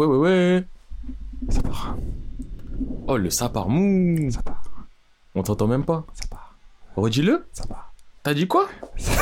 Ouais, ouais, ouais. Ça part. Oh, le ça part mou. Ça part. On t'entend même pas. Ça part. Redis-le. Ça part. T'as dit quoi?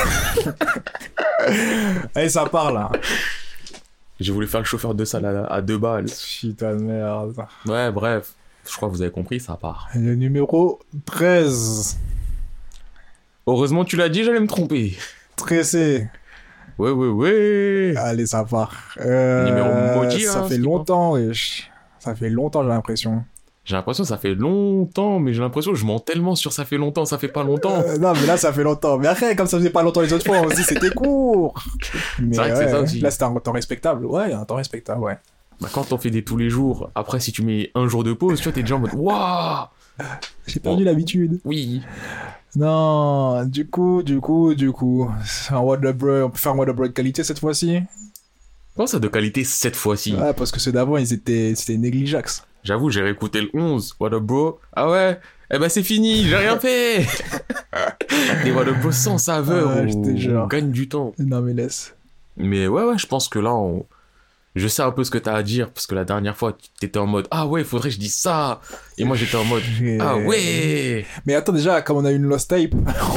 Allez, ça part là. J'ai voulu faire le chauffeur de salle à 2 balles. Putain de merde. Ouais, bref. Je crois que vous avez compris, ça part. Le numéro 13. Heureusement, tu l'as dit, j'allais me tromper. Tressé. Ouais, ouais, ouais. Allez, ça part. Numéro maudit, ça hein, fait ce qui longtemps, wesh. Ça fait longtemps, j'ai l'impression. J'ai l'impression que ça fait longtemps, mais j'ai l'impression que je mens tellement sur ça fait longtemps, ça fait pas longtemps. Non, mais là, ça fait longtemps. Mais après, comme ça faisait pas longtemps les autres fois, on se dit c'était court. Mais C'est vrai que c'est ça aussi. là, c'était un temps respectable. Ouais, un temps respectable, ouais. Bah, quand on fait des tous les jours, après, si tu mets un jour de pause, tu vois, t'es déjà en mode waouh! J'ai perdu l'habitude. Oui. Non, du coup, un What the Bro, on peut faire un What the Bro de qualité cette fois-ci. Comment ça de qualité cette fois-ci? Ouais, parce que ceux d'avant, c'était négligeax. J'avoue, j'ai réécouté le 11. What up, bro? Ah ouais? Eh ben, c'est fini, j'ai rien fait! Des What up, bro sans saveur, Ouais, je te jure. on gagne du temps. Non, mais laisse. Mais ouais, je pense que là, je sais un peu ce que t'as à dire, parce que la dernière fois, t'étais en mode, ah ouais, faudrait que je dise ça. Et moi, j'étais en mode, ah ouais. Mais attends, déjà, comme on a eu une Lost Tape,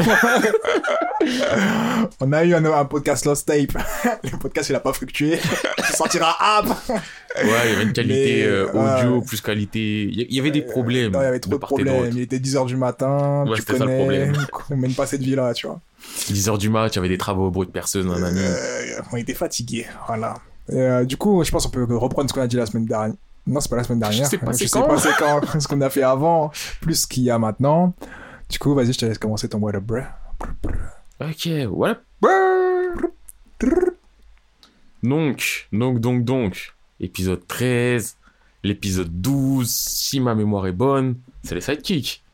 on a eu un podcast Lost Tape. Le podcast, il a pas fructué. Il sortira ap. Ouais, il y avait une qualité Mais, audio, plus qualité. Il y avait des problèmes. Non, il y avait trop de part et problèmes. d'autre. Il était 10h du matin. Ouais, tu c'était ça le connais. problème. On mène pas cette vie-là, tu vois. 10h du match, il y avait des travaux au bruit de personne, un ami. On était fatigués. Voilà. Du coup, je pense qu'on peut reprendre ce qu'on a dit la semaine dernière. Non, c'est pas la semaine dernière. sais pas je c'est sais quand. pas c'est quand. Ce qu'on a fait avant, plus ce qu'il y a maintenant. Du coup, vas-y, je te laisse commencer ton What Up Bruh. Ok, voilà. Donc, épisode 13, l'épisode 12, si ma mémoire est bonne, c'est les sidekicks.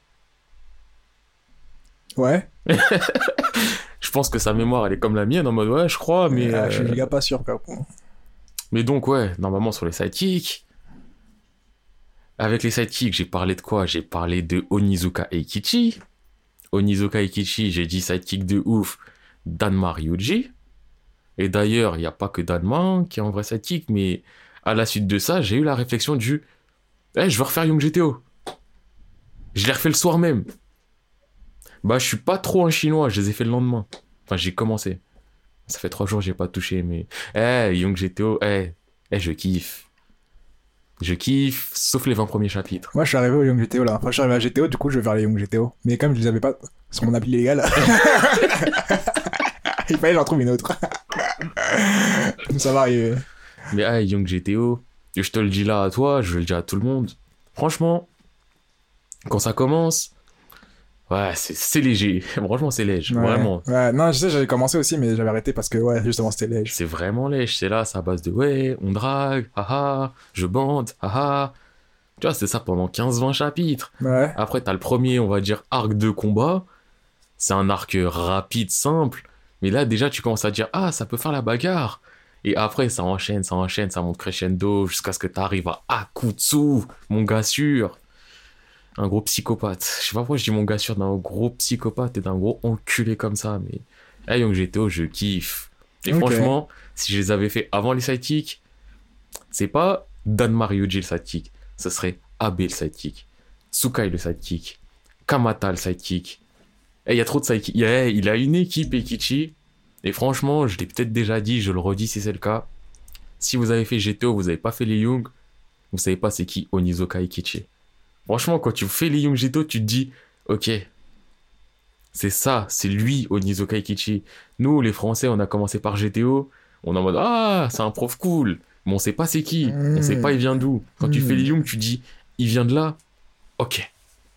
Ouais. Je pense que sa mémoire, elle est comme la mienne, en mode, ouais, je crois, mais... Je suis giga pas sûr, frère. Mais donc, ouais, normalement, sur les sidekicks, avec les sidekicks, j'ai parlé de quoi? J'ai parlé de Onizuka Eikichi. Onizuka Eikichi, j'ai dit sidekick de ouf, Danma Ryuji. Et d'ailleurs, il n'y a pas que Danma qui est en vrai sidekick, mais à la suite de ça, j'ai eu la réflexion du je veux refaire Young GTO. Je l'ai refait le soir même. Bah, je suis pas trop un chinois, je les ai fait le lendemain. Enfin, j'ai commencé. Ça fait 3 jours que j'ai pas touché, mais Young GTO, je kiffe. Je kiffe, sauf les 20 premiers chapitres. Moi, je suis arrivé au Young GTO là. Enfin, je suis arrivé à GTO, du coup, je vais vers les Young GTO. Mais comme je les avais pas sur mon appli légal, il fallait que j'en trouve une autre. Ça va arriver. Mais Young GTO, je te le dis là à toi, je le dis à tout le monde. Franchement, quand ça commence, ouais, c'est léger. Franchement, c'est léger, Ouais. vraiment. Ouais, non, je sais, j'avais commencé aussi, mais j'avais arrêté parce que, ouais, justement, c'était léger. C'est vraiment léger. C'est là, c'est à base de ouais, on drague, haha, je bande, haha. Tu vois, c'est ça pendant 15-20 chapitres. Ouais. Après, t'as le premier, on va dire, arc de combat. C'est un arc rapide, simple. Mais là, déjà, tu commences à dire, ça peut faire la bagarre. Et après, ça enchaîne, ça monte crescendo jusqu'à ce que t'arrives à Akutsu, mon gars sûr. Un gros psychopathe. Je sais pas pourquoi je dis mon gars sûr d'un gros psychopathe et d'un gros enculé comme ça, mais Young GTO, je kiffe. Et Ok. franchement, si je les avais fait avant les sidekicks, c'est pas Danma Ryuji le sidekick, ce serait Abe le sidekick, Tsukai le sidekick, Kamata le sidekick. Il y a trop de sidekicks. Il a une équipe Eikichi. Et franchement, je l'ai peut-être déjà dit, je le redis si c'est le cas. Si vous avez fait GTO, vous avez pas fait les Young, vous savez pas c'est qui Onizuka Eikichi. Franchement, quand tu fais les Young GTO, tu te dis, ok, c'est ça, c'est lui Onizuka Eikichi. Nous, les Français, on a commencé par GTO, on est en mode, c'est un prof cool, mais on sait pas c'est qui, on sait pas il vient d'où. Quand tu fais les Young, tu dis, il vient de là, ok.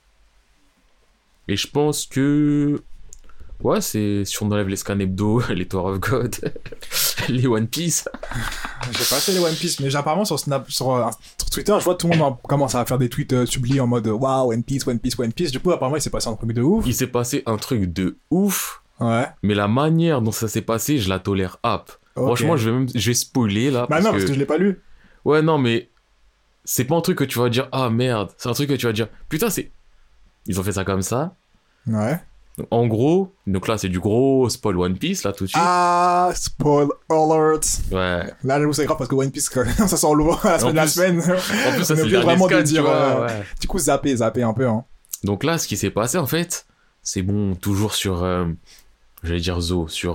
Et je pense que... Ouais, c'est si on enlève les Scan Hebdo, les Tower of God, les One Piece. J'ai pas fait les One Piece, mais apparemment sur Twitter, je vois tout le monde commence à faire des tweets sublimes en mode waouh, One Piece, One Piece, One Piece. Du coup, apparemment, il s'est passé un truc de ouf. Il s'est passé un truc de ouf, Ouais. mais la manière dont ça s'est passé, je la tolère up. Ok. Franchement, je vais spoiler là. Bah non, parce que je l'ai pas lu. Ouais, non, mais c'est pas un truc que tu vas dire, ah merde. C'est un truc que tu vas dire, putain, c'est. Ils ont fait ça comme ça. Ouais. En gros, donc là, c'est du gros spoil One Piece, là, tout de suite. Ah, spoil alert. Ouais. Là, j'avoue, c'est grave parce que One Piece, ça sort lourd à la semaine de la semaine. En plus, ça, On est c'est obligé le vraiment de scan, dire, tu vois, ouais. du coup, zapper un peu, hein. Donc là, ce qui s'est passé, en fait, c'est bon, toujours sur... j'allais dire Zo, sur...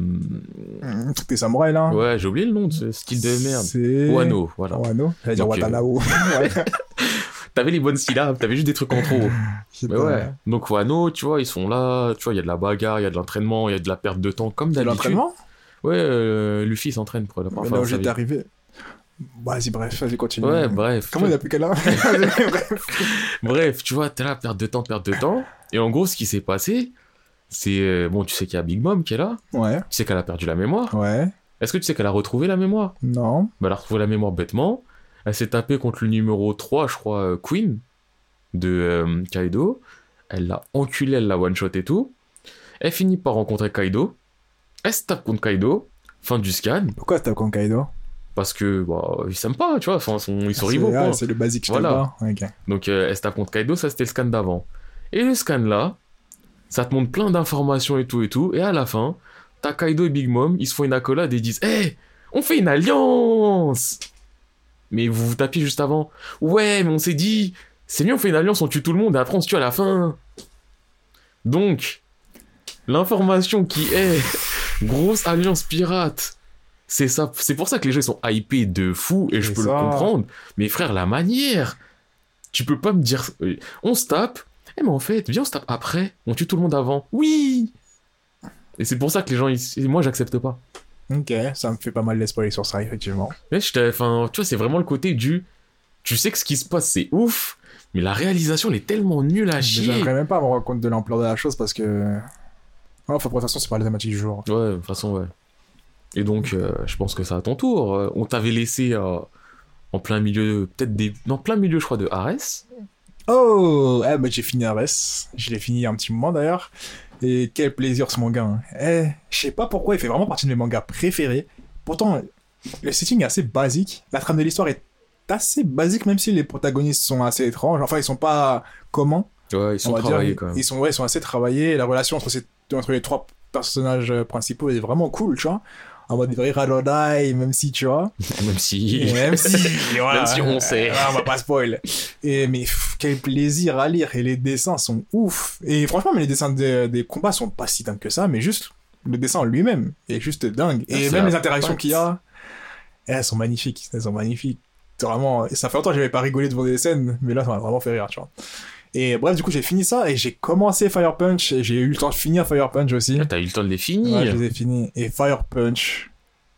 T'es samouraï, là. Ouais, j'ai oublié le nom de ce style de merde. C'est... Wano, voilà. Wano. J'allais dire Donc, Watanao. Ouais. T'avais les bonnes syllabes, t'avais juste des trucs en trop. Mais Putain. ouais. Donc Wano, tu vois, ils sont là, tu vois, il y a de la bagarre, il y a de l'entraînement, il y a de la perte de temps, comme De d'habitude. l'entraînement? Ouais, Luffy s'entraîne pour la Mais première là fois. où de sa j'étais vie. arrivé. Vas-y, vas-y, continue. Ouais, bref. Comment il a plus quel âge? Bref. Bref, tu vois, t'es là, perte de temps. Et en gros, ce qui s'est passé, c'est... bon, tu sais qu'il y a Big Mom qui est là. Ouais, Tu sais qu'elle a perdu la mémoire. ouais. Est-ce que tu sais qu'elle a retrouvé la mémoire? Non. Bah, elle a retrouvé la mémoire bêtement. Elle s'est tapée contre le numéro 3, je crois, Queen, de Kaido. Elle l'a enculé, elle l'a one-shot et tout. Elle finit par rencontrer Kaido. Elle se tape contre Kaido. Fin du scan. Pourquoi t'as contre Kaido? Parce que, bah, ils s'aiment pas, tu vois. Enfin, ils sont rivaux, quoi. C'est le basique, je Voilà. te le dis. Ok. Donc, elle se tape contre Kaido, ça c'était le scan d'avant. Et le scan là, ça te montre plein d'informations et tout. Et à la fin, t'as Kaido et Big Mom, ils se font une accolade et ils disent Hey, on fait une alliance! Mais vous vous tapiez juste avant. Ouais, mais on s'est dit, c'est mieux, on fait une alliance, on tue tout le monde et après on se tue à la fin. Donc, l'information qui est grosse alliance pirate, c'est ça. C'est pour ça que les gens ils sont hypés de fou et je C'est peux le ça. comprendre. Mais frère, la manière, tu peux pas me dire, on se tape. Eh mais en fait, viens on se tape après, on tue tout le monde avant. Oui. Et c'est pour ça que les gens, moi j'accepte pas. Ok, ça me fait pas mal d'espoir sur ça, effectivement. Mais enfin, tu vois, c'est vraiment le côté du, tu sais que ce qui se passe c'est ouf, mais la réalisation elle est tellement nulle à chier. J'aimerais même pas me rendre compte de l'ampleur de la chose parce que. Enfin, de toute façon, c'est pas la thématique du jour. Ouais, de toute façon, ouais. Et donc, je pense que c'est à ton tour. On t'avait laissé en plein milieu, plein milieu, je crois, de Ares. Oh, bah j'ai fini Ares. Je l'ai fini il y a un petit moment d'ailleurs. Et quel plaisir ce manga. Hein. Je sais pas pourquoi, il fait vraiment partie de mes mangas préférés. Pourtant, le setting est assez basique. La trame de l'histoire est assez basique, même si les protagonistes sont assez étranges. Enfin, ils sont pas communs. Ouais, ils sont on va travaillés dire. quand même. Ils sont assez travaillés. La relation entre les trois personnages principaux est vraiment cool, tu vois. En mode vrai Radodai, même si, tu vois. Même si. Et même si, voilà, Même si on sait. On va pas spoil. Mais quel plaisir à lire. Et les dessins sont ouf. Et franchement, mais les dessins des combats sont pas si dingues que ça, mais juste le dessin en lui-même est juste dingue. Et c'est même la les interactions patte. qu'il y a, elles sont magnifiques. Elles sont magnifiques. C'est vraiment, ça fait longtemps que j'avais pas rigolé devant des scènes, mais là, ça m'a vraiment fait rire, tu vois. Et bref, du coup, j'ai fini ça et j'ai commencé Fire Punch et j'ai eu le temps de finir Fire Punch aussi. Ah, t'as eu le temps de les finir. Ouais, je les ai finis. Et Fire Punch,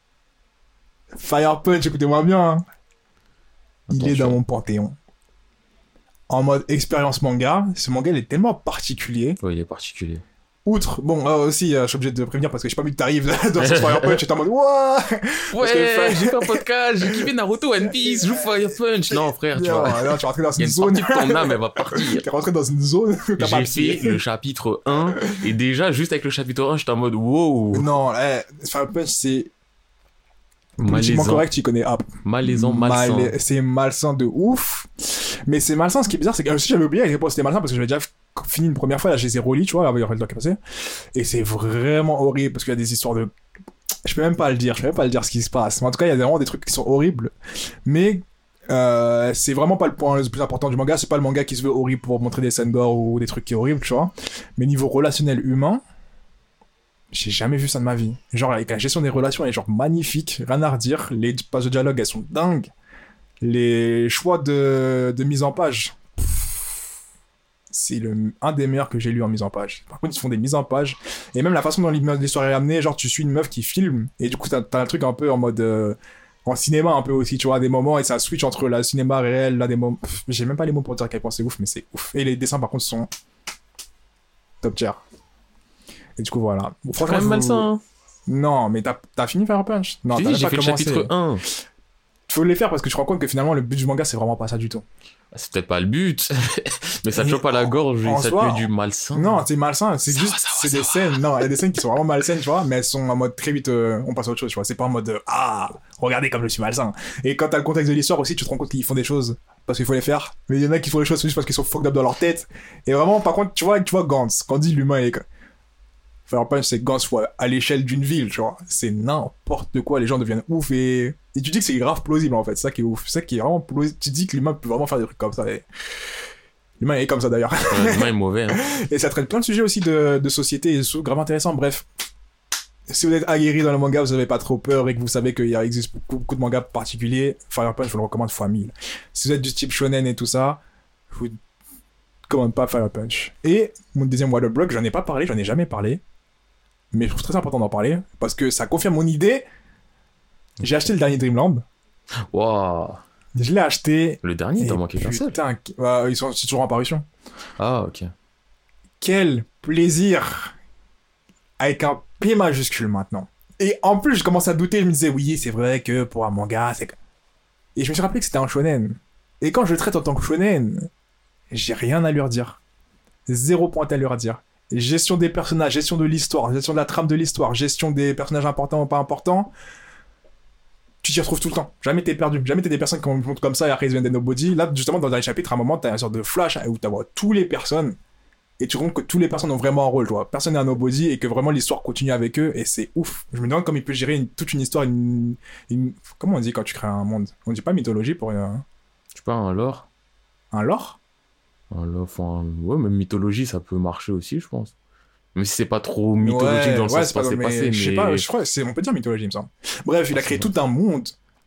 écoutez-moi bien, hein. Il est Attention. dans mon panthéon. En mode expérience manga, ce manga il est tellement particulier. Ouais, il est particulier. Outre, bon, aussi, je suis obligé de prévenir parce que j'ai pas vu que t'arrives dans ce Fire Punch et t'es en mode Wouah. Parce que Ouais, j'ai fait un podcast, j'ai kiffé Naruto, One Piece, joue Fire Punch. Non, frère, tu vois. Non, tu es rentré dans Il y a une une zone. partie de ton âme, elle va partir. T'es rentré dans une zone où t'as pas J'ai pied. fait le chapitre 1, et déjà, juste avec le chapitre 1, j'étais en mode wow. Non, Fire Punch c'est politiquement Malaisant. correct, tu connais App. Malaisant, malsain. C'est malsain de ouf. Mais c'est malsain, ce qui est bizarre, c'est que aussi j'avais oublié à quel point c'était malsain parce que j'avais déjà fini une première fois, là je les ai relis, tu vois, avec le temps qui est passé. Et c'est vraiment horrible parce qu'il y a des histoires de. Je peux même pas le dire ce qui se passe. Mais en tout cas, il y a vraiment des trucs qui sont horribles. Mais c'est vraiment pas le point le plus important du manga. C'est pas le manga qui se veut horrible pour montrer des scènes gore ou des trucs qui sont horribles, tu vois. Mais niveau relationnel humain, j'ai jamais vu ça de ma vie. Genre, avec la gestion des relations, elle est genre magnifique, rien à redire. Les pages de dialogue, elles sont dingues. Les choix de mise en page, c'est un des meilleurs que j'ai lu en mise en page. Par contre, ils font des mises en page. Et même la façon dont l'histoire est amenée, genre, tu suis une meuf qui filme, et du coup, t'as un truc un peu en mode. En cinéma, un peu aussi, tu vois, à des moments, et ça switch entre le cinéma réel, là, des moments. J'ai même pas les mots pour dire à quel point c'est ouf, mais c'est ouf. Et les dessins, par contre, sont top tier. Et du coup, voilà. Bon, C'est quand même malsain. Hein. Non, mais t'as fini Fire Punch? Non, t'as même J'ai pas fait le commencé. chapitre 1. Faut les faire parce que tu te rends compte que finalement, le but du manga, c'est vraiment pas ça du tout. C'est peut-être pas le but, mais ça te chope à la gorge et ça te met du malsain. Non, c'est malsain, c'est juste, c'est des va. scènes. Non, il y a des scènes qui sont vraiment malsaines, tu vois, mais elles sont en mode très vite, on passe à autre chose, tu vois. C'est pas en mode, regardez comme je suis malsain. Et quand t'as le contexte de l'histoire aussi, tu te rends compte qu'ils font des choses parce qu'il faut les faire, mais il y en a qui font les choses juste parce qu'ils sont fucked up dans leur tête. Et vraiment, par contre, tu vois Gantz, quand on dit l'humain est... Fire Punch, c'est Gantz fois à l'échelle d'une ville, tu vois. C'est n'importe quoi, les gens deviennent ouf et tu dis que c'est grave plausible en fait, c'est ça qui est ouf, c'est ça qui est vraiment plausible. Tu dis que l'humain peut vraiment faire des trucs comme ça. Et... L'humain est comme ça d'ailleurs. L'humain est mauvais. Hein. Et ça traite plein de sujets aussi de société et de grave intéressants. Bref, si vous êtes aguerri dans le manga, vous n'avez pas trop peur et que vous savez qu'il existe beaucoup de mangas particuliers, Fire Punch, je vous le recommande fois 1000. Si vous êtes du type shonen et tout ça, je vous recommande pas Fire Punch. Et mon deuxième Waterblock, j'en ai pas parlé, j'en ai jamais parlé, mais je trouve très important d'en parler parce que ça confirme mon idée. J'ai acheté le dernier Dreamland. Waouh. Je l'ai acheté. Le dernier, t'as manqué qu'un seul. Putain, c'est toujours en parution. Ah, ok. Quel plaisir avec un P majuscule maintenant. Et en plus, je commence à douter, je me disais, oui, c'est vrai que pour un manga, c'est... Et je me suis rappelé que c'était un shonen. Et quand je le traite en tant que shonen, j'ai rien à lui redire. 0 point à lui redire. Gestion des personnages, gestion de l'histoire, gestion de la trame de l'histoire, gestion des personnages importants ou pas importants, tu t'y retrouves tout le temps. Jamais t'es perdu. Jamais t'es des personnes qui montent comme ça et après ils viennent des nobody. Là, justement, dans le dernier chapitre, à un moment, t'as une sorte de flash où tu vois toutes les personnes et tu te rends compte que toutes les personnes ont vraiment un rôle, tu vois. Personne n'est un nobody et que vraiment l'histoire continue avec eux et c'est ouf. Je me demande comment il peut gérer toute une histoire, comment on dit quand tu crées un monde? On dit pas mythologie pour rien. Je sais pas, un lore. Un lore? Un lore, enfin, ouais, même mythologie, ça peut marcher aussi, je pense. Même si c'est pas trop mythologique dans le sens passé, mais... Je sais pas, je crois on peut dire mythologie, il me semble. Bref, il a créé tout un monde.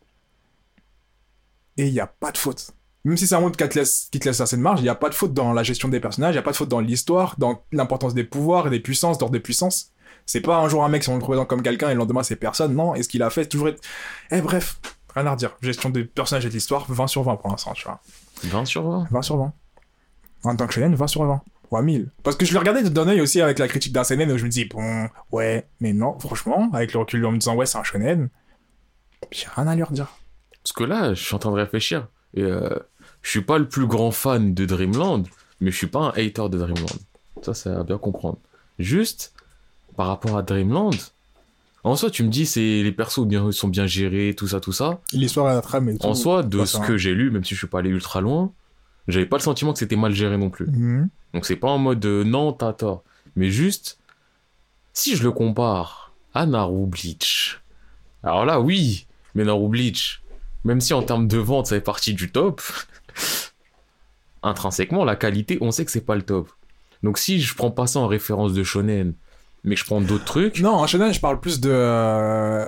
Et il n'y a pas de faute. Même si c'est un monde qui te laisse assez de marge, il n'y a pas de faute dans la gestion des personnages, il n'y a pas de faute dans l'histoire, dans l'importance des pouvoirs et des puissances, d'ordre des puissances. C'est pas un jour un mec, si on le représente comme quelqu'un et le lendemain c'est personne, non. Et ce qu'il a fait, c'est toujours être... bref, rien à redire. Gestion des personnages et de l'histoire, 20 sur 20 pour l'instant, tu vois. 20 sur 20 20 sur 20. En tant que shonen, 20 sur 20. Ou à 1000. Parce que je le regardais d'un œil aussi avec la critique d'un seinen où je me dis, bon, ouais, mais non, franchement, avec le recul en me disant, ouais, c'est un shonen, j'ai rien à lui redire. Parce que là, je suis en train de réfléchir. Et je suis pas le plus grand fan de Dreamland, mais je suis pas un hater de Dreamland. Ça, c'est à bien comprendre. Juste, par rapport à Dreamland, en soi, tu me dis, les persos sont bien gérés, tout ça. L'histoire et la trame et tout. En soi, de ce que j'ai lu, même si je suis pas allé ultra loin, j'avais pas le sentiment que c'était mal géré non plus. Mm-hmm. Donc c'est pas en mode non, t'as tort. Mais juste, si je le compare à Naru Bleach, alors là, oui, mais Naru Bleach, même si en termes de vente, ça fait partie du top, intrinsèquement, la qualité, on sait que c'est pas le top. Donc si je prends pas ça en référence de shonen, mais que je prends d'autres trucs... Non, en shonen, je parle plus de...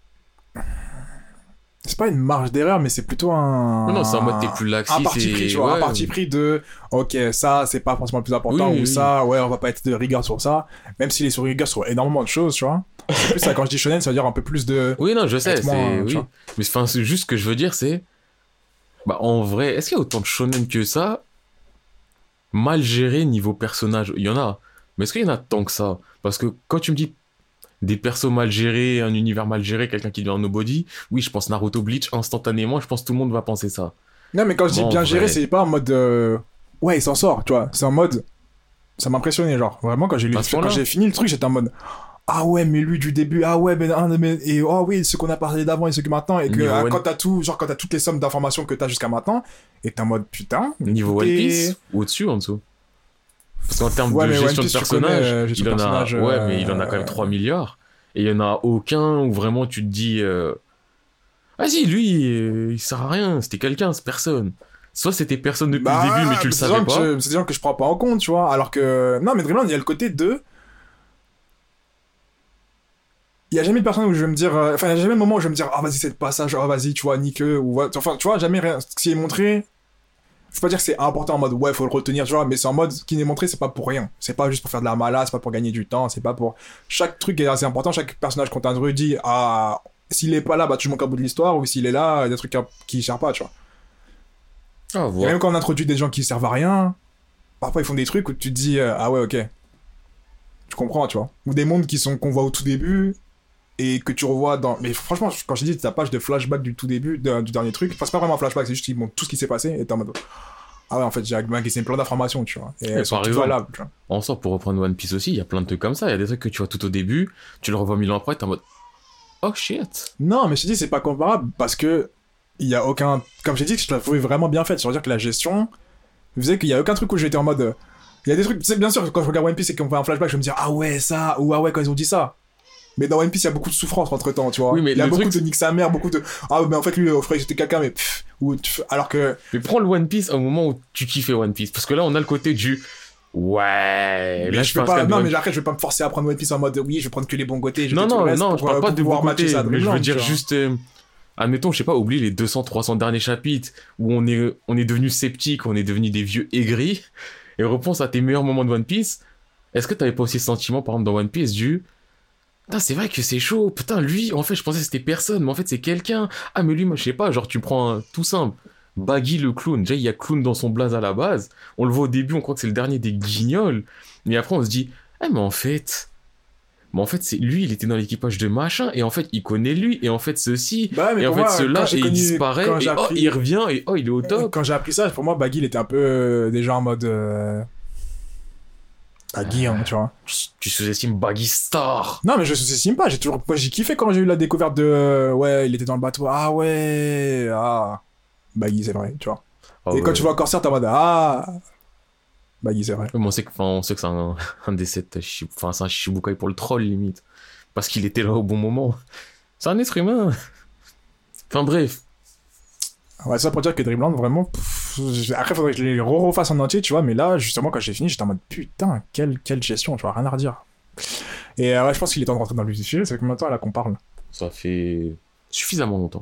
C'est pas une marge d'erreur, mais c'est plutôt un... Non, c'est en mode t'es plus laxiste. Un parti pris, tu vois, un parti pris de... Ok, ça, c'est pas forcément le plus important, ou ça, ouais, on va pas être de rigueur sur ça, même s'il est sur rigueur sur énormément de choses, tu vois. C'est plus ça, quand je dis shonen, ça veut dire un peu plus de... Oui, non, je sais, moins, oui. Mais enfin, c'est juste ce que je veux dire, c'est... Bah, en vrai, est-ce qu'il y a autant de shonen que ça mal géré niveau personnage? Il y en a, mais est-ce qu'il y en a tant que ça? Parce que quand tu me dis des persos mal gérés, un univers mal géré, quelqu'un qui devient un nobody, oui, je pense Naruto, Bleach, instantanément, je pense que tout le monde va penser ça. Non, mais quand je dis bien géré, c'est pas en mode... Ouais, il s'en sort, tu vois. C'est en mode... Ça m'a impressionné, genre. Vraiment, quand j'ai fini le truc, j'étais en mode... Ah ouais, mais lui, du début, ah ouais, mais... Et oh oui, ce qu'on a parlé d'avant et ce que maintenant, et que quand t'as tout, genre quand t'as toutes les sommes d'informations que t'as jusqu'à maintenant, et t'es en mode, putain... Niveau One Piece, ou au-dessus, en dessous? Parce qu'en termes de gestion de personnages, il en a... Ouais, mais il en a quand même 3 milliards. Et il y en a aucun où vraiment tu te dis... Vas-y, lui, il sert à rien, c'était quelqu'un, c'est personne. Soit c'était personne depuis le début, mais tu le savais pas. C'est des gens que je prends pas en compte, tu vois. Alors que... Non, mais Dreamland, il y a le côté de... Il y a jamais de personne où je vais me dire... Enfin, il y a jamais de moment où je vais me dire, ah, vas-y, c'est le passage, ah, vas-y, tu vois, nique-eux, ou... Enfin, tu vois, jamais rien. Ce qui est montré... Faut pas dire que c'est important en mode, ouais, faut le retenir, tu vois, mais c'est en mode, ce qui est montré, c'est pas pour rien. C'est pas juste pour faire de la mala, c'est pas pour gagner du temps, c'est pas pour... Chaque truc est assez important, chaque personnage qu'on t'introduit, ah... S'il est pas là, bah, tu manques un bout de l'histoire, ou s'il est là, il y a des trucs qui servent pas, tu vois. Ah, Et même quand on introduit des gens qui servent à rien, parfois ils font des trucs où tu te dis, ah ouais, ok. Tu comprends, tu vois. Ou des mondes qu'on voit au tout début, et que tu revois dans... Mais franchement, quand je dis ta page de flashback du tout début, du dernier truc, enfin, c'est pas vraiment un flashback, c'est juste qu'ils montrent tout ce qui s'est passé, et t'es en mode... Ah ouais, en fait, j'ai magasin plein d'informations, tu vois. Et elles sont toutes valables, tu vois. En sort, pour reprendre One Piece aussi, il y a plein de trucs comme ça. Il y a des trucs que tu vois tout au début, tu le revois 1000 ans après, t'es en mode... Oh shit. Non, mais je te dis, c'est pas comparable, parce que il y a aucun... Comme j'ai dit, je l'ai trouvé vraiment bien faite. C'est-à-dire que la gestion faisait qu'il y a aucun truc où j'étais en mode... Il y a des trucs... Tu sais, bien sûr, quand je regarde One Piece et qu'on fait un flashback, je vais me dire, ah ouais, ça, ou ah ouais, quand ils ont dit ça. Mais dans One Piece, il y a beaucoup de souffrance entre-temps, tu vois. Oui, mais il y a le beaucoup truc, de nique sa mère, beaucoup de... Ah, mais en fait, lui, je croyais que c'était quelqu'un, mais... Alors que... mais prends le One Piece au moment où tu kiffais One Piece. Parce que là, on a le côté du... Ouais, Mais là, je peux fais un pas... scan de Non, One mais après, je vais pas me forcer à prendre One Piece en mode, oui, je vais prendre que les bons côtés. Non, non, non, je parle pas de pouvoir bon matcher côté, ça à mais je veux Dreamland, dire tu vois. juste, admettons, je sais pas, oublie les 200, 300 derniers chapitres où on est devenu sceptique, on est devenu des vieux aigris, et repense à tes meilleurs moments de One Piece. Est-ce que t'avais pas aussi ce sentiment, par exemple, dans One Piece, du, putain, c'est vrai que c'est chaud, putain, lui, en fait, je pensais que c'était personne, mais en fait, c'est quelqu'un. Ah, mais lui, moi, je sais pas, genre, tu prends un tout simple. Baggy le clown, déjà il y a clown dans son blaze à la base, on le voit au début, on croit que c'est le dernier des guignols, mais après on se dit, eh mais en fait c'est lui, il était dans l'équipage de machin, et en fait il connaît lui, et en fait ceci, Bah, mais et en pour fait moi, cela, quand j'ai et il connu- disparaît, quand et j'ai oh appris- il revient, et oh il est au top. Quand j'ai appris ça, pour moi, Baggy, il était un peu déjà en mode... Baggy, hein, tu vois. Tu sous-estimes Baggy Star. Non, mais je sous-estime pas. Moi, j'ai kiffé quand j'ai eu la découverte de... ouais, il était dans le bateau. Ah ouais. Ah. Baggy, c'est vrai, tu vois. Ah Et quand ouais. tu vois Corsair, t'es en mode... Ah. Baggy, c'est vrai. Mais on sait que c'est un des sept, enfin c'est un Shichibukai pour le troll limite, parce qu'il était là au bon moment. C'est un être humain. Enfin bref. Ouais, ça pour dire que Dreamland, vraiment... Après, faudrait que je les refasse en entier, tu vois. Mais là, justement, quand j'ai fini, j'étais en mode... Putain, quelle gestion, tu vois. Rien à redire. Et ouais, je pense qu'il est temps de rentrer dans le vif du sujet. Ça fait combien de temps là qu'on parle? Ça fait suffisamment longtemps.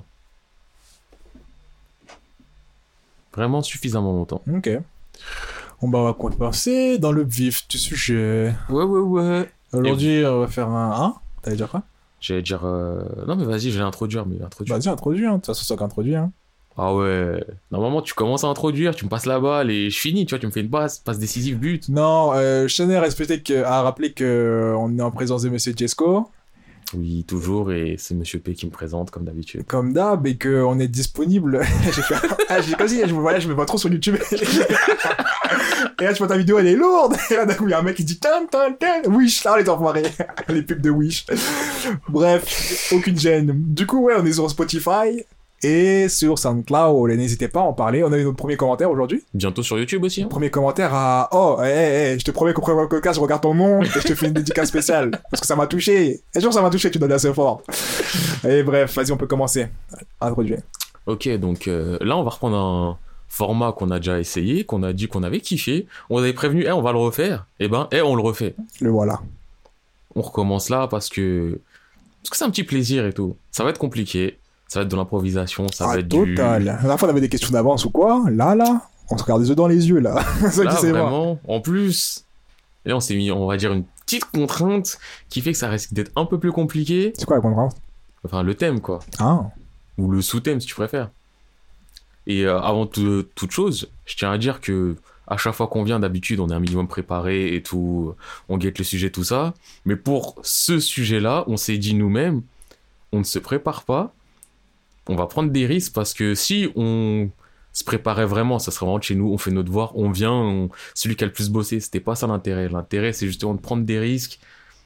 Vraiment suffisamment longtemps. Ok. On va passer dans le vif du sujet. Ouais. Aujourd'hui, on va faire un... Hein? T'allais dire quoi? J'allais dire... Non mais vas-y, je vais l'introduire, mais introduire. Vas-y, introduis, hein. De toute façon, c'est ça qu'introduit, hein. Ah ouais. Normalement, tu commences à introduire, tu me passes la balle et je finis, tu vois, tu me fais une passe décisive, but. Non, je tenais à rappeler que on est en présence de Monsieur Jesco, Oui, toujours, et c'est Monsieur P qui me présente, comme d'habitude. comme d'hab, et qu'on est disponible. J'ai comme si, je me vois trop sur YouTube. Et là, tu vois ta vidéo, elle est lourde. Et là, d'un coup, il y a un mec qui dit tan, Wish, là, les enfoirés. Les pubs de Wish. Bref, aucune gêne. Du coup, ouais, on est sur Spotify et sur SoundCloud. Et n'hésitez pas à en parler. On a eu notre premier commentaire aujourd'hui. Bientôt sur YouTube aussi, hein. Premier commentaire à... Oh, je te promets qu'au premier podcast, je regarde ton nom et je te fais une dédicace spéciale. Parce que ça m'a touché. Et genre, ça m'a touché que tu donnes assez fort. Et bref, vas-y, on peut commencer. Introduire. Ok, donc là, on va reprendre un format qu'on a déjà essayé, qu'on a dit qu'on avait kiffé. On avait prévenu, on va le refaire. Eh ben, on le refait. Le voilà. On recommence là parce que c'est un petit plaisir et tout. Ça va être compliqué. Ça va être de l'improvisation. Ça va être total. La dernière fois, on avait des questions d'avance ou quoi. Là, on se regarde les yeux dans les yeux, là. C'est ça Là, qui s'est voir. vraiment, en plus, et là, on s'est mis, on va dire, une petite contrainte qui fait que ça risque d'être un peu plus compliqué. C'est quoi la contrainte? Enfin, le thème, quoi. Ah. Ou le sous-thème, si tu préfères. Et avant toute chose, je tiens à dire que à chaque fois qu'on vient, d'habitude, on est un minimum préparé et tout, on guette le sujet, tout ça. Mais pour ce sujet-là, on s'est dit nous-mêmes, on ne se prépare pas, on va prendre des risques parce que si on se préparait vraiment, ça serait vraiment de chez nous, on fait nos devoirs, on vient, celui qui a le plus bossé, c'était pas ça l'intérêt. L'intérêt, c'est justement de prendre des risques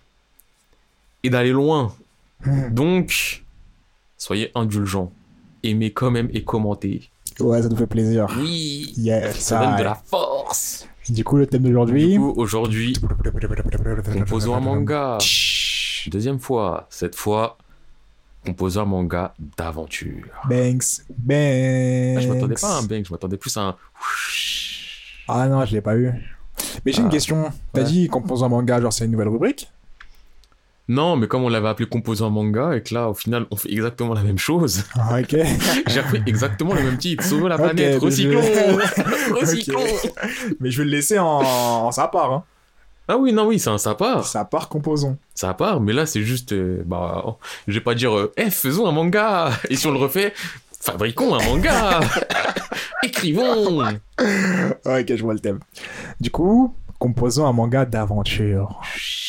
et d'aller loin. Donc, soyez indulgents. Aimez quand même et commentez. Ouais, ça nous fait plaisir. Oui, Yes, ça donne de la force. Du coup, le thème d'aujourd'hui... Du coup, aujourd'hui, composons un manga. Deuxième fois, cette fois, composons un manga d'aventure. Banks. Ah, je m'attendais pas à un bang, je m'attendais plus à un... Ah non, je l'ai pas eu. Mais j'ai une question. T'as ouais. dit composant un manga, genre c'est une nouvelle rubrique? Non, mais comme on l'avait appelé composant un manga, et que là, au final, on fait exactement la même chose, Ah, ok. j'ai appris exactement le même titre. Sauvons la Ok, planète, mais recyclons. je- Recyclons. Mais je vais le laisser en sa part, hein. Ah oui, non, oui, ça part. Sa part composons. Ça part, mais là, c'est juste... je vais pas dire, faisons un manga. Et si on le refait, fabriquons un manga. Écrivons. Ok, je vois le thème. Du coup, composons un manga d'aventure.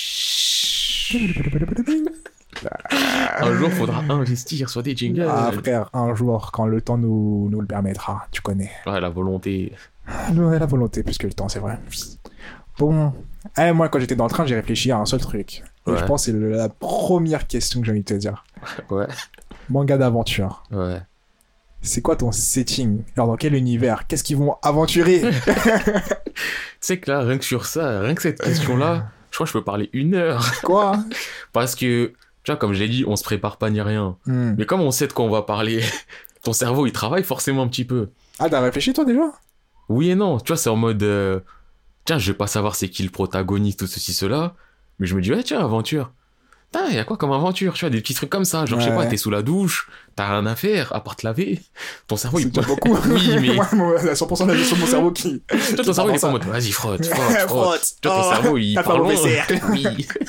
Un jour, faudra investir sur des jingles. Ah frère, un jour, quand le temps nous le permettra, tu connais. Ouais, la volonté. La volonté plus que le temps, c'est vrai. Bon, moi quand j'étais dans le train, j'ai réfléchi à un seul truc. Et Ouais. je pense que c'est la première question que j'ai envie de te dire. Ouais. Manga d'aventure. Ouais. C'est quoi ton setting? Alors, dans quel univers? Qu'est-ce qu'ils vont aventurer? Tu sais que là, rien que sur ça, rien que cette question-là, je crois que je peux parler 1 heure. Quoi? Parce que, tu vois, comme je l'ai dit, on se prépare pas ni rien. Mais comme on sait de quoi on va parler, ton cerveau, il travaille forcément un petit peu. Ah, t'as réfléchi, toi, déjà? Oui et non, tu vois, c'est en mode... tiens, je vais pas savoir c'est qui le protagoniste ou ceci, cela, mais je me dis, ouais, tiens, aventure. Putain, y a quoi comme aventure? Tu vois, des petits trucs comme ça. Genre, je sais pas, Ouais. t'es sous la douche, t'as rien à faire, à part te laver. Ton cerveau, C'est il... déjà beaucoup. Oui, mais... Moi, 100% de la gestion de mon cerveau qui... Tu vois, ton cerveau, il est pas en mode, vas-y, frotte, frotte. Tu vois, ton cerveau, il T'as parle pas loin. OVCR. Oui.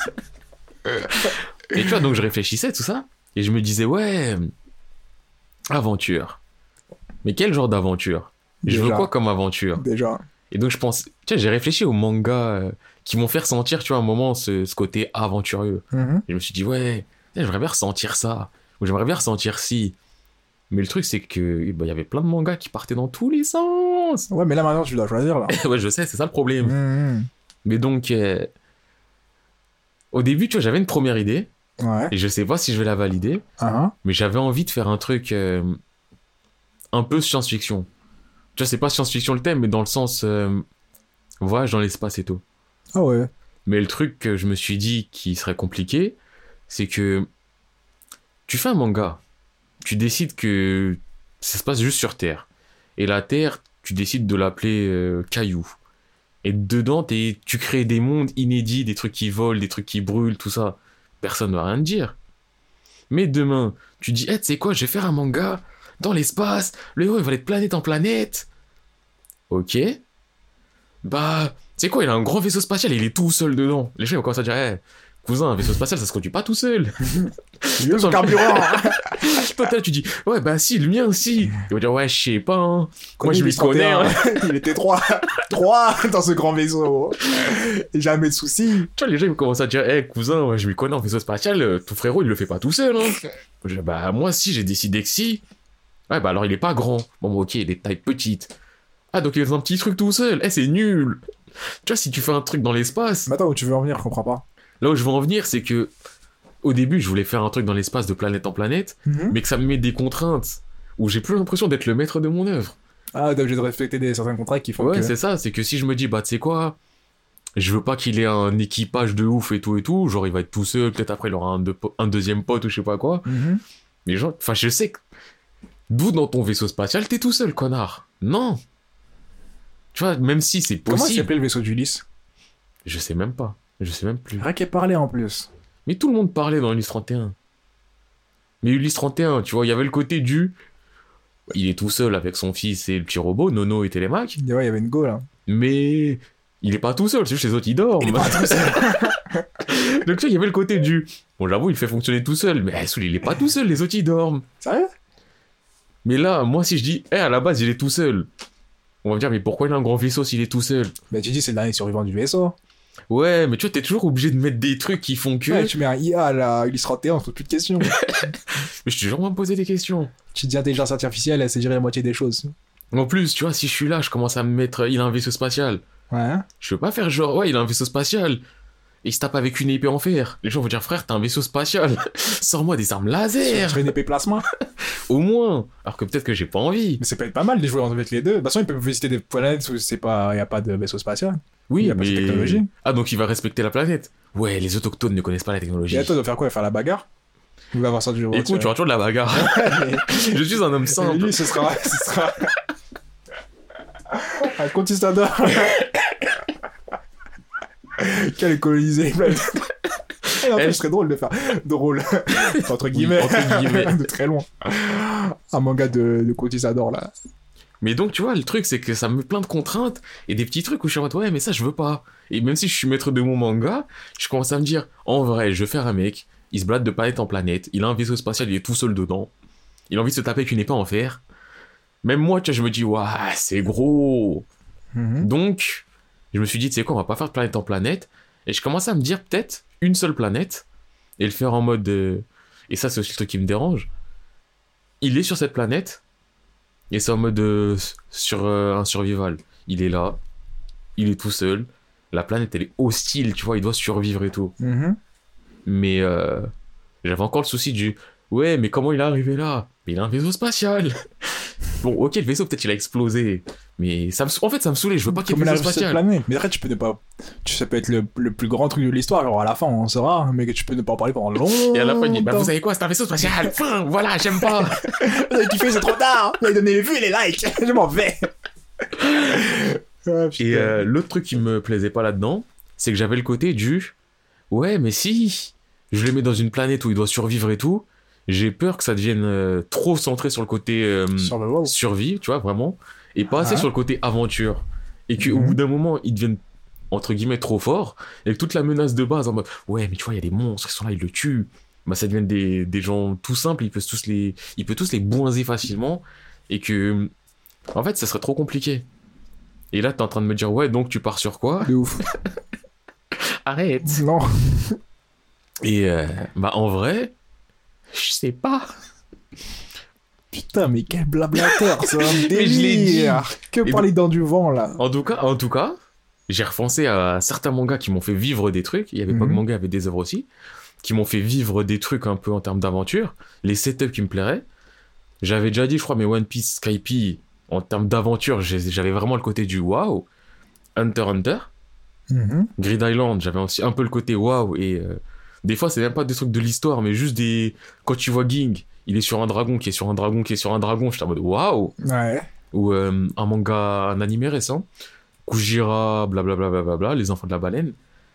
Et tu vois, donc je réfléchissais, tout ça, et je me disais, ouais, aventure. Mais quel genre d'aventure? Je veux Déjà. quoi comme aventure? Déjà. Et donc je pense, tu sais, j'ai réfléchi aux mangas qui m'ont fait ressentir, tu vois, à un moment, ce côté aventureux. Mhm. Et je me suis dit, ouais, j'aimerais bien ressentir ça, ou j'aimerais bien ressentir ci. Mais le truc, c'est que, bah, il y avait plein de mangas qui partaient dans tous les sens. Ouais, mais là, maintenant, tu dois choisir, là. Ouais, je sais, c'est ça le problème. Mhm. Mais donc, au début, tu vois, j'avais une première idée, Ouais. et je sais pas si je vais la valider, Ah, mais j'avais envie de faire un truc un peu science-fiction. Tu vois, c'est pas science-fiction le thème, mais dans le sens voyage dans l'espace et tout. ah ouais. Mais le truc que je me suis dit qui serait compliqué, c'est que tu fais un manga, tu décides que ça se passe juste sur Terre. Et la Terre, tu décides de l'appeler Caillou. Et dedans, tu crées des mondes inédits, des trucs qui volent, des trucs qui brûlent, tout ça. Personne ne va rien te dire. Mais demain, tu dis, tu sais quoi, je vais faire un manga dans l'espace, le héros il va aller de planète en planète. Ok. Bah, tu sais quoi, il a un grand vaisseau spatial et il est tout seul dedans. Les gens ils vont commencer à dire, cousin, un vaisseau spatial ça se conduit pas tout seul. Il veut son carburant. Toi, tu dis, ouais, bah si, le mien aussi. Ils vont dire, ouais, je sais pas, hein. Moi, je m'y connais, hein. Il était trois dans ce grand vaisseau. Et jamais de soucis. Tu vois, les gens ils vont commencer à dire, cousin, ouais, je m'y connais en vaisseau spatial, ton frérot, il le fait pas tout seul, hein. Je dis, bah, moi, si, j'ai décidé que si. Ouais, bah alors, il est pas grand. Bon, bah, ok, il est de taille petite. Ah, donc il fait un petit truc tout seul. C'est nul. Tu vois, si tu fais un truc dans l'espace. Mais attends, où tu veux en venir, je comprends pas. Là où je veux en venir, c'est que au début, je voulais faire un truc dans l'espace de planète en planète, mais que ça me met des contraintes où j'ai plus l'impression d'être le maître de mon œuvre. Ah, t'es obligé de respecter certains contrats qui font Ouais, que... c'est ça. C'est que si je me dis, bah, tu sais quoi, je veux pas qu'il ait un équipage de ouf et tout, genre il va être tout seul, peut-être après il aura un deuxième pote ou je sais pas quoi. Mhm. Mais genre, enfin, je sais que d'où dans ton vaisseau spatial, t'es tout seul, connard. Non. Tu vois, même si c'est Comment il possible. s'appelait le vaisseau d'Ulysse? Je sais même pas. Je sais même plus. Rien qu'à parler en plus. Mais tout le monde parlait dans Ulysse 31. Mais Ulysse 31, tu vois, il y avait le côté du... Il est tout seul avec son fils et le petit robot, Nono et Télémaque. Ouais, il y avait une go là. Mais... Il est pas tout seul, c'est juste les autres, ils dorment. Il est pas tout seul. Donc tu vois, il y avait le côté du... Bon, j'avoue, il fait fonctionner tout seul, mais Soul, il est pas tout seul, les autres, ils dorment. Sérieux? Mais là, moi, si je dis, à la base, il est tout seul, on va me dire, mais pourquoi il a un grand vaisseau s'il est tout seul? Bah tu dis c'est le dernier survivant du vaisseau. Ouais, mais tu vois, t'es toujours obligé de mettre des trucs qui font que... Ouais, tu mets un IA à la Ulysse 31, on se pose plus de questions. Mais je suis toujours à me poser des questions. Tu dis intelligence artificielle, elle sait gérer la moitié des choses. En plus, tu vois, si je suis là, je commence à me mettre... Il a un vaisseau spatial. Ouais. Je veux pas faire genre, ouais, il a un vaisseau spatial. Et il se tape avec une épée en fer. Les gens vont dire, frère, t'as un vaisseau spatial. Sors-moi des armes Tu laser. fais une épée plasma. Au moins. Alors que peut-être que j'ai pas envie. Mais ça peut être pas mal de jouer avec les deux. De toute façon, ils peuvent visiter des planètes où c'est pas, y a pas de vaisseau spatial. Oui, Il y a pas cette technologie. Ah, donc il va respecter la planète. Ouais, les autochtones ne connaissent pas la technologie. Et toi, il va faire quoi? Il va faire la bagarre? Il va avoir ça du Écoute, tu auras toujours de la bagarre. Je suis un homme Et simple. lui, ce sera un conquistador. Qui allait coloniser les planètes. Et en fait, ce serait drôle de faire drôle entre guillemets, entre guillemets. de très loin. Un manga de conquistador là. Mais donc, tu vois, le truc, c'est que ça me met plein de contraintes et des petits trucs où je suis en mode, ouais, mais ça, je veux pas. Et même si je suis maître de mon manga, je commence à me dire, en vrai, je veux faire un mec, il se balade de planète en planète, il a un vaisseau spatial, il est tout seul dedans, il a envie de se taper avec une épée en fer. Même moi, tu vois, je me dis, waouh, c'est gros. Donc, je me suis dit, tu sais quoi, on va pas faire de planète en planète. Et je commençais à me dire, peut-être, une seule planète, et le faire en mode... Et ça, c'est aussi le truc qui me dérange. Il est sur cette planète, et c'est en mode sur un survival. Il est là, il est tout seul, la planète, elle est hostile, tu vois, il doit survivre et tout. Mais j'avais encore le souci du... Ouais, mais comment il est arrivé là? Mais il a un vaisseau spatial. Bon, ok, le vaisseau, peut-être il a explosé. Mais en fait, ça me saoulait. Je veux pas qu'il y ait Comme de la vaisseau cette spatial. planète. Mais après, tu peux ne pas. Ça peut être le plus grand truc de l'histoire, genre à la fin, on saura, mais que tu peux ne pas en parler pendant longtemps. Et à la fin, il dit, bah, vous savez quoi, c'est un vaisseau spatial. Fin, voilà, j'aime pas. Vous avez kiffé, c'est trop tard. Vous avez donné les vues et les likes. Je m'en vais. Ah, putain. Et l'autre truc qui me plaisait pas là-dedans, c'est que j'avais le côté du ouais, mais si je les mets dans une planète où il doit survivre et tout, j'ai peur que ça devienne trop centré sur le côté Survival. survie, tu vois, vraiment, et pas assez Ouais. sur le côté aventure. Et qu'au bout d'un moment, ils deviennent entre guillemets trop forts, et que toute la menace de base en mode ouais, mais tu vois, il y a des monstres qui sont là, ils le tuent. Bah, ça devient des gens tout simples, il peut tous les boinzer facilement, et que en fait, ça serait trop compliqué. Et là, t'es en train de me dire, ouais, donc tu pars sur quoi? De ouf. Arrête. Non. Et bah en vrai, je sais pas. Putain, mais quel blablateur, c'est un Mais je l'ai dit. délire. Que Et parler dans du vent, là. En tout cas, j'ai repensé à certains mangas qui m'ont fait vivre des trucs. Il y avait pas que Mhm. manga, il y avait des œuvres aussi, qui m'ont fait vivre des trucs un peu en termes d'aventure. Les setups qui me plairaient. J'avais déjà dit, je crois, mais One Piece, Skype, en termes d'aventure, j'avais vraiment le côté du waouh. Hunter x Hunter. Mhm. Grid Island, j'avais aussi un peu le côté waouh. Et des fois, c'est même pas des trucs de l'histoire, mais juste des. Quand tu vois Ging, il est sur un dragon, qui est sur un dragon, qui est sur un dragon, j'étais en mode waouh. Ouais. Ou un manga, un animé récent, Kujira, blablabla, blablabla, les enfants de la baleine.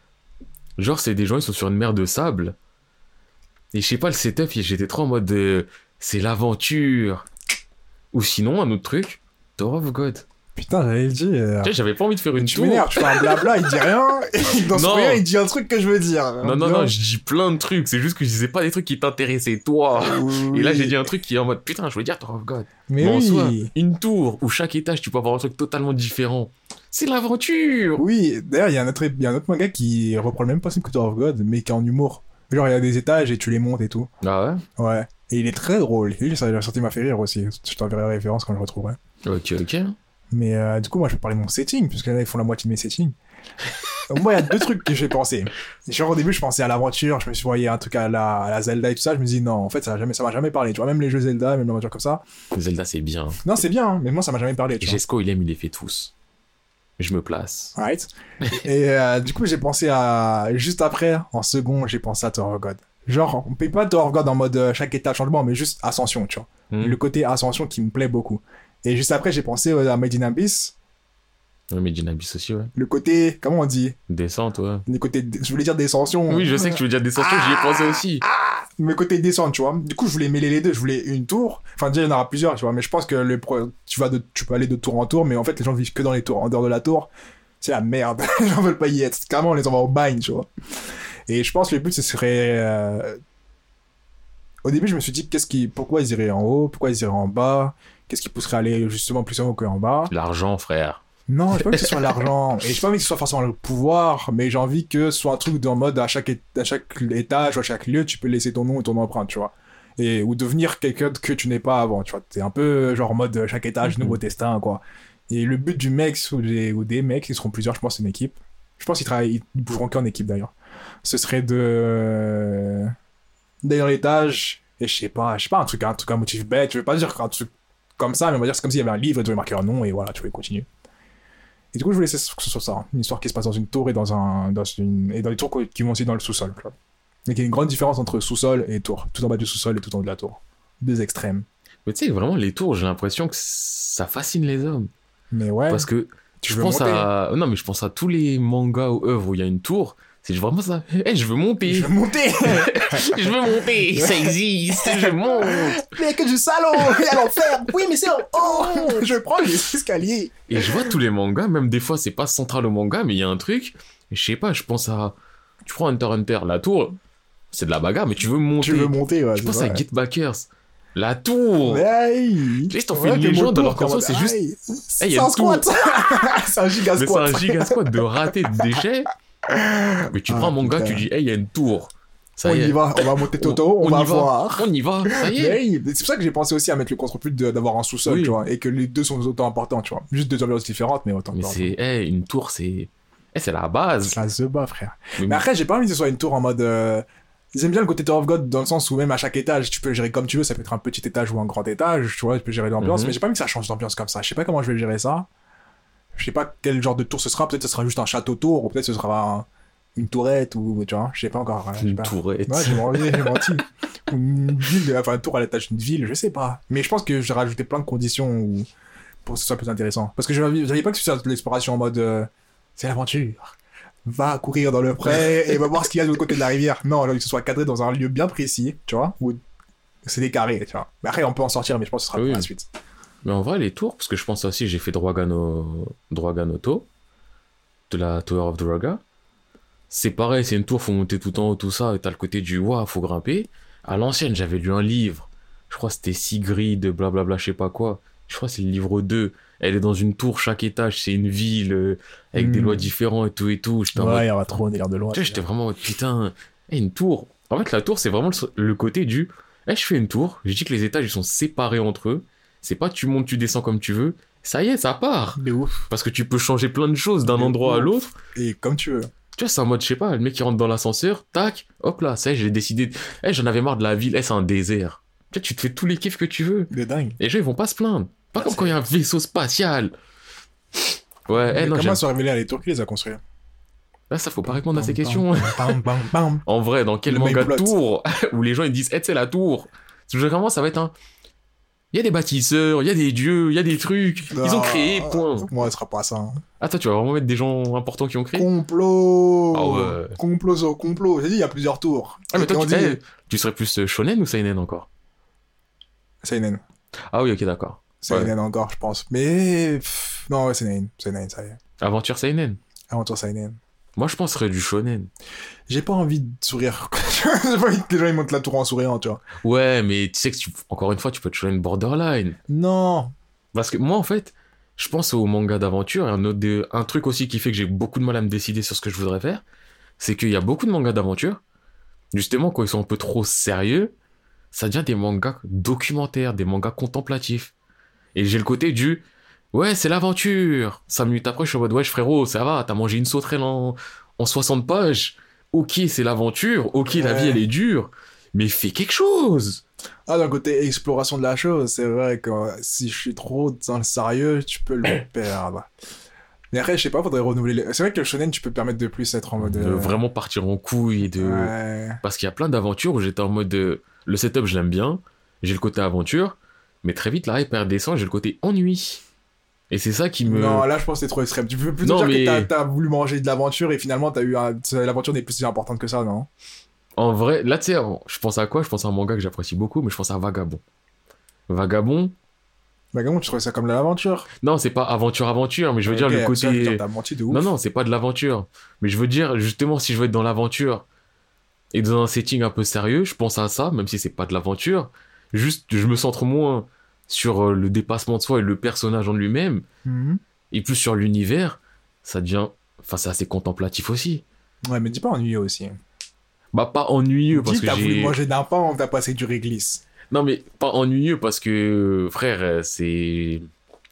Genre, c'est des gens, ils sont sur une mer de sable. Et je sais pas, le setup, j'étais trop en mode c'est l'aventure. Ou sinon, un autre truc, Tower of God. Putain, j'avais dit. Tu sais, j'avais pas envie de faire une Tu tour. m'énerves, tu fais un blabla, il dit rien. Et dans son Non. rien, il dit un truc que je veux dire. Non, je dis plein de trucs. C'est juste que je disais pas des trucs qui t'intéressaient, toi. Oui. Et là, j'ai dit un truc qui est en mode putain, je voulais dire Tower of God. Mais en oui. soi, une tour où chaque étage, tu peux avoir un truc totalement différent. C'est l'aventure. Oui, d'ailleurs, il y a un autre manga qui reprend le même principe que Tower of God, mais qui est en humour. Genre, il y a des étages et tu les montes et tout. Ah Ouais. Et il est très drôle. Et ça a sorti m'a fait rire aussi. Je t'enverrai la référence quand je retrouverai. ouais? Ok. Mais du coup, moi, je vais parler de mon setting, parce que là, ils font la moitié de mes settings. Moi, il y a deux trucs que j'ai pensé. Genre, au début, je pensais à l'aventure, je me suis voyé un truc à la Zelda et tout ça. Je me dis, non, en fait, ça m'a jamais parlé. Tu vois, même les jeux Zelda, même l'aventure comme ça. Zelda, c'est bien. Non, c'est bien, hein, mais moi, ça m'a jamais parlé. Et Tu vois. Jesco, il aime, il les fait tous. Je me place. Right. Et du coup, j'ai pensé à. Juste après, en second, j'ai pensé à Tower of God. Genre, on paye pas Tower of God en mode chaque état de changement, mais juste ascension, tu vois. Le côté ascension qui me plaît beaucoup. Et juste après, j'ai pensé à Made in Abyss. Ouais, mais Abyss aussi, ouais. Le côté. Comment on dit? Descente, ouais. Le côté. Je voulais dire descension. Oui, je sais que tu veux dire descension, j'y ai pensé aussi. Mais côté descente, tu vois. Du coup, je voulais mêler les deux. Je voulais une tour. Enfin, déjà, il y en aura plusieurs, tu vois. Mais je pense que tu peux aller de tour en tour, mais en fait, les gens vivent que dans les tours. En dehors de la tour, c'est la merde. Les gens veulent pas y être. Carrément, on les envoie au bagne, tu vois. Et je pense que le but, ce serait. Au début, je me suis dit, pourquoi ils iraient en haut? Pourquoi ils iraient en bas? Qu'est-ce qui pousserait à aller justement plus en haut qu'en bas? L'argent, frère. Non, j'ai pas envie que ce soit l'argent. Et j'ai pas envie que ce soit forcément le pouvoir, mais j'ai envie que ce soit un truc en mode à chaque étage ou à chaque lieu, tu peux laisser ton nom et ton empreinte, tu vois. Ou devenir quelqu'un que tu n'es pas avant, tu vois. C'est un peu genre en mode chaque étage, nouveau destin, quoi. Et le but du mec ou des mecs, ils seront plusieurs, je pense, c'est une équipe. Je pense ils bougeront qu'en équipe d'ailleurs. Ce serait d'aller dans l'étage, et je sais pas, un truc à motif bête, je vais pas dire un truc comme ça, mais on va dire c'est comme s'il y avait un livre et tu devais marquer un nom, et voilà, tu voulais continuer. Et du coup, je voulais laisser que ce soit ça, une histoire qui se passe dans une tour et dans les tours qui vont aussi dans le sous-sol. Tu vois. Mais qu'il y a une grande différence entre sous-sol et tour. Tout en bas du sous-sol et tout en haut de la tour. Deux extrêmes. Mais tu sais, vraiment, les tours, j'ai l'impression que ça fascine les hommes. Mais ouais. Parce que tu je veux pense monter. à. Non, mais je pense à tous les mangas ou œuvres où il y a une tour. C'est vraiment ça. Je veux monter. Je veux monter. Je veux monter. Ça existe. Je monte. Mais que du salon et à l'enfer. Oui, mais c'est en haut. Je prends les escaliers. Et je vois tous les mangas, même des fois, c'est pas central au manga, mais il y a un truc. Je sais pas, je pense à. Tu prends Hunter x Hunter, la tour, c'est de la bagarre, mais tu veux monter. Tu veux monter, ouais. Je pense à Get Backers. La tour. Hey. Juste, on fait une légende, alors qu'en soi, c'est juste. C'est il y a un une tour. squat. C'est un giga Mais squat. c'est un giga squat de rater de déchets. Mais tu prends un manga, putain. tu dis, hey, il y a une tour. Ça On y est. y va, on va monter Toto, on va y voir. On y va, ça y est. Mais c'est pour ça que j'ai pensé aussi à mettre le contre-but d'avoir un sous-sol, Oui. tu vois, et que les deux sont autant importants, tu vois. Juste deux ambiances différentes, mais autant. Mais c'est, une tour, c'est. C'est la base. Ça se bat, frère. Mais- Mais après, j'ai pas envie que ce soit une tour en mode Ils aiment bien le côté Tower of God dans le sens où même à chaque étage, tu peux le gérer comme tu veux. Ça peut être un petit étage ou un grand étage, tu vois, tu peux gérer l'ambiance. Mais j'ai pas envie que ça change d'ambiance comme ça. Je sais pas comment je vais gérer ça. Je sais pas quel genre de tour ce sera. Peut-être ce sera juste un château tour ou peut-être ce sera une tourette ou tu vois. Je sais pas encore. Une tourette. Ouais, j'ai menti. Ou une ville, enfin un tour à l'étage d'une ville, je sais pas. Mais je pense que j'ai rajouté plein de conditions pour que ce soit plus intéressant. Parce que j'avais pas que ce soit de l'exploration en mode c'est l'aventure. Va courir dans le pré et va voir ce qu'il y a de l'autre côté de la rivière. Non, genre que ce soit cadré dans un lieu bien précis, tu vois, où c'est des carrés, tu vois. Mais après, on peut en sortir, mais je pense que ce sera pour la suite. Mais en vrai, les tours, parce que je pense aussi, j'ai fait Draganoto, de la Tower of Draga. C'est pareil, c'est une tour, faut monter tout en haut, tout ça, et t'as le côté du waouh, faut grimper. À l'ancienne, j'avais lu un livre, je crois que c'était Sigrid, blablabla, je sais pas quoi. Je crois que c'est le livre 2. Elle est dans une tour, chaque étage, c'est une ville, avec des lois différentes et tout et tout. Ouais, il y aura trop un délire de loi. Tu sais, j'étais vraiment en mode, putain, une tour. En fait, la tour, c'est vraiment le côté du, je fais une tour, je dis que les étages, ils sont séparés entre eux. C'est pas tu montes, tu descends comme tu veux. Ça y est, ça part. De ouf. Parce que tu peux changer plein de choses d'un endroit à l'autre. Et comme tu veux. Tu vois, c'est en mode, je sais pas, le mec qui rentre dans l'ascenseur, tac, hop là, ça y est, j'ai décidé. J'en avais marre de la ville, c'est un désert. Tu vois, tu te fais tous les kiffs que tu veux. De dingue. Et les gens, ils vont pas se plaindre. Pas comme quand il y a un vaisseau spatial. Ouais, non, comment se révéler à les tours qui les a construits? Là, ça faut pas répondre à ces questions. En vrai, dans quel manga de tour où les gens ils disent, c'est la tour. Généralement, ça va être un. Il y a des bâtisseurs, il y a des dieux, il y a des trucs. Ils ont créé, point. Moi, ce sera pas ça. Ah, toi, tu vas vraiment mettre des gens importants qui ont créé? Complot. Ah ouais. Complot sur complot. J'ai dit, il y a plusieurs tours. Ah, mais toi, tu serais plus shonen ou seinen encore? Seinen. Ah oui, ok, d'accord. Seinen encore, je pense. Mais non, ouais, Seinen, ça y est. Aventure seinen. Aventure Seinen. Moi, je penserais du shonen. J'ai pas envie de sourire. J'ai pas envie que les gens ils montent la tour en souriant, tu vois. Ouais, mais tu sais que encore une fois, tu peux te shonen borderline. Non. Parce que moi, en fait, je pense au manga d'aventure et un truc aussi qui fait que j'ai beaucoup de mal à me décider sur ce que je voudrais faire, c'est qu'il y a beaucoup de mangas d'aventure. Justement, quand ils sont un peu trop sérieux, ça devient des mangas documentaires, des mangas contemplatifs. Et j'ai le côté du ouais, c'est l'aventure. 5 minutes après, je suis en mode wesh frérot, ça va, t'as mangé une sauterelle en 60 pages. Ok, c'est l'aventure. Ok, la vie elle est dure. Mais fais quelque chose. Ah, d'un côté exploration de la chose, c'est vrai que si je suis trop dans le sérieux, tu peux le perdre. Mais après, je sais pas, faudrait renouveler. C'est vrai que le shonen, tu peux te permettre de plus être en mode. De vraiment partir en couille et de. Ouais. Parce qu'il y a plein d'aventures où j'étais en mode. Le setup, je l'aime bien. J'ai le côté aventure. Mais très vite, la hype descend, j'ai le côté ennui. Et c'est ça qui me... Non, là, je pense que c'est trop extrême. Tu peux plutôt dire que t'as voulu manger de l'aventure et finalement, l'aventure n'est plus importante que ça, non? En vrai, là, tu sais, je pense à quoi? Je pense à un manga que j'apprécie beaucoup, mais je pense à Vagabond. Vagabond, tu trouvais ça comme de l'aventure? Non, c'est pas aventure, mais je veux dire le côté... T'as menti de ouf. Non, c'est pas de l'aventure. Mais je veux dire, justement, si je veux être dans l'aventure et dans un setting un peu sérieux, je pense à ça, même si c'est pas de l'aventure. Juste, je me centre moins sur le dépassement de soi et le personnage en lui-même, et plus sur l'univers, ça devient... Enfin, c'est assez contemplatif aussi. Ouais, mais dis pas ennuyeux aussi. Bah, pas ennuyeux, parce que t'as voulu manger d'un pain, t'as passé du réglisse. Non, mais pas ennuyeux, parce que, frère, c'est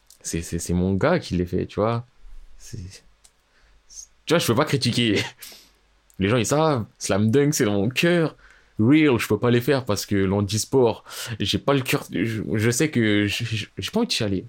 mon gars qui l'a fait, tu vois. Tu vois, je peux pas critiquer. Les gens, ils savent, Slam Dunk, c'est dans mon cœur. Real, je peux pas les faire parce que l'handisport, j'ai pas le cœur. Je sais que j'ai pas envie de chialer.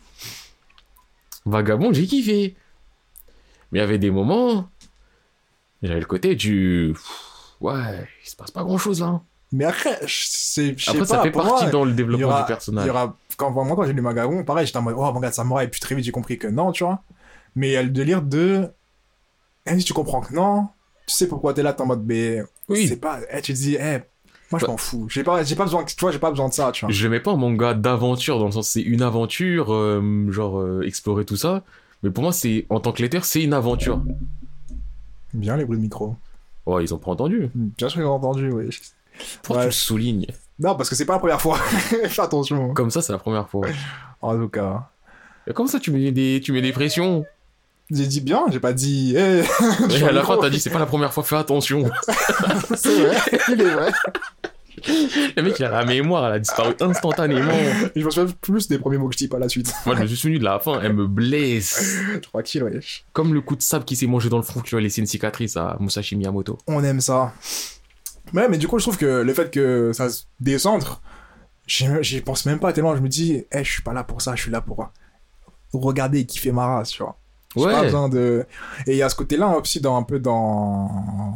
Vagabond, j'ai kiffé. Mais il y avait des moments, j'avais le côté du. Ouais, il se passe pas grand chose là. Mais après, après, ça fait partie dans le développement du personnage. Quand j'ai lu Vagabond, pareil, j'étais en mode, oh, manga de samouraï, et puis très vite j'ai compris que non, tu vois. Mais il y a le délire de. Même si tu comprends que non, tu sais pourquoi t'es là, t'es en mode, mais. Oui. C'est pas. Tu te dis, moi je m'en fous. J'ai pas besoin, tu vois, j'ai pas besoin de ça, tu vois. Je mets pas un manga d'aventure dans le sens c'est une aventure, explorer tout ça. Mais pour moi, en tant que lecteur, c'est une aventure. Bien les bruits de micro. Ouais, ils ont pas entendu. Bien sûr, ils ont entendu, oui. Pourquoi tu le soulignes? Non, parce que c'est pas la première fois. Fais attention. Comme ça, c'est la première fois. En tout cas. Et comme ça, tu mets des pressions. J'ai dit bien, j'ai pas dit. Et à la fin, t'as dit c'est pas la première fois, fais attention. C'est vrai, il est vrai. Le mec, il a la mémoire, elle a disparu instantanément. Je me souviens plus des premiers mots que je dis pas la suite. Moi, je me suis souvenu de la fin, elle me blesse. Tranquille, wesh. Comme le coup de sable qui s'est mangé dans le front qui lui a laissé une cicatrice à Musashi Miyamoto. On aime ça. Ouais, mais du coup, je trouve que le fait que ça se descendre, j'y pense même pas tellement. Je me dis, je suis pas là pour ça, je suis là pour regarder et kiffer ma race, tu vois. J'ai pas Ouais. besoin de... Et il y a ce côté-là aussi dans un peu dans...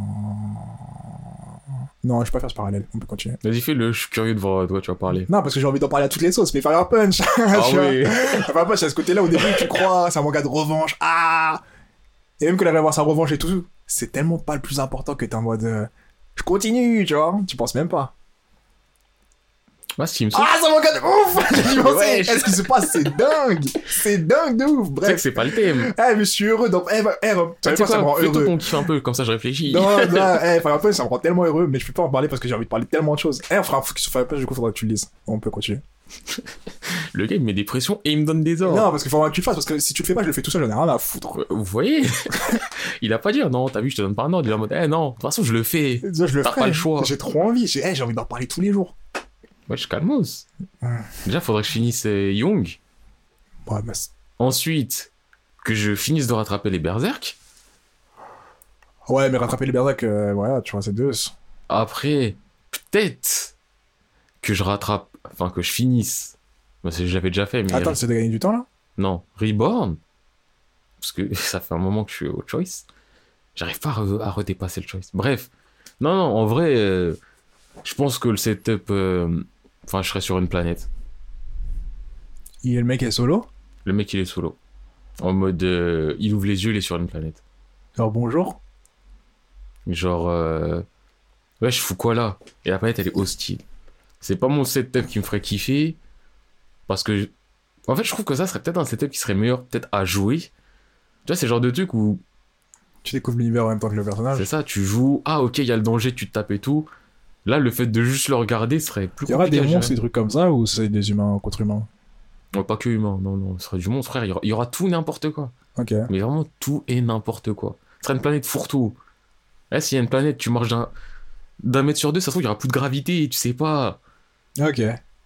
Non, je vais pas faire ce parallèle, on peut continuer. Vas-y, fais-le, je suis curieux de voir de quoi tu vas parler. Non, parce que j'ai envie d'en parler à toutes les sauces, mais Fire Punch. Ah Tu vois. oui. Fire Punch, il y a ce côté-là, au début, tu crois, c'est un manga de revanche. Ah. Et même quand il arrive à voir sa revanche et tout, c'est tellement pas le plus important que t'es en mode... je continue, tu vois. Tu penses même pas. Moi, ce qui me semble, Ah, c'est un manga de ouf. J'ai dit, Ouais, qu'est-ce qui se passe? C'est dingue. C'est dingue de ouf. c'est que Bref. c'est pas le thème. Mais je suis heureux. Donc, tu Tu sais sais quoi, ça me quoi, rend fais-toi heureux. ton kiff un peu, comme ça je réfléchis. Non, Fire Punch, ça me rend tellement heureux, mais je peux pas en parler parce que j'ai envie de parler de tellement de choses. On fera un focus sur Fire Punch, du coup, faudra que tu le lises. On peut continuer. Le gars, il me met des pressions et il me donne des ordres. Non, parce qu'il faudra que tu le fasses, parce que si tu le fais pas, je le fais tout seul, j'en ai rien à foutre. Vous voyez? Il a pas dit, non, t'as vu, je te donne pas un ordre. Il est en mode, non, de toute façon, je le fais. Déjà, je le T'as ferai. pas le choix. J'ai trop envie. J'ai envie d'en parler tous les jours. Ouais, je calmos. Déjà, faudrait que je finisse Young. Ouais, mais Ensuite, que je finisse de rattraper les Berserk. ouais, mais rattraper les berserk, voilà, tu vois, c'est deux. Après, peut-être que je rattrape, enfin, que je finisse. Parce que j'avais déjà fait, mais. Attends, c'est de gagner du temps, là? Non, Reborn. Parce que ça fait un moment que je suis au Choice. J'arrive pas à redépasser le Choice. Bref. Non, non, en vrai, je pense que le setup. Enfin, je serais sur une planète. Le mec est solo. Le mec, il est solo. En mode, il ouvre les yeux, il est sur une planète. Alors, bonjour. Genre, ouais, je fous quoi là? Et la planète, elle est hostile. C'est pas mon setup qui me ferait kiffer. Parce que, en fait, je trouve que ça serait peut-être un setup qui serait meilleur, peut-être à jouer. Tu vois, c'est le genre de truc où, Tu découvres l'univers en même temps que le personnage. c'est ça, tu joues, ah ok, il y a le danger, tu te tapes et tout. Là, le fait de juste le regarder serait plus Il y aura compliqué des à monstres, gérer. des trucs comme ça, ou c'est des humains contre humains? Ouais, pas que humain, non, non, ce serait du monstre, frère. Il y aura tout et n'importe quoi. Ok. Mais vraiment tout et n'importe quoi. Ce serait une planète fourre-tout. Là, s'il y a une planète, tu marches d'un mètre sur deux, ça se trouve, il y aura plus de gravité, tu sais pas. Ok.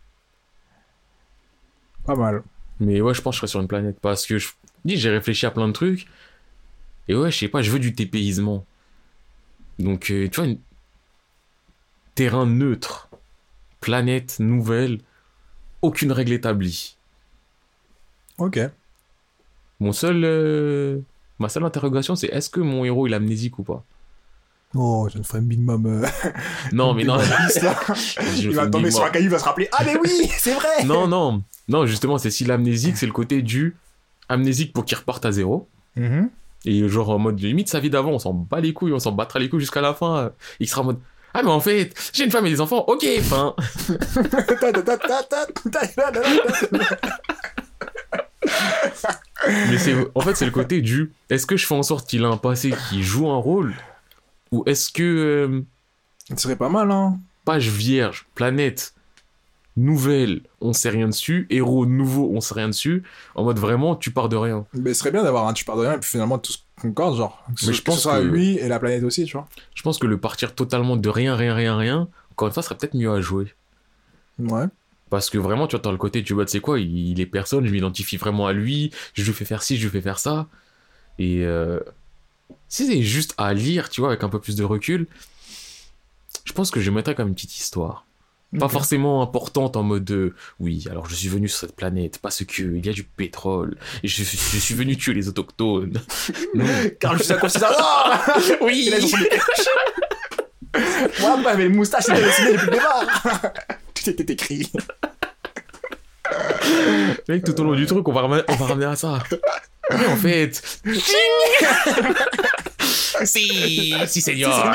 Pas mal. Mais ouais, je pense que je serais sur une planète parce que j'ai réfléchi à plein de trucs. Et ouais, je sais pas, je veux du dépaysement. Donc, tu vois, terrain neutre, planète nouvelle, aucune règle établie. Ok. Ma seule interrogation, c'est est-ce que mon héros il est amnésique ou pas? Oh, je ne ferai un Big Mom. Non, mais non. Il va tomber sur un caillou, il va se rappeler. Ah, mais oui, c'est vrai! Non, non. Non, justement, c'est si l'amnésique, c'est le côté du amnésique pour qu'il reparte à zéro. Mhm. Et genre en mode limite sa vie d'avant, on s'en bat les couilles, on s'en battra les couilles jusqu'à la fin. Il sera en mode ah mais en fait, j'ai une femme et des enfants, ok, enfin. Mais en fait c'est le côté du est-ce que je fais en sorte qu'il a un passé qui joue un rôle ou est-ce que Ce serait pas mal, hein. page vierge, planète nouvelle, on sait rien dessus, héros nouveau, on sait rien dessus, en mode vraiment tu pars de rien. Mais ce serait bien d'avoir un tu pars de rien et puis finalement tout se concorde, genre. Mais je pense ce soit que- lui et la planète aussi, tu vois. Je pense que le partir totalement de rien, encore une fois, serait peut-être mieux à jouer. Ouais. Parce que vraiment, tu vois, dans le côté, tu vois, tu sais quoi, il est personne, je m'identifie vraiment à lui, je lui fais faire ci, je lui fais faire ça. Et si c'est juste à lire, tu vois, avec un peu plus de recul, je pense que je mettrais comme une petite histoire. Pas Ok. forcément importante en mode oui, alors je suis venu sur cette planète parce que il y a du pétrole et je suis venu tuer les autochtones. Non. Car je suis un considérant. Oui. Et là, ils ont fait des caches. Moi, bah, mais le moustache, c'était dessiné depuis le départ. Tout était écrit. Mec, tout au long du truc, on va ramener à ça. Mais en fait, si, seigneur.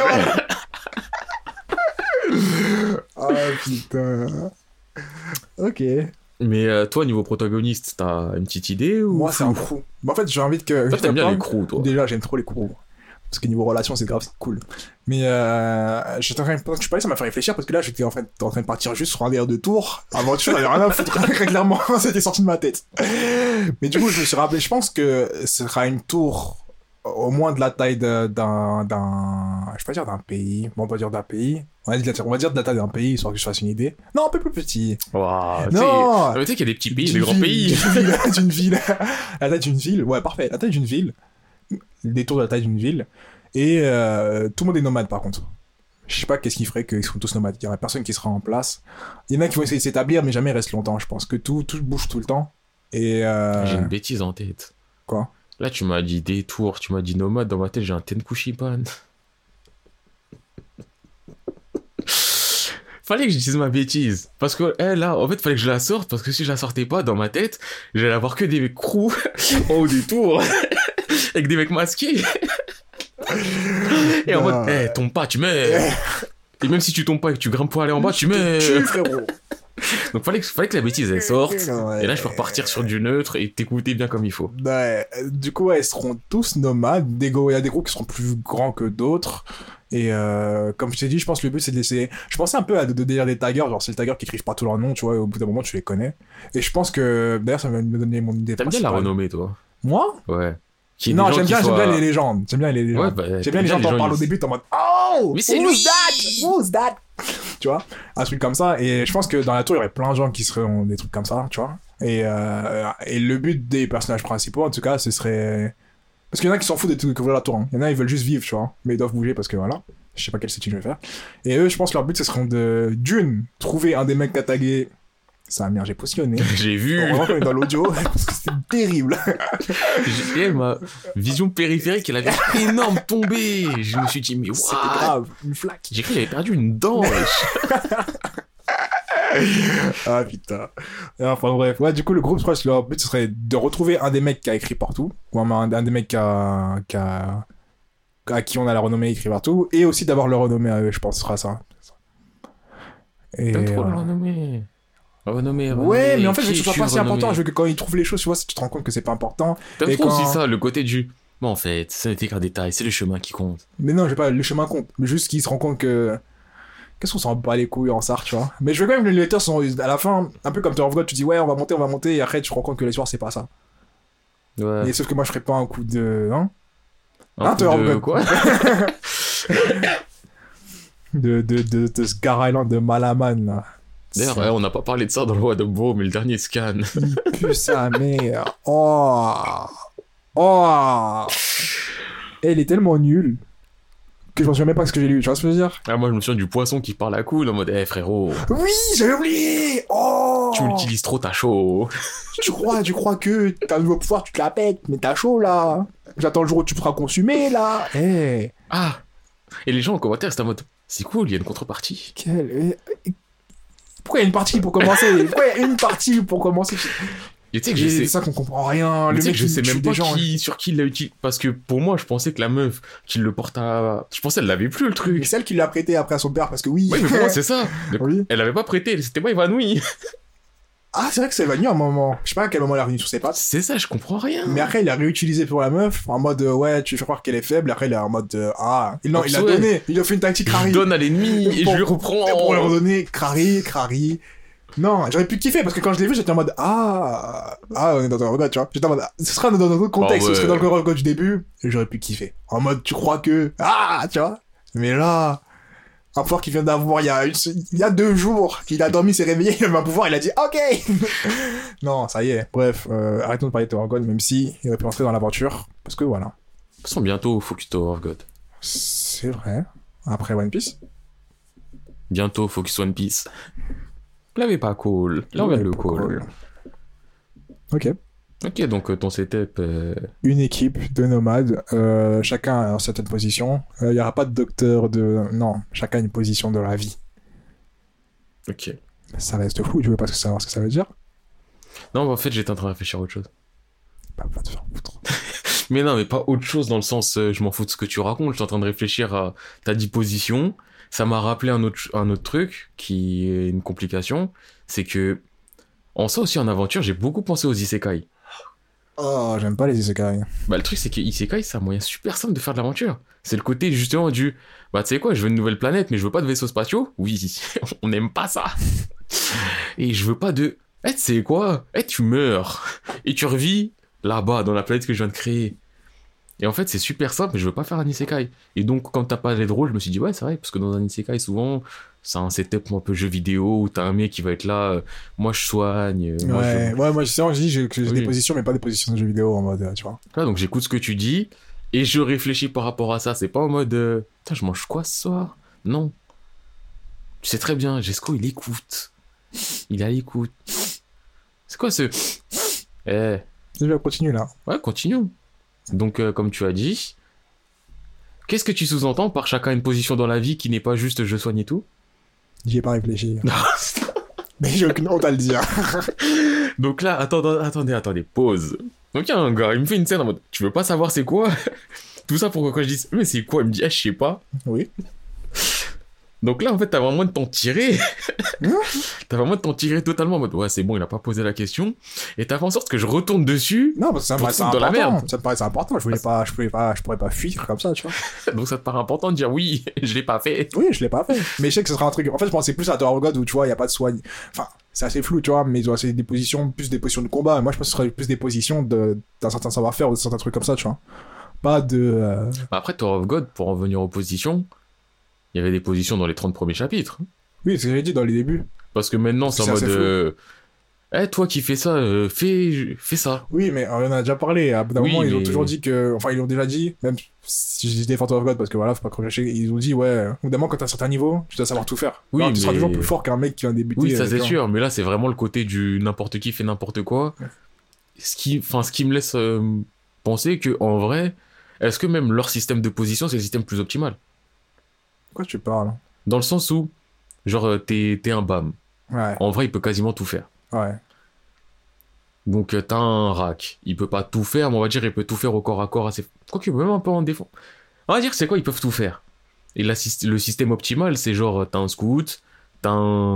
Ah putain. Ok. Mais toi, niveau protagoniste, t'as une petite idée ou Moi, c'est un flou? crew. Mais en fait, j'ai envie que. Toi, t'aimes bien les crews. crews, toi. Déjà, j'aime trop les crews. Parce que niveau relation, c'est grave, c'est cool. Mais j'étais en train, pendant que je parlais, ça m'a fait réfléchir parce que là, j'étais en train de partir juste sur un délire de tour. Aventure, j'avais rien à foutre. Très clairement, c'était sorti de ma tête. Mais du coup, je me suis rappelé, je pense que ce sera une tour au moins de la taille d'un, je vais pas dire d'un pays. Bon, on va dire d'un pays. On va dire de la taille d'un pays, histoire que je fasse une idée. Non, un peu plus petit. Waouh, Non! tu sais qu'il y a des petits pays, D'une des grands ville, pays. d'une ville. La taille d'une ville. Ouais, parfait. La taille d'une ville. Des tours de la taille d'une ville. Et tout le monde est nomade, par contre. je sais pas qu'est-ce qui ferait qu'ils seront tous nomades. Il y aurait personne qui sera en place. Il y en a qui vont essayer de s'établir, mais jamais restent longtemps. Je pense que tout bouge tout le temps. Et J'ai une bêtise en tête. Quoi? Là, tu m'as dit détour, tu m'as dit nomade. Dans ma tête, j'ai un Tenkushiban. Fallait que je dise ma bêtise. Parce que là, en fait, fallait que je la sorte. Parce que si je la sortais pas, dans ma tête, j'allais avoir que des crews en haut des tours. Avec des mecs masqués. Et en mode, tombe pas, tu meurs. Et même si tu tombes pas et que tu grimpes pour aller en bas, tu meurs. Frérot. Donc fallait que la bêtise elle sorte. Ouais. Et là, je peux repartir sur du neutre et t'écouter bien comme il faut. Ouais, du coup, ouais, ils seront tous nomades. Il y a des groupes qui seront plus grands que d'autres. Et comme je t'ai dit, je pense que le but c'est de laisser. Je pensais un peu à de délire des taggers, genre c'est les taggers qui écrivent pas tout leur nom, tu vois, et au bout d'un moment tu les connais. Et je pense que d'ailleurs ça va me donner mon idée. T'aimes bien la renommée, toi? Moi? Ouais. Non, j'aime bien les légendes. J'aime bien les légendes. Ouais, bah, j'aime bien les gens qui en parlent au début, t'es en mode Oh! Mais c'est Who's that? Who's that? Tu vois, un truc comme ça. Et je pense que dans la tour, il y aurait plein de gens qui seraient des trucs comme ça, tu vois. Et le but des personnages principaux, en tout cas, ce serait. Parce qu'il y en a qui s'en foutent de découvrir la tour. Hein. Il y en a, ils veulent juste vivre, tu vois. Mais ils doivent bouger parce que voilà. Je sais pas quel setting je vais faire. Et eux, je pense que leur but, ce serait d'une, trouver un des mecs à taguer. Ça, merde, j'ai positionné. J'ai vu. On est dans l'audio parce que c'est terrible. Ma vision périphérique, elle avait énorme tombé. Je me suis dit, mais C'était what? grave, une flaque. J'ai cru qu'il avait perdu une dent. Ah putain. Enfin bref. Ouais, du coup, le groupe, je crois que leur but, ce serait de retrouver un des mecs qui a écrit partout. Ou un des mecs à qui on a la renommée écrit partout. Et aussi d'avoir leur renommée à eux, je pense, ce sera ça. Et T'aimes trop le renommée. Renommée. Ouais, mais en fait, je veux que ce soit suis pas si renommé. important. Je veux que quand ils trouvent les choses, tu vois, tu te rends compte que c'est pas important. T'aimes Et trop quand- aussi ça, le côté du. Mais en fait, ce n'était qu'un détail, c'est le chemin qui compte. Mais non, j'ai pas le chemin compte. Mais juste qu'ils se rendent compte que. Qu'est-ce qu'on s'en bat les couilles en SAR, tu vois. Mais je veux quand même que les lecteurs sont. À la fin, un peu comme Tower of God, tu dis ouais, on va monter. Et après, tu te rends compte que l'histoire, c'est pas ça. Ouais. Et sauf que moi, je ferais pas un coup de. Hein Un coup Tower of de God. quoi? de ce Gar Island de Malaman, là. D'ailleurs, ouais, on n'a pas parlé de ça dans le Roi de Beau, mais le dernier scan. Il pue sa mère. Oh. Oh. Et il est tellement nul que je m'en souviens même pas ce que j'ai lu. Tu vois ce que je veux dire? Ah, moi, je me souviens du poisson qui parle à cool en mode, frérot, Oui, j'avais oublié. Oh. tu utilises trop, t'as chaud. Tu crois que t'as un nouveau pouvoir, tu te la pètes, mais t'as chaud là. J'attends le jour où tu pourras consommer là. Eh. Ah! Et les gens en commentaire, c'est en mode, c'est cool, il y a une contrepartie. Pourquoi il y a une partie pour commencer? Et tu sais que je C'est sais. ça qu'on comprend rien. Mais Le tu sais mec, que je sais il tue même des pas gens. sur qui il l'a utilisé. Parce que pour moi, je pensais que la meuf qui le porte à. Je pensais qu'elle l'avait plus le Mais truc. celle qui l'a prêté après à son père, parce que oui. Oui, mais pour moi, c'est ça. Oui. Elle avait pas prêté, elle s'était pas évanouie. Ah, c'est vrai que c'est venu à un moment. Je sais pas à quel moment elle est revenue sur ses pattes. C'est ça, je comprends rien. Mais après, il a réutilisé pour la meuf, en mode, ouais, tu fais croire qu'elle est faible. Après, il est en mode, ah. Non, il a Ouais. donné. Il a fait une tactique Je Crary. donne à l'ennemi et je lui reprends. Et pour lui redonner, Crary. Non, j'aurais pu kiffer parce que quand je l'ai vu, j'étais en mode, on est dans un regard, tu vois. J'étais en mode, ce sera dans un autre contexte, ouais. ce serait dans le regard du début, et j'aurais pu kiffer. En mode, tu crois que, tu vois. Mais là, un pouvoir qu'il vient d'avoir il y a 2 jours, il a dormi, s'est réveillé, il avait un pouvoir, il a dit, ok! Non, ça y est. Bref, arrêtons de parler de Tower of God, même si il aurait pu entrer dans l'aventure, parce que voilà. De toute façon, bientôt, Focus Tower of God. C'est vrai. Après One Piece. Bientôt, Focus One Piece. Là, mais pas cool. Là, on vient de le call. Ok. Ok, donc ton setup. Une équipe de nomades, chacun a une certaine position. Il n'y aura pas de docteur de... Non, chacun a une position de la vie. Ok. Ça reste flou, tu veux pas savoir ce que ça veut dire? Non, mais en fait, j'étais en train de réfléchir à autre chose. Bah, va te faire foutre. Mais non, mais pas autre chose dans le sens, je m'en fous de ce que tu racontes. J'étais en train de réfléchir à ta disposition. Ça m'a rappelé un autre truc qui est une complication. C'est que, en ça aussi, en aventure, j'ai beaucoup pensé aux isekai. Oh, j'aime pas les isekai. Bah, le truc, c'est que isekai, c'est un moyen super simple de faire de l'aventure. C'est le côté, justement, du, bah, tu sais quoi, je veux une nouvelle planète, mais je veux pas de vaisseaux spatiaux. Oui, on n'aime pas ça. Et je veux pas de, tu sais quoi, tu meurs. Et tu revis là-bas, dans la planète que je viens de créer. Et en fait, c'est super simple, mais je veux pas faire un isekai. Et donc, quand t'as pas les rôles, je me suis dit, ouais, c'est vrai, parce que dans un isekai, souvent, c'est un setup un peu jeu vidéo, où t'as un mec qui va être là, moi je soigne, Moi, je dis que j'ai Oui. des positions, mais pas des positions de jeux vidéo, en mode, tu vois. Là, donc j'écoute ce que tu dis, et je réfléchis par rapport à ça. C'est pas en mode, putain, je mange quoi ce soir? Non. Tu sais très bien, Jesco, il écoute. Il est à l'écoute. C'est quoi ce... Eh, Je vais continuer là. ouais, continuons. Donc, comme tu as dit, qu'est-ce que tu sous-entends par chacun une position dans la vie qui n'est pas juste je soigne et tout? J'y ai pas réfléchi. Mais j'ai aucune honte à le dire. Donc là, attendez, pause. Donc il y a un gars, il me fait une scène en mode, tu veux pas savoir c'est quoi? Tout ça pour que je dise, mais c'est quoi? Il me dit, ah, je sais pas. Oui. Donc là, en fait, t'as vraiment de t'en tirer. T'as vraiment de t'en tirer totalement en mode, ouais, c'est bon, il a pas posé la question. Et t'as fait en sorte que je retourne dessus. Non, parce que ça me Pour paraissait foutre dans la important. merde. Ça me paraissait important. Je pourrais pas fuir comme ça, tu vois. Donc ça te paraît important de dire, oui, je l'ai pas fait. Oui, je l'ai pas fait. Mais je sais que ce sera un truc. En fait, je pensais plus à Tower of God où, tu vois, il y a pas de soigne. Enfin, c'est assez flou, tu vois, mais c'est des positions, plus des positions de combat. Et moi, je pense que ce serait plus des positions d'un certain savoir-faire ou de certains trucs comme ça, tu vois. Pas de. Bah après, Tower of God, pour en venir aux positions, il y avait des positions dans les 30 premiers chapitres. Oui, c'est ce que j'ai dit dans les débuts. Parce que maintenant, c'est en C'est assez mode, eh, toi qui fais ça, fais ça. Oui, mais on en a déjà parlé. À bout d'un Oui, moment, ils ont mais- toujours dit que. Enfin, ils l'ont déjà dit, même si je dis des Phantom of God, parce que voilà, faut pas crocher. Ils ont dit, ouais, au bout d'un moment, quand t'as un certain niveau, tu dois savoir tout faire. Oui, Alors, tu seras mais- toujours plus fort qu'un mec qui vient débuter. Oui, ça c'est tu vois. sûr, mais là c'est vraiment le côté du n'importe qui fait n'importe quoi. Ouais. Ce qui me laisse penser que en vrai, est-ce que même leur système de position c'est le système plus optimal? Quoi tu parles? Dans le sens où, genre, t'es un BAM. Ouais, En vrai, il peut quasiment tout faire. ouais. Donc t'as un rack, il peut pas tout faire, mais on va dire il peut tout faire au corps à corps assez. Quoique même un peu en défense. On va dire c'est quoi, ils peuvent tout faire. Et là, le système optimal, c'est genre t'as un scout, t'as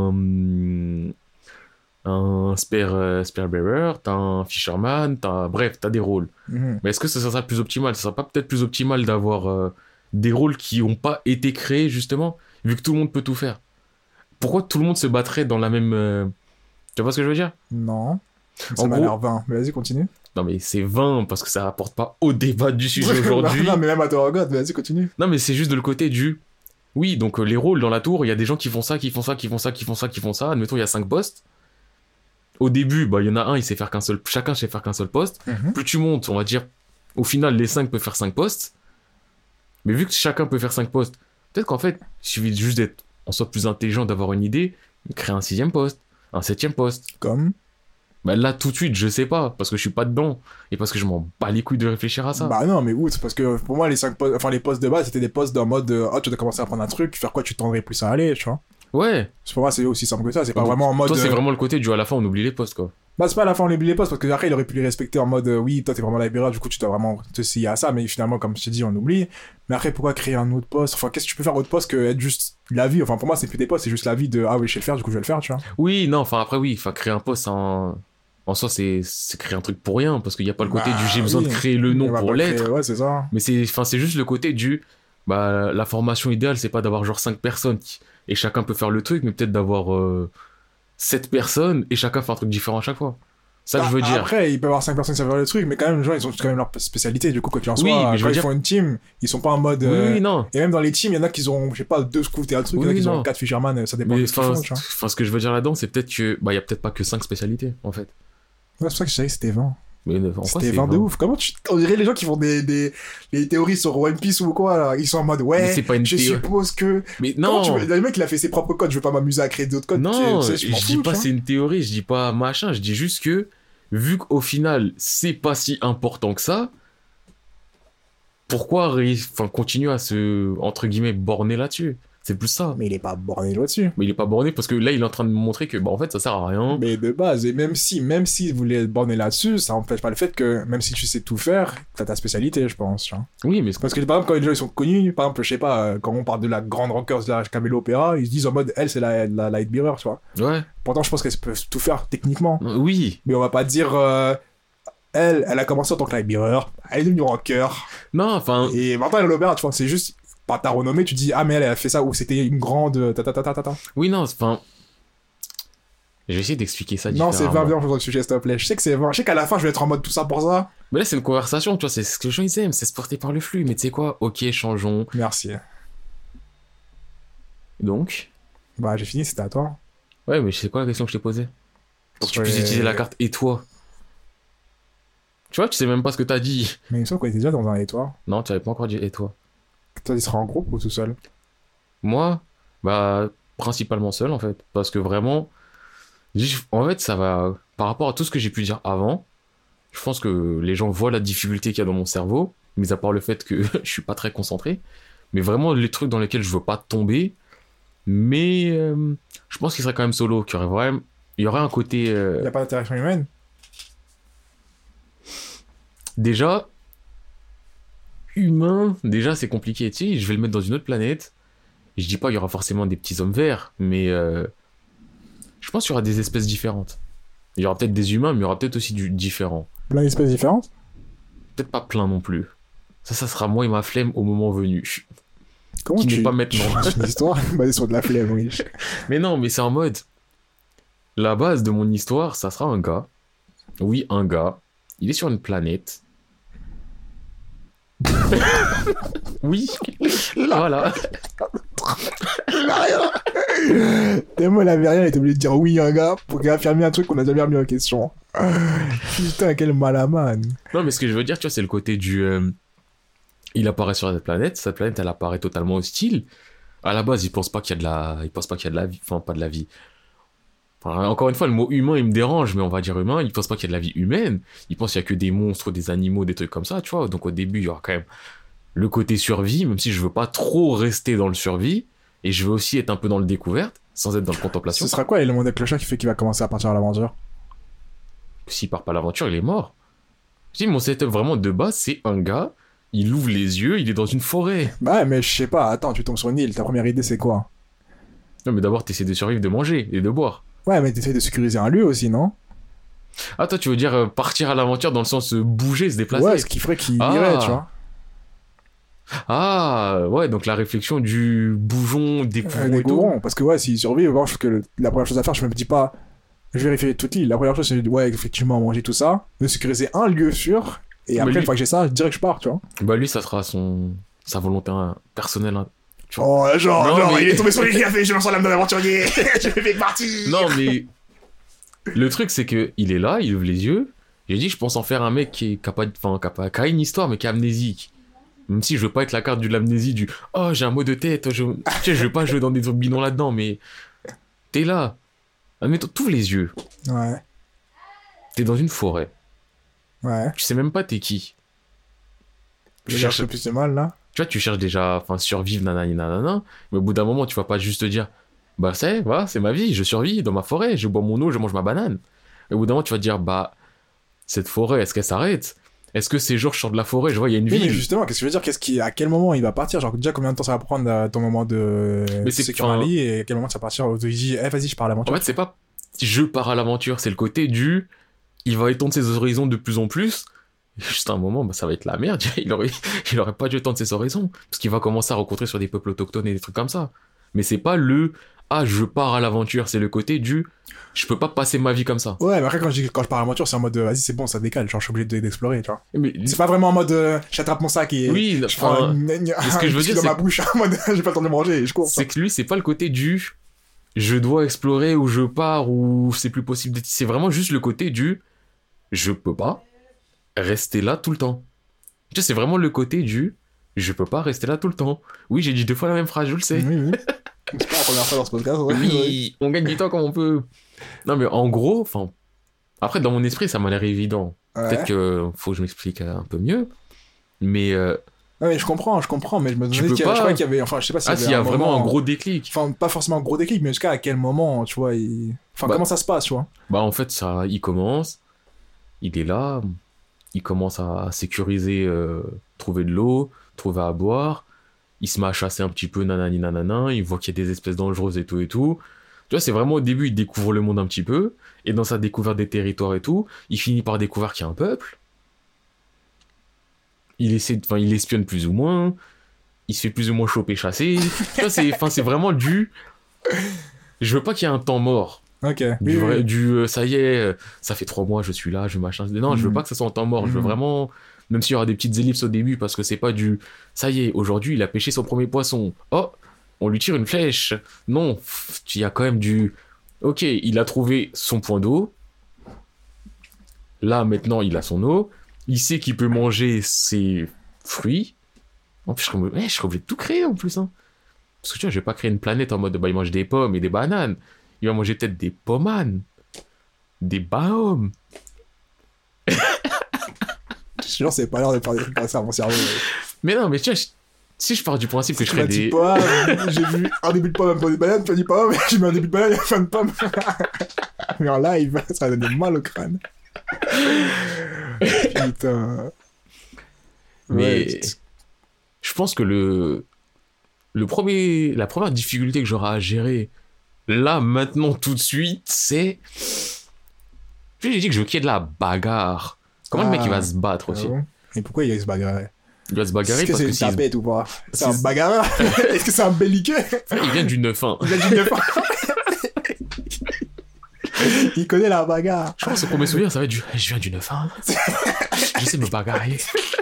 un spare bearer, t'as un fisherman, bref, t'as des rôles. Mhm. Mais est-ce que ça sera le plus optimal? Ça sera pas peut-être plus optimal d'avoir des rôles qui ont pas été créés justement, vu que tout le monde peut tout faire. Pourquoi tout le monde se battrait dans la même... Tu vois ce que je veux dire? Non. Ça En m'a gros- l'air vain. Mais vas-y, continue. Non mais c'est vain parce que ça rapporte pas au débat du sujet aujourd'hui. non, mais même à Tower of God, vas-y, continue. Non mais c'est juste de le côté du... Oui, donc les rôles dans la tour, il y a des gens qui font ça, qui font ça, qui font ça, qui font ça, qui font ça. Admettons, il y a 5 postes. Au début, bah il y en a un, il sait faire qu'un seul... Chacun sait faire qu'un seul poste. Mhm. Plus tu montes, on va dire, au final, les 5 peuvent faire 5 postes. Mais vu que chacun peut faire 5 postes, peut-être qu'en fait, il suffit juste d'être en soit plus intelligent, d'avoir une idée, créer un 6e poste, un 7e poste. Comme. Bah là, tout de suite, je sais pas, parce que je suis pas dedans, et parce que je m'en bats les couilles de réfléchir à ça. Bah non, mais où c'est parce que pour moi, les 5 postes, enfin, les postes de base, c'était des postes d'un mode, oh, tu dois commencer à apprendre un truc, faire quoi tu tendrais plus à aller, tu vois. Ouais. Pour moi, c'est aussi simple que ça, c'est pas Donc, vraiment en mode. Toi, c'est vraiment le côté du à la fin, on oublie les postes, quoi. Bah, c'est pas à la fin, on oublie les postes, parce que après, il aurait pu les respecter en mode, oui, toi, t'es vraiment librairie, du coup, tu dois vraiment te scier à ça, mais finalement, comme je t'ai dit, on oublie. Mais après, pourquoi créer un autre poste? Enfin, qu'est-ce que tu peux faire autre poste que être juste la vie? Enfin, pour moi, c'est plus des postes, c'est juste la vie de, ah oui, je sais le faire, du coup, je vais le faire, tu vois. Oui, non, enfin après, oui, enfin, créer un poste en soi, c'est créer un truc pour rien, parce qu'il n'y a pas le côté Bah, du j'ai besoin oui. de créer le nom On va pour pas l'être. créer- Ouais, c'est ça. Mais c'est juste le côté du, bah, la formation idéale, c'est pas d'avoir genre 5 personnes et chacun peut faire le truc, mais peut-être d'avoir 7 personnes et chacun fait un truc différent à chaque fois. Ça que Bah, je veux dire. Après, il peut y avoir 5 personnes qui savent faire le truc, mais quand même, les gens, ils ont quand même leur spécialité, du coup, quoi qu'il en Oui, soit, mais je quand veux ils dire- font une team, ils sont pas en mode. Oui, non. Et même dans les teams, il y en a qui ont, je sais pas, 2 scouts et un truc, il y en a Oui, qui ont non. 4 fisherman, ça dépend Mais de ce qu'ils font, tu vois. ce que je veux dire là-dedans, c'est peut-être que, bah, il y a peut-être pas que 5 spécialités, en fait. Ouais, c'est pour ça que je savais que c'était 20. Mais en quoi C'était c'est 20 de 20? ouf. Comment tu. On dirait les gens qui font les théories sur One Piece ou quoi, là. Ils sont en mode, Mais ouais, c'est pas une je théorie. suppose que. Mais Comment tu non. veux. Le mec, il a fait ses propres codes, je veux pas m'amuser à créer d'autres codes. Non, tu sais, je m'en dis fous, pas tu vois. c'est une théorie, je dis pas machin, je dis juste que, vu qu'au final, c'est pas si important que ça, pourquoi continuer à se, entre guillemets, borner là-dessus? C'est plus ça. Mais il est pas borné là-dessus. Mais il est pas borné parce que là, il est en train de me montrer que, bah, en fait, ça sert à rien. Mais de base, et même si vous voulez être borné là-dessus, ça empêche pas le fait que, même si tu sais tout faire, t'as ta spécialité, je pense, tu vois. Oui, mais Parce que, par exemple, quand les gens ils sont connus, par exemple, je sais pas, quand on parle de la grande rockers de la Camelot Opéra, ils se disent en mode, elle, c'est la light bearer, tu vois. ouais. Pourtant, je pense qu'elles peuvent tout faire techniquement. Oui. Mais on va pas dire, elle a commencé en tant que light bearer, elle est devenue rocker, Non, enfin, et maintenant elle est à l'opéra, tu vois. C'est juste, par ta renommée, tu dis, ah, mais elle a fait ça, ou c'était une grande, ta. oui, non, enfin, je vais essayer d'expliquer ça Non, c'est 20 différemment. bien sur le sujet, s'il te plaît. Je sais que c'est 20. Je sais qu'à la fin, je vais être en mode tout ça pour ça. Mais là, c'est une conversation, tu vois, c'est ce que les gens ils aiment, c'est se porter par le flux. Mais tu sais quoi? Ok, changeons. Merci. Donc, Bah, j'ai fini, c'était à toi. ouais, mais c'est quoi la question que je t'ai posée? Pour que tu Ouais. puisses utiliser la carte et toi. Tu vois, tu sais même pas ce que t'as dit. Mais il me semble qu'on était déjà dans un et toi. Non, tu avais pas encore dit et toi. Toi, il sera en groupe ou tout seul? Moi, bah, principalement seul, en fait. Parce que vraiment, en fait, ça va... Par rapport à tout ce que j'ai pu dire avant, je pense que les gens voient la difficulté qu'il y a dans mon cerveau, mis à part le fait que je suis pas très concentré. Mais vraiment, les trucs dans lesquels je veux pas tomber. Mais je pense qu'il serait quand même solo, qu'il y aurait vraiment... Il y aurait un côté... Il n'y a pas d'interaction humaine. Déjà, humain, déjà c'est compliqué. Tu sais, je vais le mettre dans une autre planète. Je dis pas qu'il y aura forcément des petits hommes verts, mais je pense qu'il y aura des espèces différentes. Il y aura peut-être des humains, mais il y aura peut-être aussi du différent. Plein d'espèces différentes. Peut-être pas plein non plus. Ça sera moi et ma flemme au moment venu. Comment Qui tu... n'est pas maintenant. C'est une histoire basée sur de la flemme, oui. Mais non, mais c'est en mode... La base de mon histoire, ça sera un gars. Oui, un gars. Il est sur une planète. Oui. Voilà. Tellement il avait rien, il était obligé de dire oui, un gars, pour affirmer un truc qu'on a jamais remis en question. Putain, quel malaman. Non, mais ce que je veux dire, tu vois, c'est le côté du... il apparaît sur cette planète, elle apparaît totalement hostile. À la base, il pense pas qu'il y a de la... Il pense pas qu'il y a de la vie, enfin, pas de la vie. Enfin, encore une fois, le mot humain, il me dérange, mais on va dire humain, il pense pas qu'il y a de la vie humaine. Il pense qu'il y a que des monstres, des animaux, des trucs comme ça, tu vois. Donc au début, il y aura quand même le côté survie, même si je veux pas trop rester dans le survie, et je veux aussi être un peu dans le découverte, sans être dans le contemplation. Ce sera quoi l'élément déclencheur qui fait qu'il va commencer à partir à l'aventure? S'il part pas à l'aventure, il est mort. Je dis, mon setup vraiment de base, c'est un gars, il ouvre les yeux, il est dans une forêt. Bah ouais, mais je sais pas, attends, tu tombes sur une île, ta première idée c'est quoi? Non, mais d'abord, t'essaies de survivre, de manger et de boire. Ouais, mais t'essayes de sécuriser un lieu aussi, non? Ah, toi, tu veux dire partir à l'aventure dans le sens bouger, se déplacer? Ouais, ce qui ferait qu'il irait, tu vois. Ah, ouais, donc la réflexion du bougeon, des poumons Des et tout. gourons, parce que ouais, s'il survit, bon, je trouve que la première chose à faire, je me dis pas, je vérifie toute l'île. La première chose, c'est, ouais, effectivement, manger tout ça, de sécuriser un lieu sûr, et après, lui- une fois que j'ai ça, je dirais que je pars, tu vois. Bah, lui, ça sera sa volonté personnelle. Tu vois. Oh, genre, Non, mais- il est tombé sur les cafés, je lance l'âme de l'aventurier, je fais partie. Non, mais le truc, c'est que il est là, il ouvre les yeux. J'ai dit, je pense en faire un mec qui est capable, enfin, qui a une histoire, mais qui est amnésique. Même si je veux pas être la carte de l'amnésie du oh, j'ai un mot de tête, tu sais, je veux pas jouer dans des trucs bidons là-dedans, mais t'es là. Admettons, t'ouvres les yeux. Ouais, T'es dans une forêt. ouais. Tu sais même pas t'es qui. Tu Je cherches, cherche plus de mal, là. tu vois, tu cherches déjà, enfin, survivre, nanani, nanana. Mais au bout d'un moment, tu vas pas juste te dire, bah, voilà, c'est ma vie, je survis dans ma forêt, je bois mon eau, je mange ma banane. Et au bout d'un moment, tu vas te dire, bah, cette forêt, est-ce qu'elle s'arrête? Est-ce que ces jours, je sors de la forêt, je vois, il y a une Oui, mais ville. justement, qu'est-ce que je veux dire? À quel moment il va partir? Genre, déjà, combien de temps ça va prendre ton moment de Mais c'est sécurité pas- et à quel moment ça va partir? Il dit, eh, vas-y, je pars à En l'aventure. fait, c'est pas je pars à l'aventure, c'est le côté du il va étendre ses horizons de plus en plus. Et juste à un moment, bah, ça va être la merde. Il aurait pas dû étendre ses horizons. Parce qu'il va commencer à rencontrer sur des peuples autochtones et des trucs comme ça. Mais c'est pas ah, je pars à l'aventure, c'est le côté du je peux pas passer ma vie comme ça. Ouais, mais après, quand je pars à l'aventure, c'est en mode, vas-y, c'est bon, ça décale, genre, je suis obligé d'explorer, tu vois. Mais, C'est pas vraiment en mode, j'attrape mon sac et oui, je prends enfin, ce que je veux dire, dans c'est ma bouche, en mode, j'ai pas le temps de le manger et je cours. c'est que lui, c'est pas le côté du je dois explorer ou je pars ou c'est plus possible d'être. C'est vraiment juste le côté du je peux pas rester là tout le temps. Tu sais, c'est vraiment le côté du je peux pas rester là tout le temps. Oui, j'ai dit 2 fois la même phrase, je le sais. Oui, oui. C'est pas la première fois dans ce podcast, ouais. Oui, on gagne du temps comme on peut. Non, mais en gros, enfin. Après, dans mon esprit, ça m'a l'air évident. Ouais. Peut-être que faut que je m'explique un peu mieux. Mais. Ouais, mais je comprends, mais je me Tu demandais peux je pas- crois qu'il y avait, enfin, je sais pas s'il y a vraiment moment- un gros déclic. Enfin, pas forcément un gros déclic, mais jusqu'à à quel moment, tu vois, enfin, Bah- comment ça se passe, tu vois. Bah, en fait, ça, il commence. Il est là. Il commence à sécuriser, trouver de l'eau, trouver à boire. Il se met à chasser un petit peu, nanani nanana. Il voit qu'il y a des espèces dangereuses et tout et tout. Tu vois, c'est vraiment au début, il découvre le monde un petit peu. Et dans sa découverte des territoires et tout, il finit par découvrir qu'il y a un peuple. Il espionne plus ou moins. Il se fait plus ou moins choper, chasser. Tu vois, c'est vraiment du. Je veux pas qu'il y ait un temps mort. Ok. Du Oui, vrai, oui. ça y est, ça fait 3 mois, je suis là, je machin. Non, je veux Mhm. pas que ça soit en temps mort. Je veux Mhm. vraiment. Même s'il y aura des petites ellipses au début, parce que c'est pas du. Ça y est, aujourd'hui, il a pêché son premier poisson. Oh, on lui tire une flèche. Non, il y a quand même du. Ok, il a trouvé son point d'eau. Là, maintenant, il a son eau. Il sait qu'il peut manger ses fruits. En plus, je serais obligé de tout créer en plus. Hein. Parce que tu vois, je vais pas créer une planète en mode, bah, il mange des pommes et des bananes. Il va manger peut-être des pomanes, des baums. Je jure, c'est pas l'air de faire des trucs comme ça à mon cerveau. Mais non, mais tu vois, si je pars du principe que je Tu ferais m'as dit des... pomme, j'ai vu un début de pomme, un peu de banane, tu as dit pomme, j'ai mis un début de banane et un fin de pomme. Mais en live, ça va donner mal au crâne. Putain. Mais Ouais, je pense que la première difficulté que j'aurai à gérer, là, maintenant, tout de suite, c'est... J'ai dit que je veux qu'il y ait de la bagarre. Comment le mec, il va se battre aussi? Et pourquoi il va se bagarrer? Il va se bagarrer Est-ce que parce c'est que une s'il tapette ou pas? C'est un bagarreur? Est-ce que c'est un belliqueux? il vient du 9-1. Il a du 9 ans. Il connaît la bagarre. Je pense que pour mes souvenirs, ça va être du... Je viens du 9-1. Je sais me bagarrer.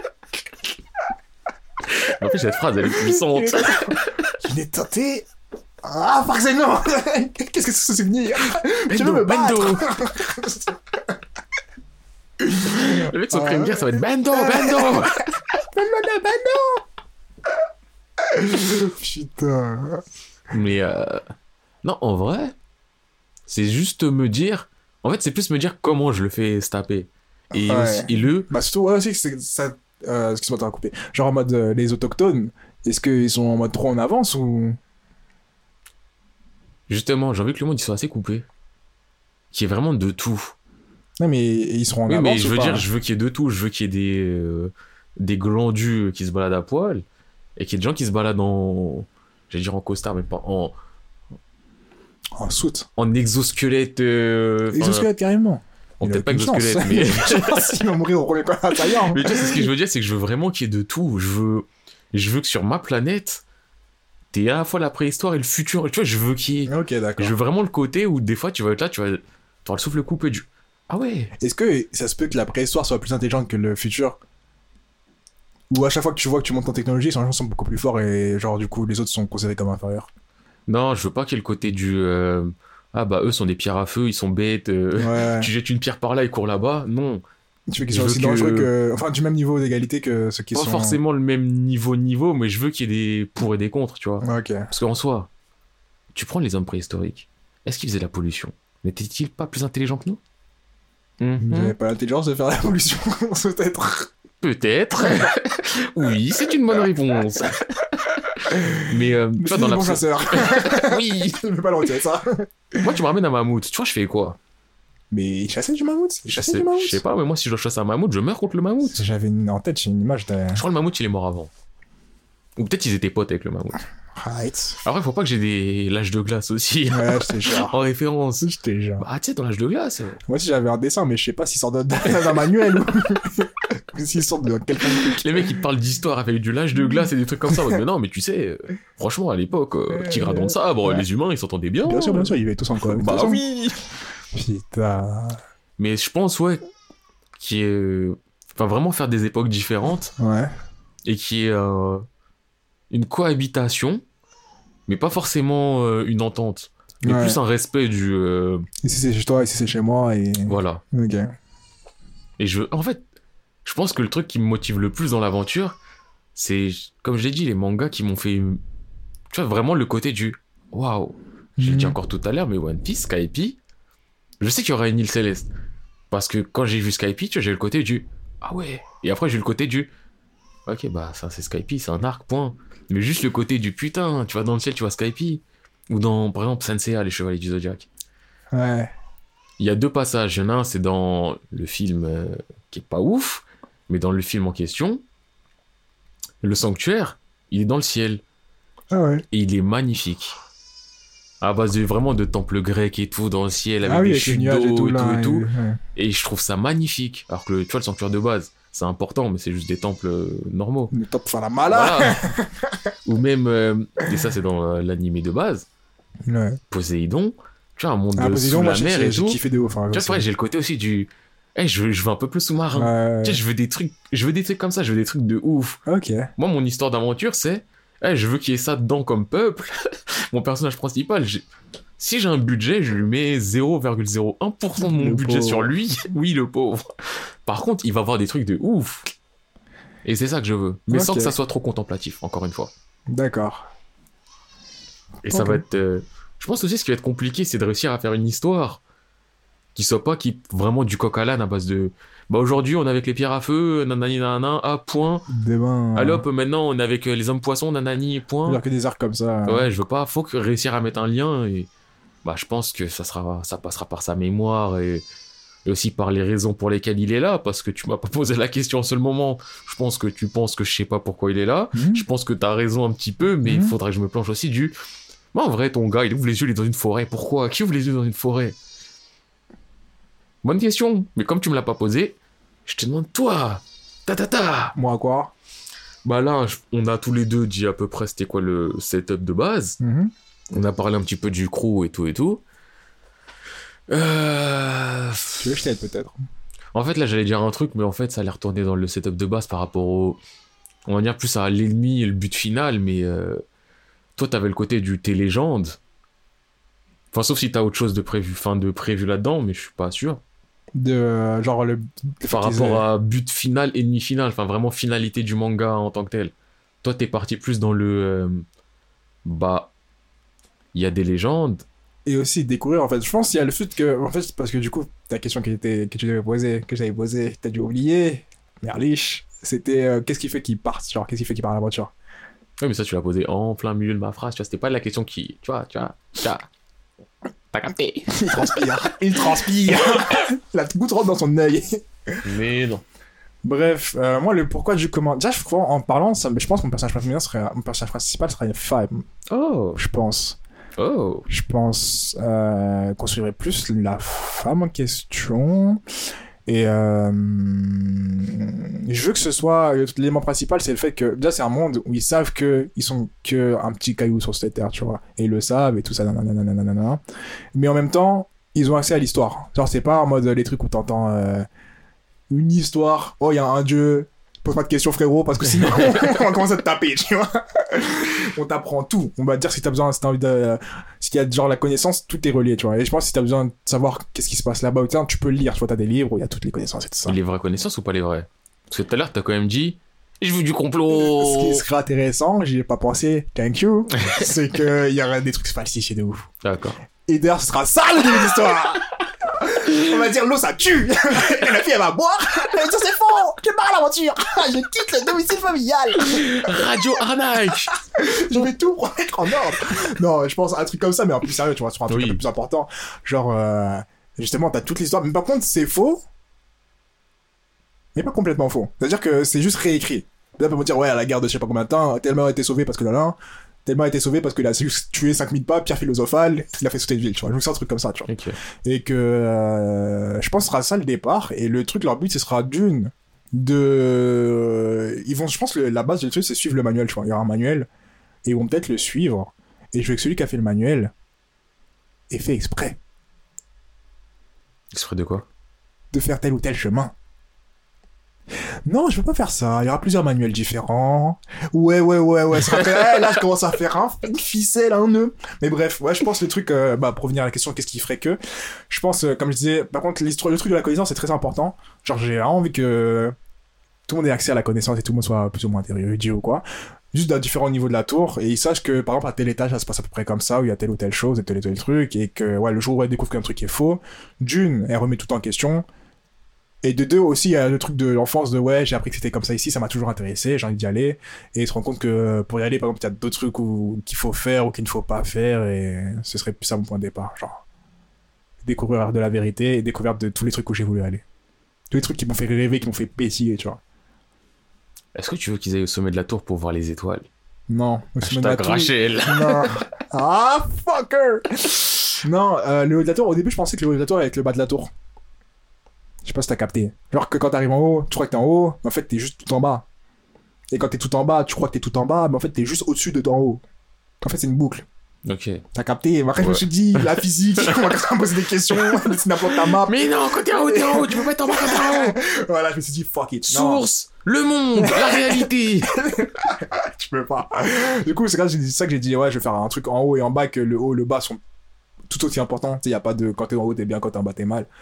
En fait, cette phrase, elle est puissante. Je n'ai tenté. Ah, forcément. Qu'est-ce que c'est ce souvenir? Je veux me battre. Le mec, son premier, ça va être Bendo. Putain. Mais non, en vrai, c'est juste me dire... En fait, c'est plus me dire comment je le fais se taper. Et, Ouais. aussi, et le... Bah, surtout, ouais, aussi, que c'est ça. Excuse-moi, t'as coupé. Genre en mode les autochtones, est-ce qu'ils sont en mode trop en avance ou. Justement, j'ai envie que le monde il soit assez coupé. Qu'il y ait vraiment de tout. Non, mais ils seront en Oui, avance. mais je ou veux pas? dire, je veux qu'il y ait de tout. Je veux qu'il y ait des glandus qui se baladent à poil. Et qu'il y ait des gens qui se baladent en... J'allais dire en costard, mais pas en... En soute. En exosquelette. Exosquelette, carrément. Bon, Il a peut-être pas aucune chance. exosquelette, mais... Je pense qu'il va mourir au premier pas assaillant. Mais tu vois, c'est ce que je veux dire, c'est que je veux vraiment qu'il y ait de tout. Je veux que sur ma planète, t'aies à la fois la préhistoire et le futur. Tu vois, je veux qu'il y ait... Ok, d'accord. Je veux vraiment le côté où des fois, tu vas être là, tu vas avoir le souffle coupé du... Ah ouais. Est-ce que ça se peut que la préhistoire soit plus intelligente que le futur? Ou à chaque fois que tu vois que tu montes en technologie, les gens sont beaucoup plus forts et genre du coup les autres sont considérés comme inférieurs? Non, je veux pas qu'il y ait le côté du... Ah bah eux sont des pierres à feu, ils sont bêtes. Ouais. Tu jettes une pierre par là, ils courent là-bas. Non. Tu veux qu'ils Je soient veux aussi que- dangereux que... Enfin, du même niveau d'égalité que ceux qui Pas sont... forcément le même niveau, mais je veux qu'il y ait des pour et des contre, tu vois. Ok. Parce qu'en soi, tu prends les hommes préhistoriques, est-ce qu'ils faisaient la pollution? N'étaient-ils pas plus intelligents que nous? Ils n'avaient pas l'intelligence de faire la pollution, peut-être. Peut-être. Oui, c'est une bonne réponse. Mais tu Mais vois, c'est dans des bons l'absolu... chasseurs. Oui. Je ne peux pas le retirer, ça. Moi, tu me ramènes un mammouth. Tu vois, je fais quoi? Mais ils chassaient du mammouth. Ils chassaient du mammouth. Je sais pas, mais moi, si je dois chasser un mammouth, je meurs contre le mammouth. J'avais en tête, j'ai une image de... Je crois que le mammouth, il est mort avant. Ou peut-être ils étaient potes avec le mammouth. Right. Après, faut pas que j'ai des l'âge de glace aussi Ouais, j'étais genre. en référence. J'étais genre. Bah, tu sais, dans l'âge de glace. Moi aussi, j'avais un dessin, mais je sais pas s'il sort d'un manuel ou s'il sort de quelqu'un. Les mecs, ils te parlent d'histoire avec du l'âge de glace et des trucs comme ça. Mais non, mais tu sais, franchement, à l'époque, Tigradon de sabre, Ouais. les humains, ils s'entendaient bien. Bien sûr, ils vivaient tous en quoi. Bah oui. Putain. Mais je pense, ouais, qu'il y ait... Enfin, vraiment faire des époques différentes Ouais. et qu'il y ait une cohabitation, mais pas forcément une entente. Mais Ouais. plus un respect du... Ici c'est chez toi, ici c'est chez moi et. Voilà. Ok. Et en fait, je pense que le truc qui me motive le plus dans l'aventure, c'est, comme je l'ai dit, les mangas qui m'ont fait... Tu vois, vraiment le côté du... Waouh. Je l'ai dit encore tout à l'heure, mais One Piece, Skypiea, je sais qu'il y aura une île céleste. Parce que quand j'ai vu Skypiea, tu vois, j'ai eu le côté du... Ah ouais. Et après, j'ai eu le côté du... Ok, bah ça c'est Skypiea, c'est un arc, point. Mais juste le côté du putain, tu vas dans le ciel, tu vois Skypiea. Ou dans, par exemple, Senseiya, les Chevaliers du Zodiac. Ouais. Il y a deux passages. Il y en a un, c'est dans le film qui est pas ouf, mais dans le film en question, le sanctuaire, il est dans le ciel. Ah ouais. Et il est magnifique. À base vraiment de temples grecs et tout, dans le ciel, avec Ah oui, des avec les chutes nuages et d'eau tout et tout là. et tout. Ouais. Et je trouve ça magnifique. Alors que, tu vois, le sanctuaire de base, c'est important, mais c'est juste des temples normaux. Le top faire la mala. Voilà. Ou même, et ça c'est dans l'animé de base, Ouais. Poséidon, tu vois, un monde Ah, Poséidon, sous moi, la mer et j'ai tout. kiffé de ouf. Hein, Tu vois, c'est vrai, j'ai le côté aussi du... je veux un peu plus sous-marin. Ouais. Tu sais, je veux des trucs comme ça, je veux des trucs de ouf. Ok. Moi, mon histoire d'aventure, c'est... je veux qu'il y ait ça dedans comme peuple. Mon personnage principal, si j'ai un budget, je lui mets 0,01% de mon Le budget pauvre. sur lui. Oui, le pauvre. Par contre, il va avoir des trucs de ouf. Et c'est ça que je veux. Mais sans Ok. que ça soit trop contemplatif, encore une fois. D'accord. Et ça Ok. va être... Je pense aussi ce qui va être compliqué, c'est de réussir à faire une histoire qui soit pas vraiment du coq à l'âne à base de... Bah aujourd'hui, on est avec les pierres à feu, nanani nanana, ah, point. Demain. Allez hop, maintenant, on est avec les hommes poissons, nanani, point. Genre que des arcs comme ça. Ouais, je veux pas. Faut que réussir à mettre un lien et bah je pense que ça passera par sa mémoire et aussi par les raisons pour lesquelles il est là parce que tu m'as pas posé la question en seul moment. Je pense que tu penses que je sais pas pourquoi il est là. Mhm. Je pense que t'as raison un petit peu, mais il Mhm. faudrait que je me planche aussi du. Moi en vrai, ton gars, il ouvre les yeux, il est dans une forêt. Pourquoi? Qui ouvre les yeux dans une forêt? Bonne question. Mais comme tu me l'as pas posé, je te demande toi. Ta. Moi, quoi? Bah là, on a tous les deux dit à peu près c'était quoi le setup de base. Mhm. On a parlé un petit peu du crew et tout et tout. Tu veux que je t'aide, peut-être? En fait, là, j'allais dire un truc, mais en fait, ça allait retourner dans le setup de base par rapport au... On va dire plus à l'ennemi et le but final, mais... Toi, t'avais le côté du t'es légende. Enfin, sauf si t'as autre chose de prévu là-dedans, mais je suis pas sûr. De genre le. Par rapport à but final, ennemi final, enfin vraiment finalité du manga en tant que tel. Toi, t'es parti plus dans le... bah... Il y a des légendes. Et aussi découvrir, en fait. Je pense qu'il y a le fait que. En fait, parce que du coup, ta question que j'avais posée, t'as dû oublier. Merlich. C'était qu'est-ce qui fait qu'il parte, genre, qu'est-ce qui fait qu'il part à l'aventure? Oui, mais ça, tu l'as posé en plein milieu de ma phrase, tu vois, c'était pas la question qui... Tu vois, t'as capté. Il transpire. Il transpire. La goutte rentre dans son œil. Mais non. Bref, moi, le pourquoi du comment. Déjà, je crois, en parlant, je pense que mon personnage principal serait Five, Oh, je pense. Je pense qu'on suivrait plus la femme en question. Et je veux que ce soit l'élément principal, c'est le fait que déjà c'est un monde où ils savent que ils sont que un petit caillou sur cette terre, tu vois, et ils le savent et tout ça, nanana. Mais en même temps, ils ont accès à l'histoire. Genre c'est pas en mode les trucs où t'entends une histoire, oh il y a un dieu, pose pas de questions frérot parce que sinon on va commencer à te taper, tu vois. On t'apprend tout. On va te dire si t'as besoin, si t'as envie de, s'il y a genre la connaissance, tout est relié, tu vois. Et je pense que si t'as besoin de savoir qu'est-ce qui se passe là-bas, tu peux le lire, tu vois, t'as des livres où il y a toutes les connaissances et tout ça. les vraies connaissances ou pas les vraies? Parce que tout à l'heure, t'as quand même dit, je veux du Ce complot. qui serait intéressant, j'y ai pas pensé, thank you, c'est qu'il y aurait des trucs falsifiés de ouf. D'accord. Et d'ailleurs, ce sera ça le début de l'histoire. On va dire l'eau ça tue. Et la fille elle va boire. Elle va dire c'est faux. Je pars à l'aventure. Je quitte le domicile familial. Radio arnaque. Je vais tout remettre en ordre. Non, je pense à un truc comme ça, mais en plus sérieux, tu vois, sur un truc Oui. un peu plus important. Genre, justement, t'as toute l'histoire. Mais par contre, c'est faux. Mais pas complètement faux. C'est-à-dire que c'est juste réécrit. Là, on peut me dire, ouais, à la guerre de je sais pas combien de temps, tellement a été sauvé parce que là, tellement a été sauvé parce qu'il a juste tué 5000 pas, pierre philosophale, il a fait sauter une ville, tu vois. Je me sens un truc comme ça, tu vois. Ok. Et que je pense que ce sera ça le départ. Et le truc, leur but, ce sera d'une de... Ils vont, je pense que la base du truc, c'est suivre le manuel, tu vois. Il y aura un manuel et ils vont peut-être le suivre. Et je veux que celui qui a fait le manuel ait fait exprès Exprès de quoi? de faire tel ou tel chemin. Non, je veux pas faire ça. Il y aura plusieurs manuels différents. Ouais. Ça fait... là, je commence à faire une ficelle, un nœud. Mais bref, ouais, je pense le truc, pour revenir à la question, qu'est-ce qui ferait que... Je pense, comme je disais, par contre, le truc de la connaissance, c'est très important. Genre, j'ai vraiment envie que tout le monde ait accès à la connaissance et tout le monde soit plus ou moins érudit ou quoi. Juste à différents niveaux de la tour. Et ils sachent que, par exemple, à tel étage, ça se passe à peu près comme ça, où il y a telle ou telle chose et tel truc. Et que, ouais, le jour où elle découvre qu'un truc est faux, d'une, elle remet tout en question. Et de deux aussi, il y a le truc de l'enfance de ouais, j'ai appris que c'était comme ça ici, ça m'a toujours intéressé, j'ai envie d'y aller. Et il se rend compte que pour y aller, par exemple, il y a d'autres trucs qu'il faut faire ou qu'il ne faut pas faire, et ce serait plus ça mon point de départ. Genre, découvrir de la vérité et découvrir de tous les trucs où j'ai voulu aller. Tous les trucs qui m'ont fait rêver, qui m'ont fait pétiller, tu vois. Est-ce que tu veux qu'ils aillent au sommet de la tour pour voir les étoiles? Non, Hashtag Rachel. Non. Ah, fucker! Non, le haut de la tour, au début, je pensais que le haut de la tour allait être le bas de la tour. Je sais pas si t'as capté. Genre que quand t'arrives en haut, tu crois que t'es en haut, mais en fait t'es juste tout en bas. Et quand t'es tout en bas, tu crois que t'es tout en bas, mais en fait t'es juste au-dessus de d'en haut. En fait c'est une boucle. Ok. T'as capté? Après je me suis dit, la physique, on va commencer à me poser des questions, c'est n'importe ta map. Mais non, quand t'es en haut, tu peux pas être en bas quand t'es en haut. Voilà, je me suis dit, fuck it. Non, Source, le monde, la réalité. tu peux pas. Du coup, c'est ça que j'ai dit, ouais, je vais faire un truc en haut et en bas, que le haut et le bas sont tout aussi importants. Tu sais, y a pas de quand t'es en haut t'es bien, quand t'es en bas t'es mal.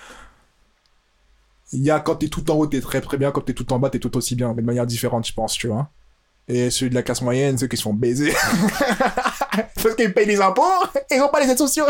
Il y a quand t'es tout en haut t'es très très bien, quand t'es tout en bas t'es tout aussi bien, mais de manière différente, je pense, tu vois. Et celui de la classe moyenne, ceux qui se font baiser. Parce qu'ils payent les impôts et ils n'ont pas les aides sociaux.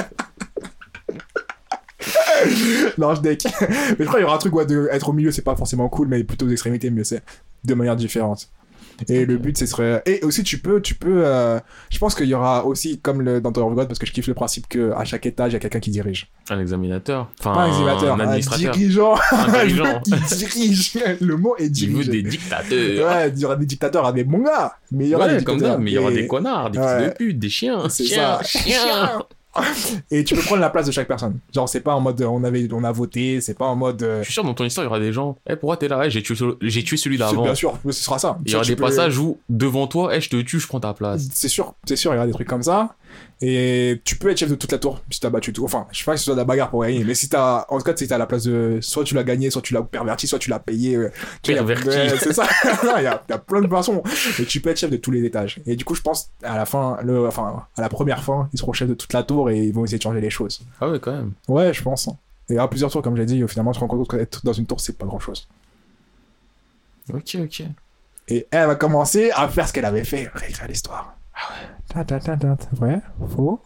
Non, je deck. Mais je crois qu'il y aura un truc, ouais, de être au milieu, c'est pas forcément cool, mais plutôt aux extrémités, mieux c'est. De manière différente. Et le but, ce serait... Et aussi, tu peux... Je pense qu'il y aura aussi, comme dans Tower of God, parce que je kiffe le principe qu'à chaque étage, il y a quelqu'un qui dirige. Un examinateur. Enfin, Pas un examinateur, un administrateur. dirigeant. Un dirigeant. Il dirige. Le mot est Il dirige. veut des dictateurs. Ouais, il y aura des dictateurs à des bons gars. Mais il y aura des Ouais, comme dictateurs. ça, mais il y aura Et- des connards, des fils de pute, des chiens. C'est Chiens, ça. chiens. Et tu peux prendre la place de chaque personne. Genre, c'est pas en mode on a voté, c'est pas en mode. Je suis sûr, dans ton histoire, il y aura des gens. Pourquoi t'es là? J'ai tué celui d'avant. Bien sûr, ce sera ça. Il y aura des passages où, devant toi, je te tue, je prends ta place. C'est sûr, il y aura des trucs comme ça. Et tu peux être chef de toute la tour si t'as battu tout. Enfin, je sais pas si c'est de la bagarre pour gagner, mais si t'as. En tout cas, si t'as la place de. Soit tu l'as gagné, soit tu l'as perverti, soit tu l'as payé. Perverti. Ouais, c'est ça. Il y a plein de façons. Et tu peux être chef de tous les étages. Et du coup, je pense, à la fin, à la première fin, ils seront chefs de toute la tour et ils vont essayer de changer les choses. Ah ouais, quand même. Ouais, je pense. Et il y aura plusieurs tours, comme j'ai dit, finalement, tu te rends compte qu'être dans une tour, c'est pas grand chose. Ok. Et elle va commencer à faire ce qu'elle avait fait, réécrire l'histoire. Ah ouais. Vrai, faux.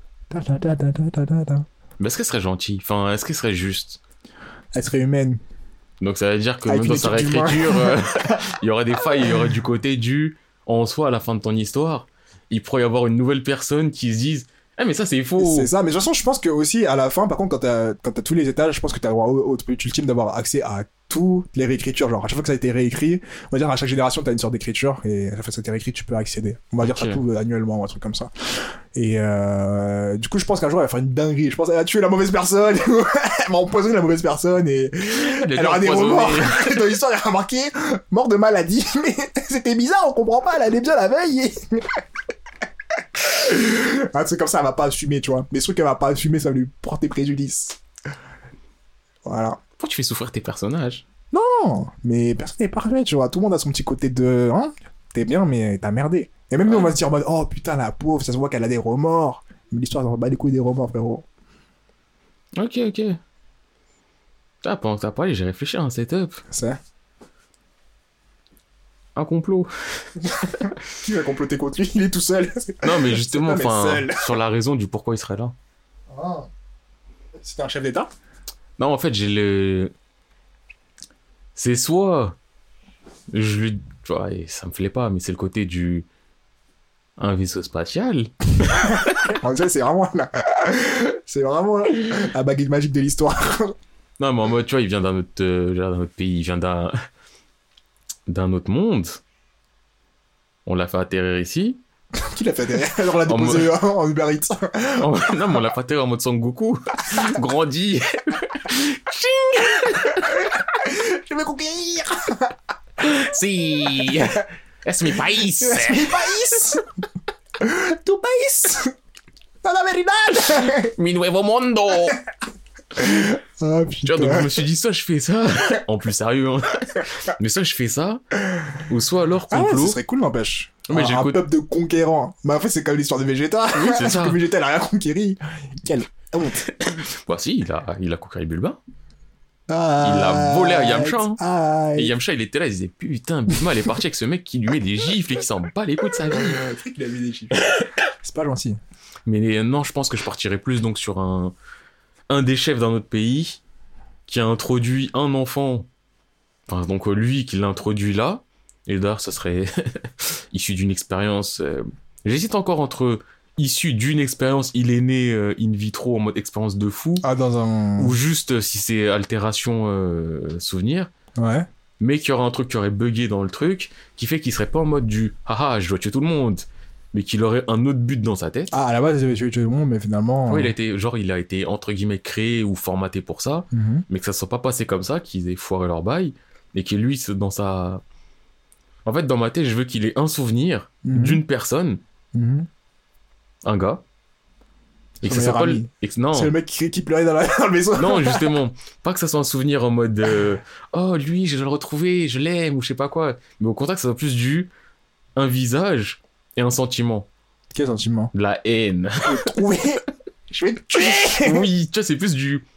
Mais est-ce qu'elle serait gentille? Enfin, est-ce qu'elle serait juste? Elle serait humaine. Donc ça veut dire que Avec même une dans sa équipe d'humains. réécriture, il y aura des failles, il y aura du côté du... En soi, à la fin de ton histoire, il pourrait y avoir une nouvelle personne qui se dise « mais ça c'est faux !» C'est ça, mais de toute façon, je pense que aussi à la fin, par contre, quand t'as tous les étages, je pense que t'as le droit au but ultime d'avoir accès à toutes les réécritures. Genre, à chaque fois que ça a été réécrit, on va dire à chaque génération, t'as une sorte d'écriture, et à chaque fois que ça a été réécrit, tu peux accéder. On va dire ça Ok. tout annuellement ou un truc comme ça. Et du coup, je pense qu'un jour, elle va faire une dinguerie. Je pense qu'elle va tuer la mauvaise personne, elle va empoisonner la mauvaise personne, et elle aura des remords. Dans l'histoire, il y a marqué mort de maladie, mais c'était bizarre, on comprend pas, elle allait bien la veille. Un truc comme ça, elle va pas assumer, tu vois. Mais ce truc qu'elle va pas assumer, ça va lui porter préjudice. Voilà. Pourquoi tu fais souffrir tes personnages? Non, mais personne n'est parfait, tu vois. Tout le monde a son petit côté de... Hein, t'es bien, mais t'as merdé. Et même nous, on va se dire en mode, oh putain, la pauvre, ça se voit qu'elle a des remords. Mais l'histoire, on va les couilles des remords, frérot. Ok. Pendant que t'as parlé, j'ai réfléchi à un setup. C'est... Un complot. Qui va comploter contre lui? Il est tout seul. Non, mais justement, Cet homme est seul. sur la raison du pourquoi il serait là. Ah. C'était un chef d'État? Non, en fait, c'est soit... Je lui... Ouais, ça me plaît pas, mais c'est le côté du... Un vaisseau spatial. En fait, c'est vraiment là. C'est vraiment là. La baguette magique de l'histoire. Non, mais en mode, tu vois, il vient d'un autre pays, il vient d'un autre monde. On l'a fait atterrir ici. Qui l'a fait derrière? Alors on l'a déposé en Uber Eats. Non, mais on l'a fait atterrir en mode Son Goku. Grandi. Je vais conquérir. Si. Es mi país. Es mi país. Tu país. La verdad. Mi nuevo mundo. Ah Tu vois, donc je me suis dit, soit je fais ça. En plus sérieux, hein. Mais soit je fais ça. Ou soit alors Ah ouais, complot. ce serait cool, n'empêche. Mais j'ai un le côté- peuple de conquérants. Mais en fait, c'est comme l'histoire de Vegeta. Oui, c'est ça. Parce que Vegeta, il a rien conquéri. Quelle honte. Bah si, il a conquéré Bulma. Ah, Il a volé à Yamcha, hein. Ah, Et Yamcha, il était là, il disait, putain, Bulma, elle est partie avec ce mec qui lui met des gifles et qui s'en bat les couilles de sa vie. C'est vrai qu'il a mis des chiffres. C'est pas gentil. Mais non, je pense que je partirais plus donc sur un des chefs d'un autre pays qui a introduit un enfant. Enfin, donc lui qui l'introduit là. Et d'ailleurs, ça serait issu d'une expérience. J'hésite encore entre issu d'une expérience, il est né in vitro en mode expérience de fou, Ah, dans un... ou juste si c'est altération souvenir. Ouais. Mais qu'il y aurait un truc qui aurait bugué dans le truc, qui fait qu'il serait pas en mode du haha, je dois tuer tout le monde, mais qu'il aurait un autre but dans sa tête. Ah, à la base, il avait tué tout le monde, mais finalement... Ouais, il a été entre guillemets créé ou formaté pour ça, Mhm. mais que ça soit pas passé comme ça, qu'ils aient foiré leur bail, et que lui, c'est dans sa... En fait, dans ma tête, je veux qu'il ait un souvenir Mhm. d'une personne, Mhm. un gars, et que Son ça soit meilleur pas... ami. Et que... Non, C'est le mec qui pleurait dans le maison. non, justement, pas que ça soit un souvenir en mode oh, lui, je dois le retrouver, je l'aime, ou je sais pas quoi, mais au contraire, que ça soit plus un visage et un sentiment. Quel sentiment? De la haine. Oui. Je vais te tuer. Oui, tu vois, c'est plus tu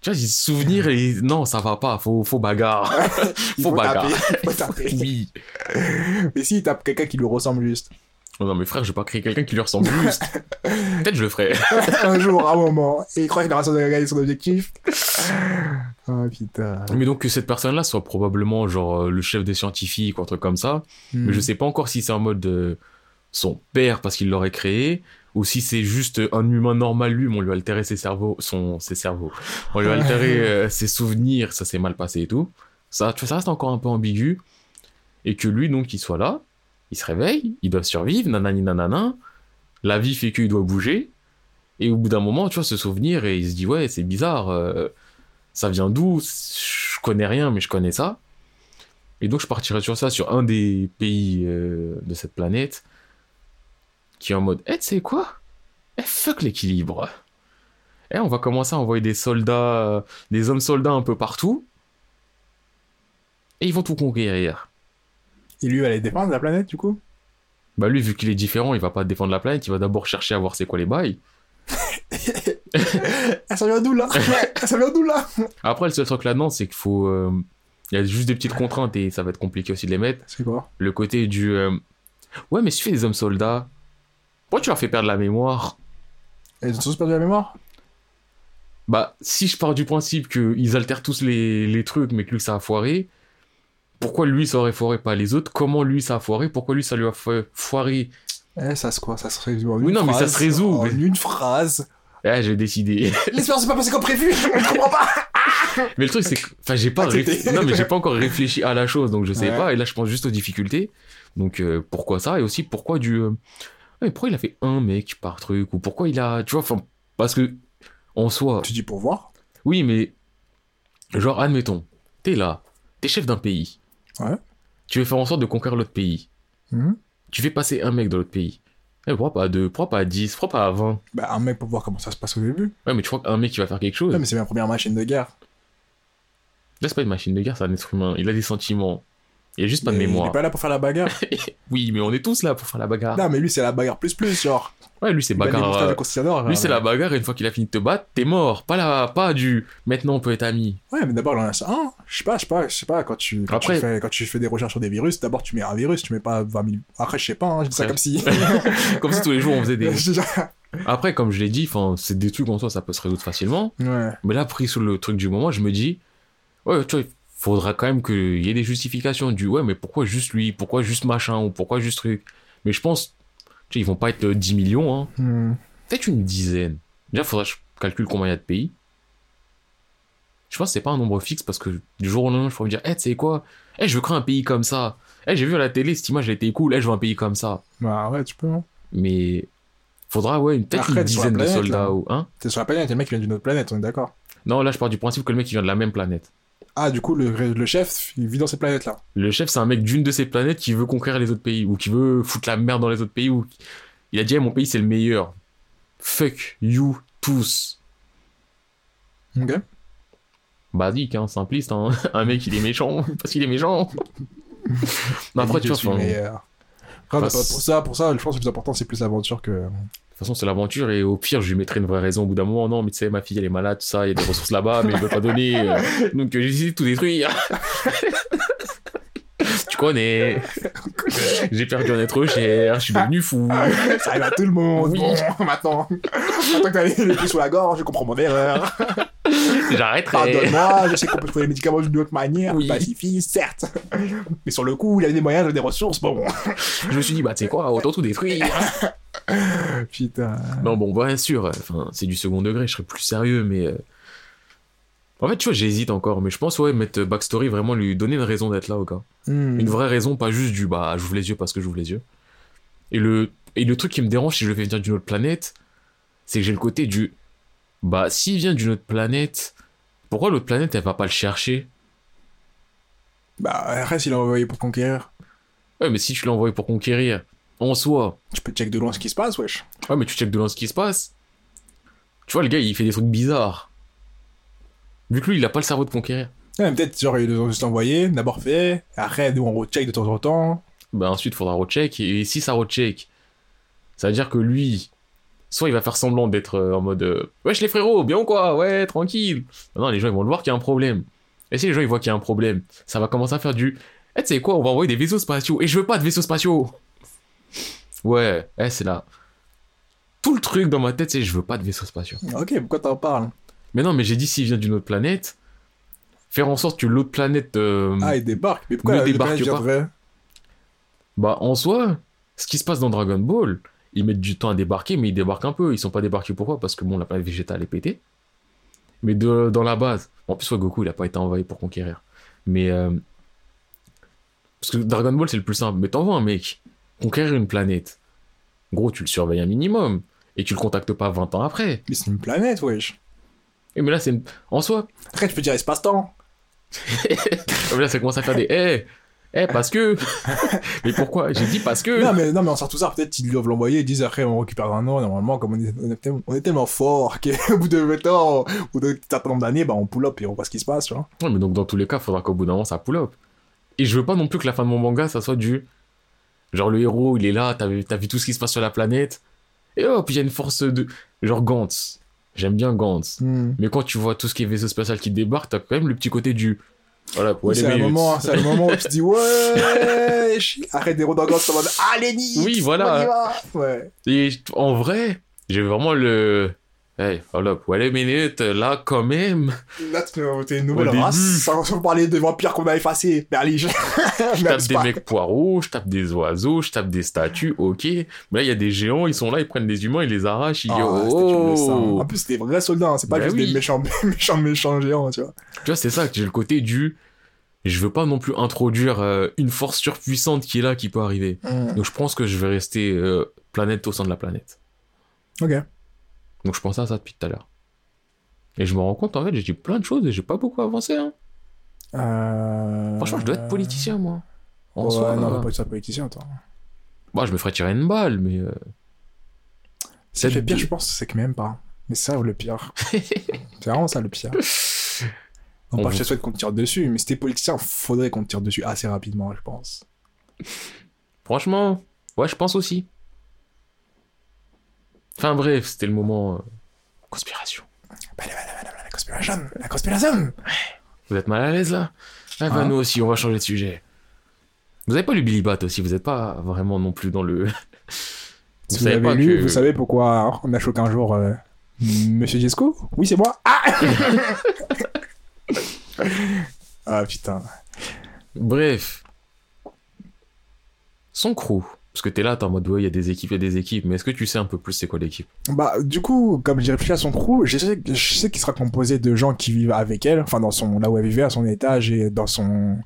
Tu vois, souvenir et non, ça va pas, faut bagarre. Il Faut bagarre. taper, faut taper. Oui. Mais s'il tape quelqu'un qui lui ressemble juste. Oh non, mais frère, je vais pas créer quelqu'un qui lui ressemble juste. Peut-être je le ferai. Un jour, à un moment. Et il croit qu'il aura gagné son objectif. Oh putain. Mais donc que cette personne-là soit probablement genre le chef des scientifiques ou un truc comme ça. Mais je sais pas encore si c'est en mode son père parce qu'il l'aurait créé ou si c'est juste un humain normal lui, mais on lui a altéré ses cerveaux. On lui a altéré ses souvenirs, ça s'est mal passé et tout. Ça, tu vois, ça reste encore un peu ambigu. Et que lui, donc, il soit là, il se réveille, il doit survivre, nanani nanana. La vie fait qu'il doit bouger. Et au bout d'un moment, tu vois, se souvenir et il se dit, ouais, c'est bizarre, ça vient d'où? Je connais rien, mais je connais ça. Et donc, je partirai sur ça, sur un des pays de cette planète, qui est en mode, tu sais quoi? Fuck l'équilibre. On va commencer à envoyer des soldats, des hommes soldats un peu partout. Et ils vont tout conquérir. Et lui, il allait défendre la planète, du coup? Bah lui, vu qu'il est différent, il va pas défendre la planète, il va d'abord chercher à voir c'est quoi les bails. Ça vient d'où, là? Ça vient d'où, là? Après, le seul truc là-dedans, c'est qu'il faut... il y a juste des petites contraintes et ça va être compliqué aussi de les mettre. C'est quoi? Le côté du... Ouais, mais si tu fais des hommes soldats, pourquoi tu leur fais perdre la mémoire? Et ils ont tous perdu la mémoire? Bah, si je pars du principe qu'ils altèrent tous les trucs, mais que lui, ça a foiré, pourquoi lui, ça aurait foiré, pas les autres? Comment lui, ça a foiré? Pourquoi lui, ça lui a foiré? Ça se quoi? Ça se résout en Oui, une non, mais phrase. ça se résout. En une phrase. J'ai décidé. L'espérance s'est pas passée comme prévu, je comprends pas. Mais le truc, c'est que... Enfin, j'ai pas... Non, mais j'ai pas encore réfléchi à la chose, donc je sais pas. Et là, je pense juste aux difficultés. Donc, pourquoi ça? Et aussi, pourquoi du... Ouais, pourquoi il a fait un mec par truc? Ou pourquoi il a... Tu vois, enfin... Parce que, en soi... Tu dis pour voir? Oui, mais... Genre, admettons, t'es là, t'es chef d'un pays. Ouais. Tu veux faire en sorte de conquérir l'autre pays. Tu fais passer un mec dans l'autre pays. Pourquoi pas à 2? Pourquoi pas à 10? Pourquoi pas à 20? Bah, un mec pour voir comment ça se passe au début. Ouais, mais tu crois qu'un mec, il va faire quelque chose? Ouais, mais c'est ma première machine de guerre. Là, c'est pas une machine de guerre, c'est un être humain. Il a des sentiments. Il a juste pas de Mais mémoire. il est pas là pour faire la bagarre. Oui, mais on est tous là pour faire la bagarre. Non, mais lui, c'est la bagarre plus, genre. Ouais, lui, c'est Il bat des monstres bagarre. avec Constantinople, Lui, c'est la bagarre, et une fois qu'il a fini de te battre, t'es mort. Pas du maintenant on peut être amis. Ouais, mais d'abord, il en a ça. Je sais pas, quand tu fais des recherches sur des virus, d'abord, tu mets un virus, tu mets pas 20 000. Après, je sais pas, je dis ça Ouais. comme si. Comme si tous les jours on faisait des. Après, comme je l'ai dit, c'est des trucs en soi, ça peut se résoudre facilement. Ouais. Mais là, pris sur le truc du moment, je me dis, ouais, tu vois, il faudra quand même qu'il y ait des justifications du ouais, mais pourquoi juste lui, pourquoi juste machin, ou pourquoi juste truc. Mais je pense, tu sais, ils vont pas être 10 millions, hein. Peut-être une dizaine. Déjà, faudra que je calcule combien il y a de pays. Je pense que c'est pas un nombre fixe parce que du jour au lendemain, je pourrais me dire, tu sais quoi, je veux créer un pays comme ça. J'ai vu à la télé, cette image, elle était cool, je veux un pays comme ça. Bah, ouais, tu peux, hein. Mais faudra, ouais, peut-être une dizaine de soldats là. ou hein. T'es sur la planète, le mec vient d'une autre planète, on est d'accord. Non, là, je pars du principe que le mec, il vient de la même planète. Ah, du coup, le chef, il vit dans cette planète-là. Le chef, c'est un mec d'une de ces planètes qui veut conquérir les autres pays ou qui veut foutre la merde dans les autres pays. Ou... Il a dit, mon pays, c'est le meilleur. Fuck you tous. Ok. Basique, hein, simpliste. Hein. Un mec, il est méchant parce qu'il est méchant. Mais après, tu vois, je suis meilleur. Après, pour ça, je pense que le plus important, c'est plus l'aventure que. De toute façon, c'est l'aventure et au pire, je lui mettrai une vraie raison au bout d'un moment. Non, mais tu sais, ma fille, elle est malade, tout ça, il y a des ressources là-bas, mais il veut pas donner. Donc, j'ai décidé de tout détruire. Tu connais. J'ai perdu un être cher, je suis devenu fou. Ça arrive à tout le monde. Oui. Bon, maintenant que t'as les pieds sous la gorge, je comprends mon erreur. J'arrêterai. Pardonne-moi, je sais qu'on peut trouver les médicaments d'une autre manière, Oui. pacifiste, certes. Mais sur le coup, il y avait des moyens, des ressources, bon. Je me suis dit, bah, tu sais quoi, autant tout détruire. Putain. Non, bon, bien sûr, c'est du second degré, je serais plus sérieux, mais... En fait, tu vois, j'hésite encore, mais je pense, ouais, mettre backstory, vraiment lui donner une raison d'être là, au gars. Une vraie raison, pas juste du, bah, j'ouvre les yeux parce que j'ouvre les yeux. Et le truc qui me dérange si je le fais venir d'une autre planète, c'est que j'ai le côté du... Bah, s'il vient d'une autre planète, pourquoi l'autre planète, elle va pas le chercher? Bah, après, s'il l'a envoyé pour conquérir. Ouais, mais si tu l'as envoyé pour conquérir, en soi... Tu peux check de loin ce qui se passe, wesh. Ouais, mais tu check de loin ce qui se passe. Tu vois, le gars, il fait des trucs bizarres. Vu que lui, il a pas le cerveau de conquérir. Ouais, peut-être, genre, ils ont juste envoyé, d'abord fait, après, nous, on recheck de temps en temps. Bah, ensuite, il faudra recheck. Et si ça recheck, ça veut dire que lui, soit il va faire semblant d'être en mode wesh les frérots, bien ou quoi? Ouais, tranquille. Non, les gens ils vont le voir qu'il y a un problème. Et si les gens ils voient qu'il y a un problème, ça va commencer à faire du tu sais quoi, on va envoyer des vaisseaux spatiaux. Et je veux pas de vaisseaux spatiaux. Ouais, c'est là. Tout le truc dans ma tête, c'est je veux pas de vaisseaux spatiaux. Ok, pourquoi t'en parles? Mais non, mais j'ai dit s'il vient d'une autre planète, faire en sorte que l'autre planète. Il débarque. Mais pourquoi ne la débarque planète pas. viendrait? Bah, en soi, ce qui se passe dans Dragon Ball, ils mettent du temps à débarquer, mais ils débarquent un peu. Ils sont pas débarqués pourquoi? Parce que bon, la planète végétale est pétée. Mais dans la base. En plus, Goku, il a pas été envahi pour conquérir. Mais. Parce que Dragon Ball, c'est le plus simple. Mais t'envoies un mec conquérir une planète. Gros, tu le surveilles un minimum. Et tu le contactes pas 20 ans après. Mais c'est une planète, wesh. Et mais là, c'est en soi. Après, tu peux dire espace-temps. Mais là, ça commence à faire des parce que. Mais pourquoi? J'ai dit parce que. Non, mais on sort tout ça. Peut-être qu'ils doivent l'envoyer. Ils disent après, on récupère un an. Normalement, comme on est tellement fort qu'au bout de 20 ans, au bout d'un certain nombre d'années, bah, on pull up et on voit ce qui se passe, tu vois. Ouais, mais donc, dans tous les cas, il faudra qu'au bout d'un moment, ça pull up. Et je veux pas non plus que la fin de mon manga, ça soit du. Genre, le héros, il est là, t'as vu tout ce qui se passe sur la planète. Et hop, il y a une force de. Genre Gantz. J'aime bien Gantz. Mais quand tu vois tout ce qui est vaisseau spatial qui débarque, t'as quand même le petit côté du. Voilà, pour aller c'est le moment où tu te dis, ouais, arrête des rods en Gantz en mode, allez, nique. Oui, voilà. Ouais. Et en vrai, j'ai vraiment le. Hey, hold up, wait a minute, là, quand même. Là, t'es une nouvelle race. Sans parler de vampires qu'on a effacés. Berlige. Je tape des mecs poireaux, je tape des oiseaux, je tape des statues, ok. Mais là, il y a des géants, ils sont là, ils prennent des humains, ils les arrachent, ils disent En plus, c'était des vrais soldats, hein. C'est pas juste des méchants géants, tu vois. Tu vois, c'est ça que j'ai le côté du. Je veux pas non plus introduire une force surpuissante qui est là, qui peut arriver. Donc je pense que je vais rester planète au sein de la planète. Ok. Donc je pensais à ça depuis tout à l'heure. Et je me rends compte, en fait, j'ai dit plein de choses et j'ai pas beaucoup avancé. Hein. Franchement, je dois être politicien, moi. En soi, non, pas être politicien, toi. Bah, je me ferais tirer une balle, mais... C'est le pire, je pense, c'est que même pas. Mais c'est ça, le pire. C'est vraiment ça, le pire. Non, pas que je souhaite qu'on te tire dessus, mais si t'es politicien, faudrait qu'on te tire dessus assez rapidement, je pense. Franchement, ouais, je pense aussi. Enfin bref, c'était le moment conspiration. La conspiration. Vous êtes mal à l'aise là? Ah bah nous aussi, on va changer de sujet. Vous avez pas lu Billy Bat aussi, vous êtes pas vraiment non plus dans le... Si vous avez pas lu, vous savez pourquoi on a choqué un jour Monsieur Jesco? Oui, c'est moi. Ah putain. Bref. Son crew. Parce que t'es là, t'es en mode, ouais, il y a des équipes, mais est-ce que tu sais un peu plus c'est quoi l'équipe? Bah, du coup, comme j'ai réfléchi à son crew, je sais qu'il sera composé de gens qui vivent avec elle, enfin, là où elle vivait, à son étage et dans son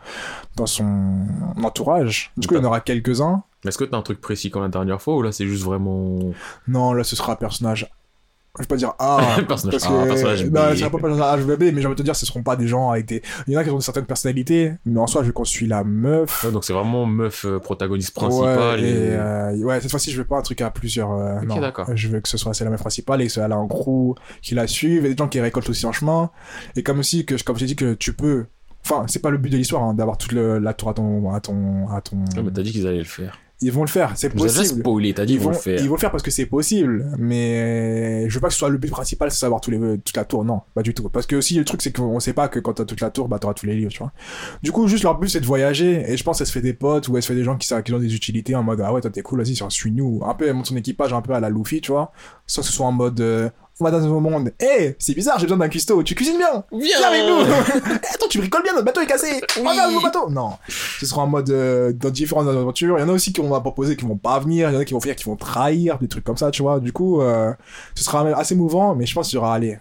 entourage. Du coup, il y en aura quelques-uns. Est-ce que t'as un truc précis comme la dernière fois, ou là, c'est juste vraiment... Non, là, ce sera un personnage... Je vais pas dire personnage B. Non, ce sera pas personnage B, mais j'ai envie de te dire, ce seront pas des gens avec des... Il y en a qui ont certaines personnalités, mais en soi, vu qu'on suit la meuf... Ouais, donc c'est vraiment meuf protagoniste principale. Ouais, cette fois-ci, je veux pas un truc à plusieurs... Ok, non, d'accord. je veux que ce soit c'est la meuf principale et que elle a un crew qui la suivent, et des gens qui récoltent aussi en chemin. Et comme aussi, comme j'ai dit, que tu peux... Enfin, c'est pas le but de l'histoire, hein, d'avoir toute la tour à ton... Ouais, mais t'as dit qu'ils allaient le faire. Ils vont le faire, c'est possible. Vous avez déjà spoilé, t'as dit ils vont le faire. Ils vont le faire parce que c'est possible, mais je veux pas que ce soit le but principal, c'est savoir toute la tour, non, pas du tout. Parce que aussi, le truc, c'est qu'on sait pas que quand t'as toute la tour, bah t'auras tous les livres, tu vois. Du coup, juste leur but, c'est de voyager, et je pense qu'elle se fait des potes, ou elle se fait des gens qui ont des utilités en mode, ah ouais, toi t'es cool, vas-y, suis-nous. Un peu, elle monte son équipage un peu à la Luffy, tu vois. Sans que ce soit en mode, on va dans un nouveau monde. C'est bizarre, j'ai besoin d'un cuistot. Tu cuisines bien. Viens avec nous. Attends, tu bricoles bien, notre bateau est cassé. On va un nouveau bateau. Non. Ce sera en mode dans différentes aventures. Il y en a aussi qui vont proposer, qui vont pas venir. Il y en a qui vont faire, qui vont trahir, des trucs comme ça, tu vois. Du coup, ce sera assez mouvant, mais je pense qu'il y aura, allez,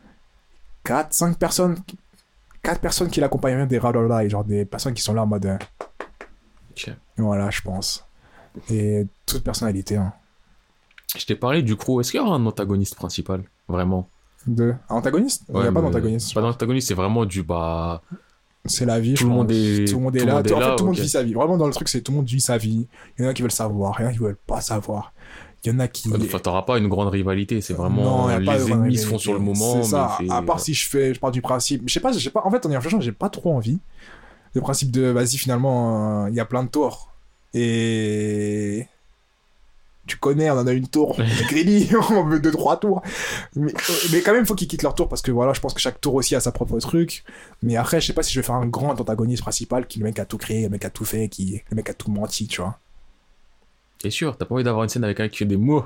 4 personnes qui l'accompagnent des Radolai, genre des personnes qui sont là en mode. Okay. Voilà, je pense. Et toute personnalité, hein. Je t'ai parlé du crew. Est-ce qu'il y aura un antagoniste principal? Vraiment? Un antagoniste? Il n'y a pas d'antagoniste. Pas d'antagoniste, c'est vraiment du c'est la vie, tout le monde est là. En fait, tout le monde vit sa vie. Vraiment, dans le truc, c'est tout le monde vit sa vie. Il y en a qui veulent savoir, il y en a qui veulent pas savoir. Il y en a qui... Enfin, t'auras pas une grande rivalité, c'est vraiment... Non, les ennemis se font sur le moment. C'est ça, à part si je pars du principe... Je sais pas, en fait, en y réfléchissant, j'ai pas trop envie. Le principe de, vas-y, finalement, il y a plein de tours. Et... tu connais, on en a une tour, Greedy, on veut 2-3 tours. Mais quand même, il faut qu'ils quittent leur tour parce que voilà, je pense que chaque tour aussi a sa propre truc. Mais après, je sais pas si je vais faire un grand antagoniste principal qui le mec a tout créé, le mec a tout fait, le mec a tout menti, tu vois. T'es sûr, t'as pas envie d'avoir une scène avec un qui fait des mots.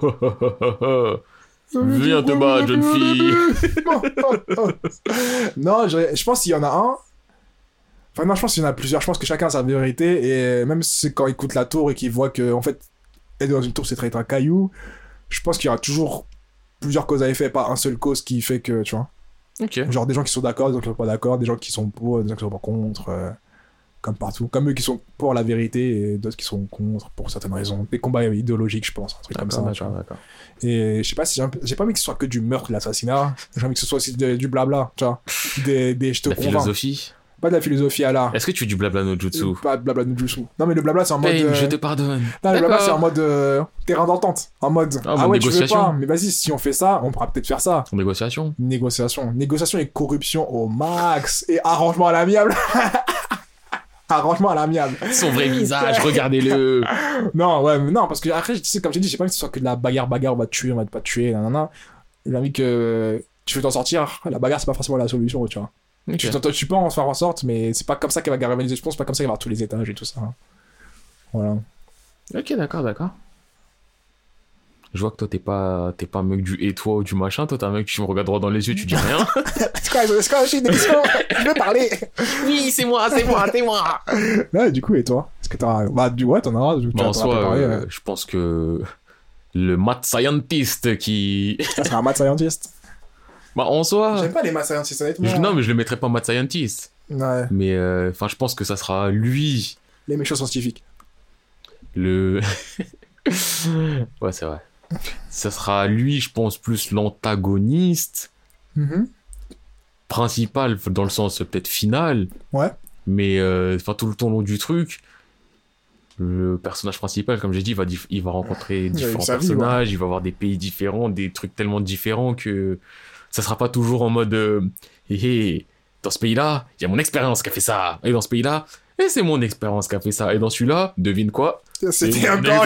Viens te battre, jeune fille. Non, je pense qu'il y en a un. Enfin, non, je pense qu'il y en a plusieurs. Je pense que chacun a sa vérité. Et même si c'est quand il écoute la tour et qu'il voit que, en fait, être dans une tour, c'est traiter un caillou, je pense qu'il y aura toujours plusieurs causes à effet, pas un seul cause qui fait que, tu vois. Ok. Genre des gens qui sont d'accord, des gens qui sont pas d'accord, des gens qui sont pour, des gens qui sont pas contre, comme partout. Comme eux qui sont pour la vérité et d'autres qui sont contre pour certaines raisons. Des combats idéologiques, je pense, un truc comme ça. D'accord. Et je sais pas si j'ai pas envie que ce soit que du meurtre, de l'assassinat. J'ai envie que ce soit aussi du blabla, tu vois. Je te La convainc. philosophie. Pas de la philosophie à l'art. Est-ce que tu fais du blabla no jutsu? Pas de blabla no jutsu. Non, mais le blabla, c'est en mode. Pain, je te pardonne. Non, le blabla, c'est en mode terrain d'entente. En mode. Ah Ouais, négociation. tu veux pas. Mais vas-y, si on fait ça, on pourra peut-être faire ça. Négociation. Négociation et corruption au max. Et arrangement à l'amiable. Arrangement à l'amiable. Son vrai visage, regardez-le. Non, ouais, mais non, parce que après, tu sais, comme j'ai dit, j'ai pas envie que ce soit que de la bagarre, on va te tuer, on va pas te tuer, nanana. J'ai envie que tu veux t'en sortir, la bagarre, c'est pas forcément la solution, tu vois. Okay. Tu peux en faire en sorte, mais c'est pas comme ça qu'elle va garder les explosions, c'est pas comme ça qu'elle va avoir tous les étages et tout ça. Voilà. Ok, d'accord. Je vois que toi, t'es pas un mec du et toi ou du machin. Toi, t'es un mec, tu me regardes droit dans les yeux, tu dis rien. C'est quoi, j'ai une question. Je veux parler. Oui, c'est moi. Ouais, du coup, et toi? Est-ce que t'as. Bah, ouais, t'en as. En soi, je pense que le math scientist qui. Ça, c'est un math scientist. Bah, en soi. J'aime pas les math scientists, honnêtement. Non, mais je le mettrais pas en math scientist. Ouais. Mais, enfin, je pense que ça sera lui. Les méchants scientifiques. Ouais, c'est vrai. Ça sera lui, je pense, plus l'antagoniste principal, dans le sens peut-être final. Ouais. Mais enfin tout le temps long du truc, le personnage principal, comme j'ai dit, il va rencontrer différents personnages, il va avoir des pays différents, des trucs tellement différents que ça sera pas toujours en mode dans ce pays-là, il y a mon expérience qui a fait ça, et dans ce pays-là, et c'est mon expérience qui a fait ça, et dans celui-là, devine quoi? C'était encore.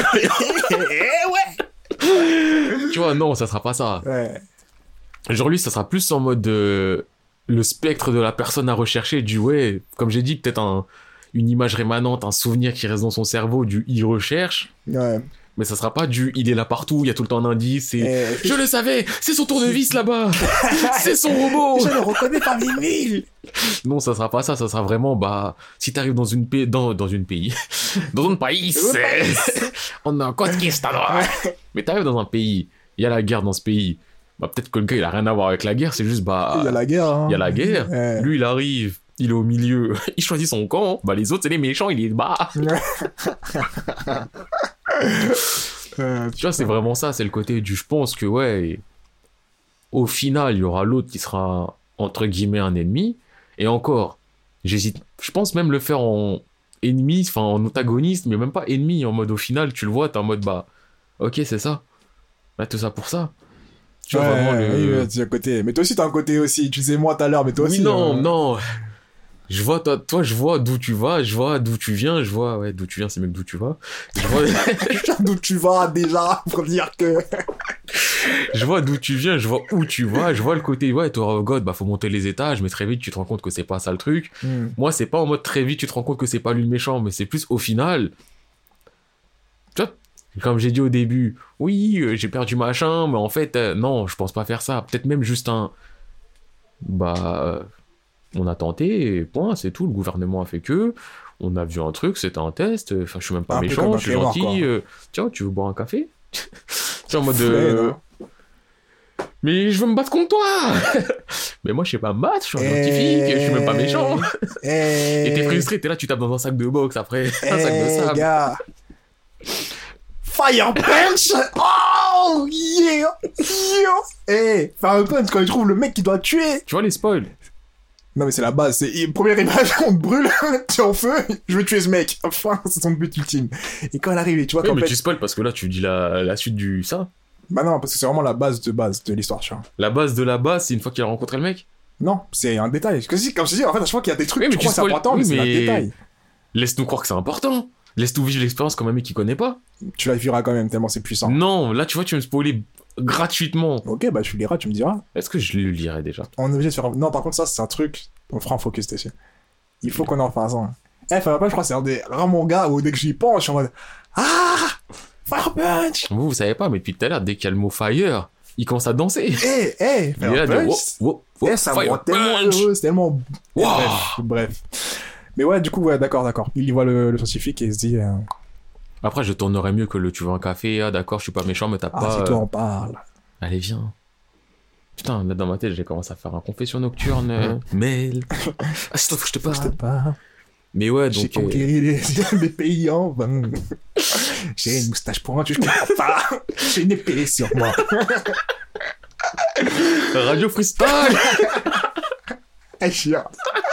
Tu vois, non, ça sera pas ça. Ouais. Genre lui, ça sera plus en mode le spectre de la personne à rechercher, comme j'ai dit, peut-être une image rémanente, un souvenir qui reste dans son cerveau, il recherche. Ouais. Mais ça sera pas il est là partout, il y a tout le temps un indice, et je le savais, c'est son tournevis là-bas, c'est son robot. Je le reconnais parmi mille. Non, ça sera pas ça, ça sera vraiment, si t'arrives dans un pays, on a un conquistador. Mais t'arrives dans un pays, il y a la guerre dans ce pays, peut-être que le gars il a rien à voir avec la guerre, c'est juste, il y a la guerre, hein. Il y a la guerre, lui il arrive, il est au milieu, il choisit son camp, les autres c'est les méchants, il est bas. Tu vois, c'est vraiment ça, c'est le côté je pense que au final il y aura l'autre qui sera entre guillemets un ennemi, et encore je pense même le faire en ennemi, enfin en antagoniste, mais même pas ennemi, en mode au final tu le vois, t'es en mode ok c'est ça, tout ça pour ça, tu vois vraiment tu as un côté, mais toi aussi t'as un côté aussi, tu disais moi tout à l'heure, mais toi aussi non je vois toi je vois d'où tu vas, je vois d'où tu viens, je vois d'où tu viens, c'est même d'où tu vas, je vois d'où tu vas déjà pour dire que je vois d'où tu viens, je vois où tu vas, je vois le côté toi God, faut monter les étages, mais très vite tu te rends compte que c'est pas ça le truc. Moi c'est pas en mode très vite tu te rends compte que c'est pas lui le méchant, mais c'est plus au final, tu vois, comme j'ai dit au début, j'ai perdu machin, mais en fait non, je pense pas faire ça, peut-être même juste on a tenté, et point, c'est tout, le gouvernement a fait on a vu un truc, c'était un test, enfin je suis même pas méchant, je suis gentil, tiens, tu veux boire un café? Tu es en mode mais je veux me battre contre toi. Mais moi je sais pas me battre, je suis un scientifique, je suis même pas méchant. Et t'es frustré, t'es là, tu tapes dans un sac de boxe après, un sac de sable. Gars. Fire Punch. Oh yeah. Fire Punch quand il trouve le mec qui doit tuer. Tu vois les spoils? Non mais c'est la base, c'est première image, on te brûle, tu es en feu, je veux tuer ce mec. Enfin, c'est son but ultime. Et quand elle arrive, tu vois mais tu spoil parce que là tu dis la suite du ça. Bah non, parce que c'est vraiment la base de l'histoire, tu vois. La base de la base, c'est une fois qu'il a rencontré le mec? Non, c'est un détail. Comme je dis, en fait, à chaque fois qu'il y a des trucs, tu crois que c'est important, mais c'est un détail. Laisse-nous croire que c'est important. Laisse tout vivre l'expérience comme un mec qui connaît pas. Tu la vivras quand même, tellement c'est puissant. Non, là, tu vois, tu veux me spoiler gratuitement. Ok, bah tu liras, tu me diras. Est-ce que je le lirai déjà? On est obligé de faire... Non, par contre, ça, c'est un truc... On fera un focus dessus. Il faut qu'on en fasse un. Fire Punch, je crois que c'est un des rares mangas où dès que j'y pense, je suis en mode... Ah, Fire Punch. Vous savez pas, mais depuis tout à l'heure, dès qu'il y a le mot fire, il commence à danser. Fire Il est là, Punch. Ça me Fire rend tellement Punch. heureux, c'est tellement... Wow. Bref. Mais ouais, du coup, ouais, d'accord. Il y voit le scientifique et il se dit... Après, je tournerais mieux que le tu veux un café. Ah, d'accord, je suis pas méchant, mais t'as Ah, pas. si toi on parle. Allez, viens. Putain, là dans ma tête, j'ai commencé à faire un confession nocturne. Mail. Ah, c'est toi, faut que je te Je te parle. parle. Mais ouais, J'ai donc. conquéri des pays en vain. J'ai une moustache pointue, je comprends pas. J'ai une épée sur moi. Radio Freestyle. Eh, chiant.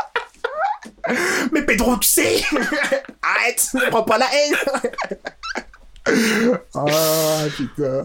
Mais Pedro, tu sais. Arrête, ne prends pas la haine. Ah, putain.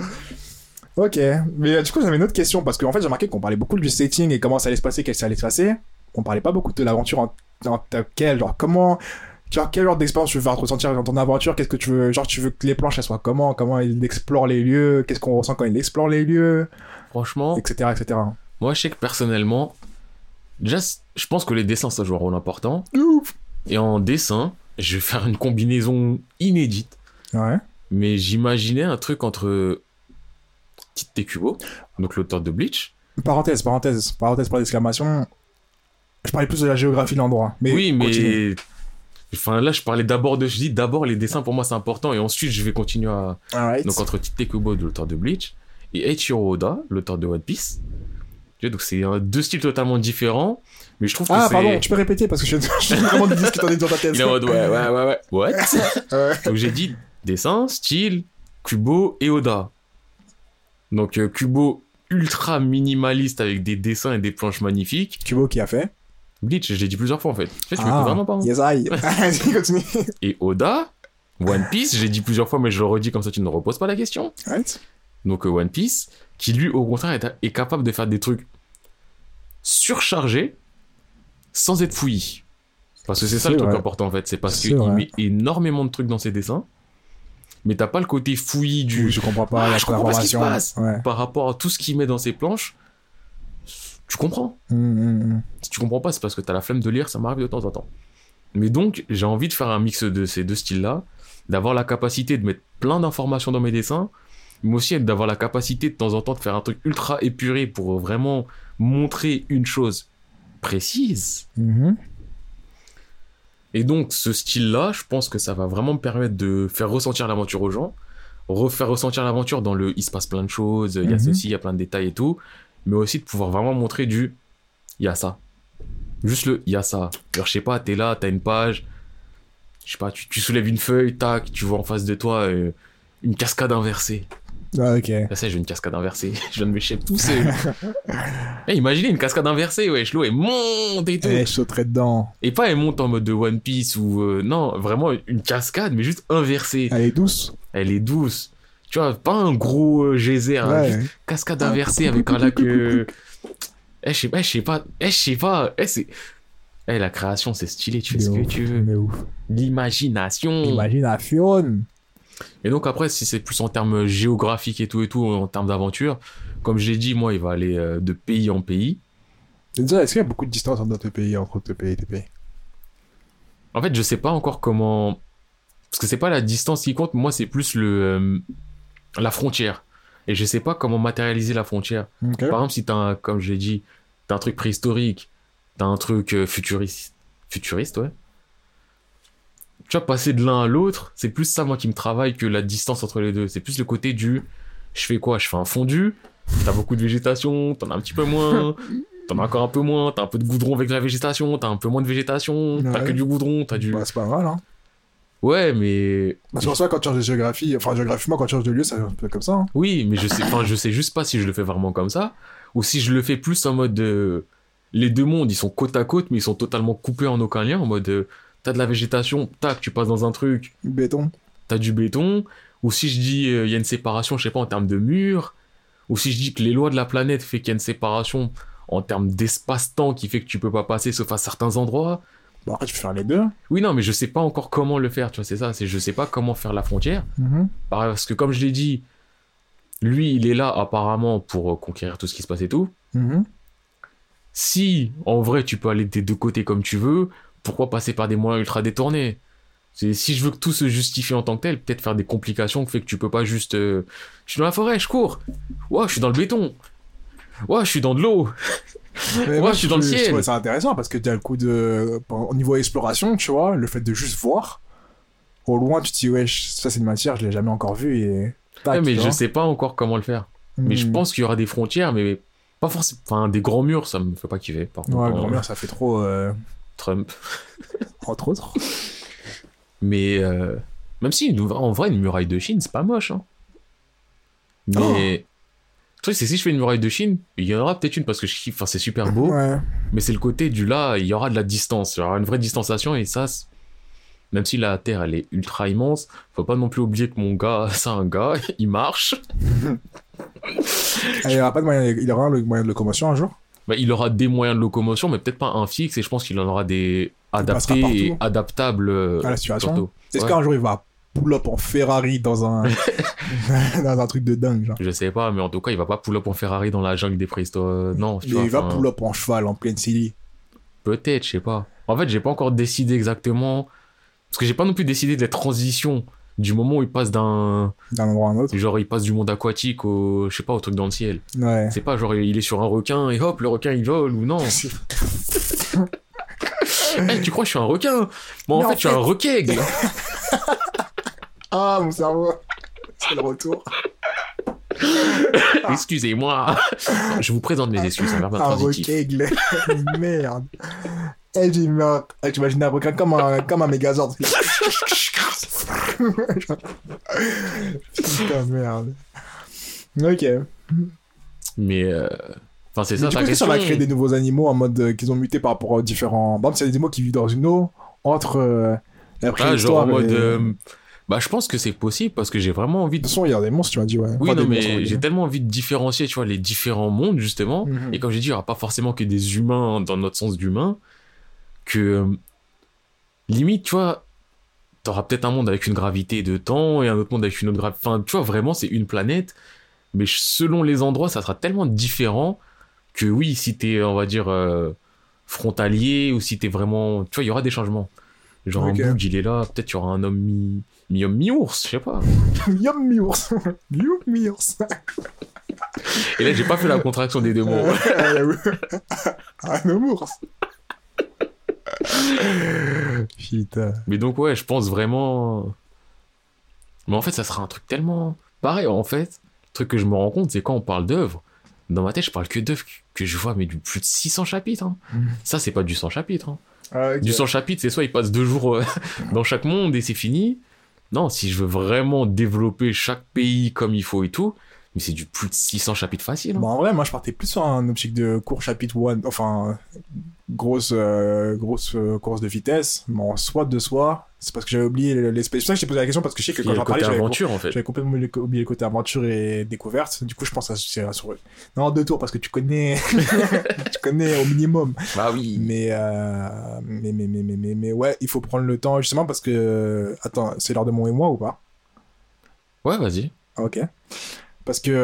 Ok, mais du coup j'avais une autre question parce qu'en fait j'ai remarqué qu'on parlait beaucoup du setting et comment ça allait se passer, qu'est-ce que ça allait se passer. On parlait pas beaucoup de l'aventure en tant que telle, genre comment, genre quel genre d'expérience tu veux faire ressentir dans ton aventure, qu'est-ce que tu veux, genre tu veux que les planches elles soient comment il explore les lieux, qu'est-ce qu'on ressent quand il explore les lieux, Franchement, etc. moi je sais que personnellement, déjà je pense que les dessins ça joue un rôle important. Ouf. Et en dessin, je vais faire une combinaison inédite. Ouais. Mais j'imaginais un truc entre Tite Kubo, donc l'auteur de Bleach. Parenthèse pour l'exclamation. Je parlais plus de la géographie de l'endroit. Mais Oui, mais continue. enfin là je parlais je dis d'abord les dessins pour moi c'est important et ensuite je vais continuer à Alright. donc entre Tite Kubo, l'auteur de Bleach, et Eiichiro Oda, l'auteur de One Piece. Tu vois, donc c'est deux styles totalement différents, mais je trouve que Ah c'est pardon, tu peux répéter parce que je suis vraiment de dire ce qui t'en est dans ta tête. il est en mode ouais what. Ouais. Donc j'ai dit dessin, style, Kubo et Oda. Donc Kubo ultra minimaliste avec des dessins et des planches magnifiques. Kubo qui a fait. Bleach, je l'ai dit plusieurs fois en fait. Tu m'écoutes vraiment pas. Hein. Yes, I. Vas-y, continue. Et Oda, One Piece, j'ai dit plusieurs fois mais je le redis comme ça tu ne reposes pas la question. Right. Donc One Piece, qui lui au contraire est capable de faire des trucs surchargés sans être fouillis. Parce que c'est ça C'est le truc vrai. important en fait, c'est parce C'est qu'il vrai. met énormément de trucs dans ses dessins, mais t'as pas le côté fouillis du... Je comprends pas la je comprends pas ce qui se information. passe. Ouais. Par rapport à tout ce qu'il met dans ses planches, tu comprends. Mm. Si tu comprends pas, c'est parce que t'as la flemme de lire, ça m'arrive de temps en temps. Mais donc, j'ai envie de faire un mix de ces deux styles-là, d'avoir la capacité de mettre plein d'informations dans mes dessins, mais aussi d'avoir la capacité de temps en temps de faire un truc ultra épuré pour vraiment montrer une chose précise. Mhm. Et donc, ce style-là, je pense que ça va vraiment me permettre de faire ressentir l'aventure aux gens, refaire ressentir l'aventure dans le il se passe plein de choses, il y a Mhm. ceci, il y a plein de détails et tout, mais aussi de pouvoir vraiment montrer du il y a ça. Juste le il y a ça. Alors, je sais pas, t'es là, t'as une page, je sais pas, tu soulèves une feuille, tac, tu vois en face de toi une cascade inversée. Ah, ok. Là, ça, j'ai une cascade inversée. Je viens de m'échapper tout seul. Imaginez une cascade inversée, wesh, l'eau elle monte et tout. Eh, je sauterais dedans. Et pas elle monte en mode de One Piece ou non, vraiment une cascade mais juste inversée. Elle est douce. Elle est douce. Tu vois, pas un gros geyser, hein, Ouais. juste cascade inversée avec un lac je sais pas. C'est la création c'est stylé, tu fais De ce que ouf, tu veux. mais ouf. L'imagination. Imagination. Et donc après si c'est plus en termes géographiques et tout en termes d'aventure, comme je l'ai dit, moi il va aller de pays en pays. Déjà, est-ce qu'il y a beaucoup de distance entre tes pays, entre tes pays et tes pays? En fait, je sais pas encore comment. Parce que c'est pas la distance qui compte, moi, c'est plus la frontière. Et je sais pas comment matérialiser la frontière. Ok. Par exemple, si t'as, comme je l'ai dit, t'as un truc préhistorique, t'as un truc futuriste. Futuriste, ouais. Tu vois, passer de l'un à l'autre, c'est plus ça, moi, qui me travaille que la distance entre les deux. C'est plus le côté du. Je fais quoi? Je fais un fondu, t'as beaucoup de végétation, t'en as un petit peu moins. T'en as encore un peu moins, t'as un peu de goudron avec de la végétation, t'as un peu moins de végétation, t'as Ouais. que du goudron, t'as du... Bah, c'est pas mal, hein. Ouais, mais... Parce qu'en soi, quand tu changes de géographie, enfin, géographiquement, quand tu changes de lieu, ça un peu comme ça, hein. Oui, mais je sais juste pas si je le fais vraiment comme ça, ou si je le fais plus en mode... les deux mondes, ils sont côte à côte, mais ils sont totalement coupés en aucun lien, en mode... t'as de la végétation, tac, tu passes dans un truc, Béton. t'as du béton, ou si je dis il y a une séparation, je sais pas, en termes de murs, ou si je dis que les lois de la planète fait qu'il y a une séparation en termes d'espace-temps qui fait que tu peux pas passer sauf à certains endroits. Bon, après, tu peux faire les deux. Oui, non, mais je sais pas encore comment le faire, tu vois, c'est ça. Je sais pas comment faire la frontière. Parce que, comme je l'ai dit, lui, il est là apparemment pour conquérir tout ce qui se passe et tout. Si, en vrai, tu peux aller des deux côtés comme tu veux, pourquoi passer par des moyens ultra détournés? Si je veux que tout se justifie en tant que tel, peut-être faire des complications qui fait que tu peux pas juste... je suis dans la forêt, je cours. Ouais, je suis dans le béton. Ouais, je suis dans de l'eau. Mais Ouais, je suis dans le ciel. Je trouve ça intéressant parce que tu as le coup de. Au niveau exploration, tu vois, le fait de juste voir. Au loin, tu te dis, ouais, ça c'est une matière, je l'ai jamais encore vue et. Tac, Ouais, mais tu je vois. sais pas encore comment le faire. Mais je pense qu'il y aura des frontières, mais pas forcément. Enfin, des grands murs, ça me fait pas kiffer. Par contre, Ouais, grand-mère, ça fait trop. Trump. Entre autres. Mais même si, en vrai, une muraille de Chine, c'est pas moche. Hein. Mais. Le truc, c'est si je fais une muraille de Chine, il y en aura peut-être une parce que je kiffe, enfin, c'est super beau. Ouais. Mais c'est le côté du là, il y aura de la distance. Il y aura une vraie distanciation et ça, même si la Terre, elle est ultra immense, faut pas non plus oublier que mon gars, c'est un gars, il marche. Il y aura pas de moyen, il y aura le moyen de locomotion un jour. Bah, il aura des moyens de locomotion, mais peut-être pas un fixe, et je pense qu'il en aura des passera adaptés partout. et adaptables À la situation. surtout. Est-ce Ouais. qu'un jour il va pull up en Ferrari dans un dans un truc de dingue, genre. Je sais pas, mais en tout cas, il va pas pull up en Ferrari dans la jungle des préhistoires. Non, tu Mais vois. il va enfin, pull up en cheval en pleine city. peut-être, je sais pas. En fait, j'ai pas encore décidé exactement. Parce que j'ai pas non plus décidé de la transition du moment où il passe d'un. D'un endroit à un autre. Genre, il passe du monde aquatique au. Je sais pas, au truc dans le ciel. Ouais. C'est pas genre, il est sur un requin et hop, le requin il vole ou non. Hey, tu crois que je suis un requin? Bon, Mais en fait, je suis un requègue. Ah, mon cerveau. C'est le retour. Excusez-moi. Je vous présente mes excuses, c'est un verbe Un intransitif. requin. Merde. Et tu imagines un requin comme un mégazord. Putain, merde. Ok. Mais enfin c'est Mais ça du ta coup, est-ce que question. ça va créer des nouveaux animaux en mode qu'ils ont muté par rapport aux différents. Par exemple, s'il y a des animaux qui vivent dans une eau entre la Ah, genre préhistoire en mode et... bah je pense que c'est possible parce que j'ai vraiment envie De de toute façon, il y a des monstres, tu m'as dit, ouais. oui Enfin, non des monstres, mais ouais. j'ai tellement envie de différencier tu vois les différents mondes justement Mhm. et comme j'ai dit il y aura pas forcément que des humains dans notre sens d'humain que limite tu vois t'auras peut-être un monde avec une gravité de temps et un autre monde avec une autre gravité enfin tu vois vraiment c'est une planète mais selon les endroits ça sera tellement différent que oui si t'es on va dire frontalier ou si t'es vraiment tu vois il y aura des changements genre Ok. un boug il est là peut-être il y aura un homme mi-homme mi-ours je sais pas Yum mi-ours. Yum mi-ours. et là j'ai pas fait la contraction des deux mots Un ours. Putain. mais donc ouais je pense vraiment mais en fait ça sera un truc tellement pareil en fait le truc que je me rends compte c'est quand on parle d'œuvres dans ma tête je parle que d'œuvres que je vois mais du plus de 600 chapitres hein. Ça c'est pas du 100 chapitres hein. Ah, ok. Du 100 chapitres, c'est soit il passe 2 jours dans chaque monde et c'est fini. Non, si je veux vraiment développer chaque pays comme il faut et tout, mais c'est du plus de 600 chapitres facile. Hein. Bah, en vrai, moi, je partais plus sur un optique de court chapitre one, enfin, grosse course de vitesse, mais en soit de soi. C'est parce que j'avais oublié l'espèce. C'est pour ça que je t'ai posé la question, parce que je sais que Il y quand a j'en le parlais, côté aventure en fait. j'avais complètement oublié le côté aventure et découverte. Du coup, je pense que c'est sur non, 2 tours, parce que tu connais, tu connais au minimum. Bah oui. Mais ouais, il faut prendre le temps, justement, parce que, attends, c'est l'heure de mon émoi ou pas? Ouais, vas-y. Ah, ok. Parce que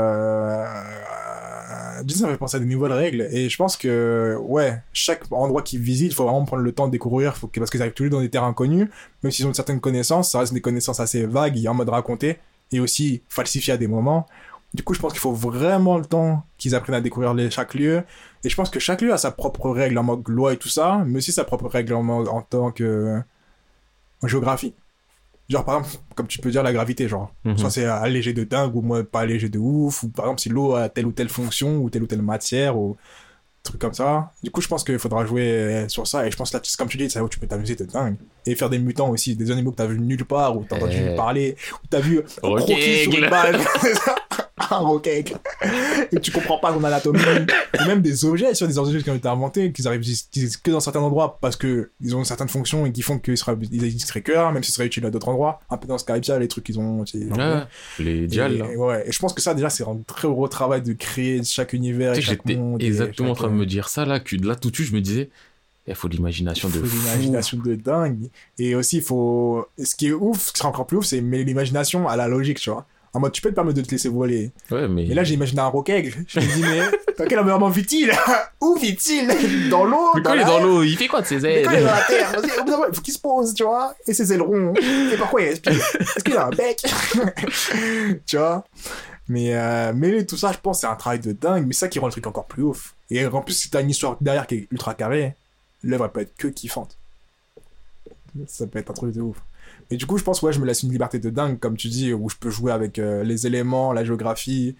Disney ça fait penser à des nouvelles règles et je pense que ouais, chaque endroit qu'ils visitent, il faut vraiment prendre le temps de découvrir parce qu'ils arrivent toujours dans des terrains inconnus, même s'ils ont certaines connaissances, ça reste des connaissances assez vagues et en mode raconté et aussi falsifié à des moments. Du coup, je pense qu'il faut vraiment le temps qu'ils apprennent à découvrir chaque lieu et je pense que chaque lieu a sa propre règle en mode loi et tout ça, mais aussi sa propre règle en tant que géographie. Genre, par exemple, comme tu peux dire, la gravité, genre. Soit c'est allégé de dingue, ou moi, pas allégé de ouf, ou par exemple, si l'eau a telle ou telle fonction, ou telle matière, ou truc comme ça. Du coup, je pense qu'il faudra jouer sur ça, et je pense là, comme tu dis, c'est là où tu peux t'amuser de dingue. Et faire des mutants aussi, des animaux que t'as vu nulle part, ou t'as entendu parler, ou t'as vu croquer sur une balle. Un roquette. Et tu comprends pas son anatomie. Et même des objets, sur des objets qui ont été inventés, qu'ils arrivent que dans certains endroits parce que ils ont certaines fonctions et qui font qu'ils existeraient que là, même s'ils seraient utiles à d'autres endroits. Un peu dans Skype, les trucs qu'ils ont. Ouais, les dials, là. Ouais, et je pense que ça, déjà, c'est un très gros travail de créer chaque univers et chaque j'étais monde. exactement en train de me dire ça, là, que là, tout de suite, je me disais, Il faut de l'imagination de Faut fou. une imagination de dingue. Et aussi, il faut. Ce qui est ouf, ce qui sera encore plus ouf, c'est mêler l'imagination à la logique, tu vois. En mode, tu peux te permettre de te laisser voler. Ouais, mais... Et là, j'ai imaginé un roquaigle. Je me dis, mais dans quel environnement vit-il? Où vit-il? Dans l'eau? Mais quand il est dans l'eau, il fait quoi de ses Mais ailes? quand il est dans la terre, il faut qu'il se pose, tu vois. Et ses ailerons. Et pourquoi il respire? Est-ce qu'il a un bec? Tu vois. Mais mêler tout ça, je pense, c'est un travail de dingue. Mais ça qui rend le truc encore plus ouf. Et en plus, si t'as une histoire derrière qui est ultra carrée, l'œuvre, elle peut être que kiffante. Ça peut être un truc de ouf. Et du coup, je pense, ouais, je me laisse une liberté de dingue, comme tu dis, où je peux jouer avec les éléments, la géographie,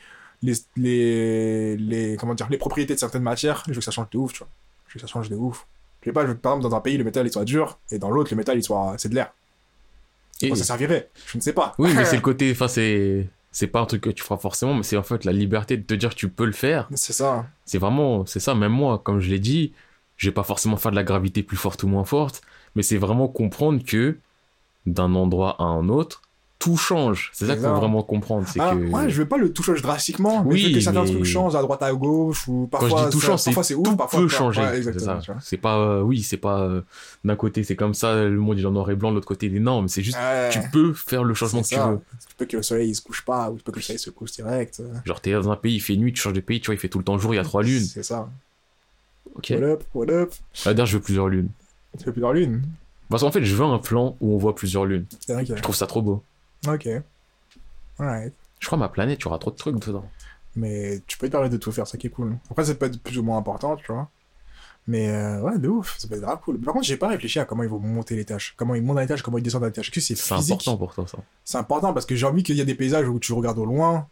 comment dire, les propriétés de certaines matières. Je veux que ça change de ouf, tu vois. Je veux que ça change de ouf. Je sais pas, par exemple, dans un pays, le métal, il soit dur, et dans l'autre, le métal, c'est de l'air. Et- Quoi ça servirait? Je ne sais pas. Oui, mais c'est le côté... Enfin, c'est pas un truc que tu feras forcément, mais c'est en fait la liberté de te dire que tu peux le faire. C'est ça. C'est vraiment... C'est ça, même moi, comme je l'ai dit, je vais pas forcément faire de la gravité plus forte ou moins forte, mais c'est vraiment comprendre que d'un endroit à un autre, tout change. C'est ça C'est qu'il faut ça. vraiment comprendre. C'est Ah, que... ouais, je veux pas le tout change drastiquement, mais Oui, je veux que certains mais- trucs changent à droite à gauche, ou Quand parfois, je dis tout change, parfois c'est ouf, tout parfois peut pas. changer. Ouais, c'est exactement, ça. tu vois. C'est pas, oui, c'est pas d'un côté c'est comme ça, le monde il est en noir et blanc, de l'autre côté il est non, mais c'est juste Ouais. tu peux faire le changement que C'est tu ça. veux. Tu peux que le soleil il se couche pas, ou tu peux que le soleil se couche direct. Genre t'es dans un pays, il fait nuit, tu changes de pays, tu vois, il fait tout le temps jour, il y a 3 lunes. C'est ça. Ok. What up, what up? D'ailleurs, je veux plusieurs lunes. Tu fais plus dans l'une. Parce qu'en fait, je veux un plan où on voit plusieurs lunes. C'est vrai Je trouve ça trop beau. Ok. Alright. Je crois ma planète, tu auras trop de trucs dedans. Mais tu peux te permettre de tout faire, ça qui est cool. Après, ça peut être plus ou moins important, tu vois. Mais ouais, de ouf, ça peut être grave cool. Par contre, j'ai pas réfléchi à comment ils vont monter les tâches. Comment ils montent un étage, comment ils descendent un étage. Est-ce que c'est C'est physique? important pour toi ça. C'est important parce que j'ai envie qu'il y ait des paysages où tu regardes au loin.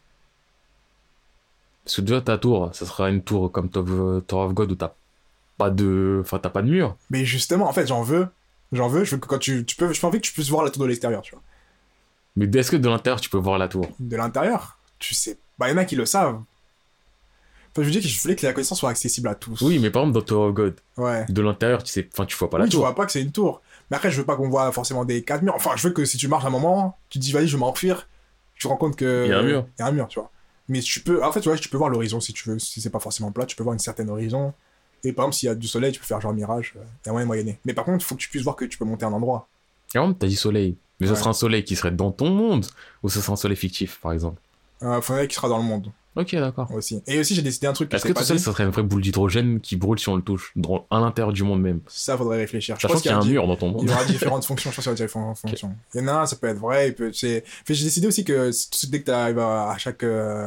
Parce que déjà ta tour, ça sera une tour comme Tower of God où t'as pas de mur. Mais justement, en fait, j'en veux. Je veux que quand tu peux, j'ai envie que tu puisses voir la tour de l'extérieur, tu vois. Mais est-ce que de l'intérieur tu peux voir la tour? De l'intérieur, tu sais. Bah, il y en a qui le savent. Enfin, je veux dire que je voulais que la connaissance soit accessible à tous. Oui, mais par exemple dans Tower of God, Ouais. de l'intérieur tu sais, enfin tu vois pas la Oui, tu tour. vois pas que c'est une tour. Mais après, je veux pas qu'on voit forcément des 4 murs. Enfin, je veux que si tu marches un moment, tu te dis, vas-y, je vais m'enfuir. Tu te rends compte que. Il y a un mur. Il y a un mur, tu vois. Mais tu peux. En fait, tu vois, tu peux voir l'horizon si tu veux. Si c'est pas forcément plat, tu peux voir une certaine horizon. Et par exemple, s'il y a du soleil, tu peux faire genre mirage. Il y a moyen de moyenner. Mais par contre, il faut que tu puisses voir que tu peux monter un endroit. Par exemple, t'as dit soleil. Mais ça Ouais. sera un soleil qui serait dans ton monde ou ce sera un soleil fictif, par exemple. Faudrait qu'il sera dans le monde Ok, d'accord. aussi. Et aussi, j'ai décidé un truc que Est-ce je que sais pas tout seul, dit. ça serait une vraie boule d'hydrogène qui brûle si on le touche, à l'intérieur du monde même? Ça, faudrait réfléchir. Je Sachant pense qu'il y a un di- mur dans ton Il monde. y aura différentes fonctions, je pense qu'il y aura différentes fonctions. Il y en a un, ça peut être vrai, il peut, c'est... Fait, j'ai décidé aussi que dès que tu arrives à chaque...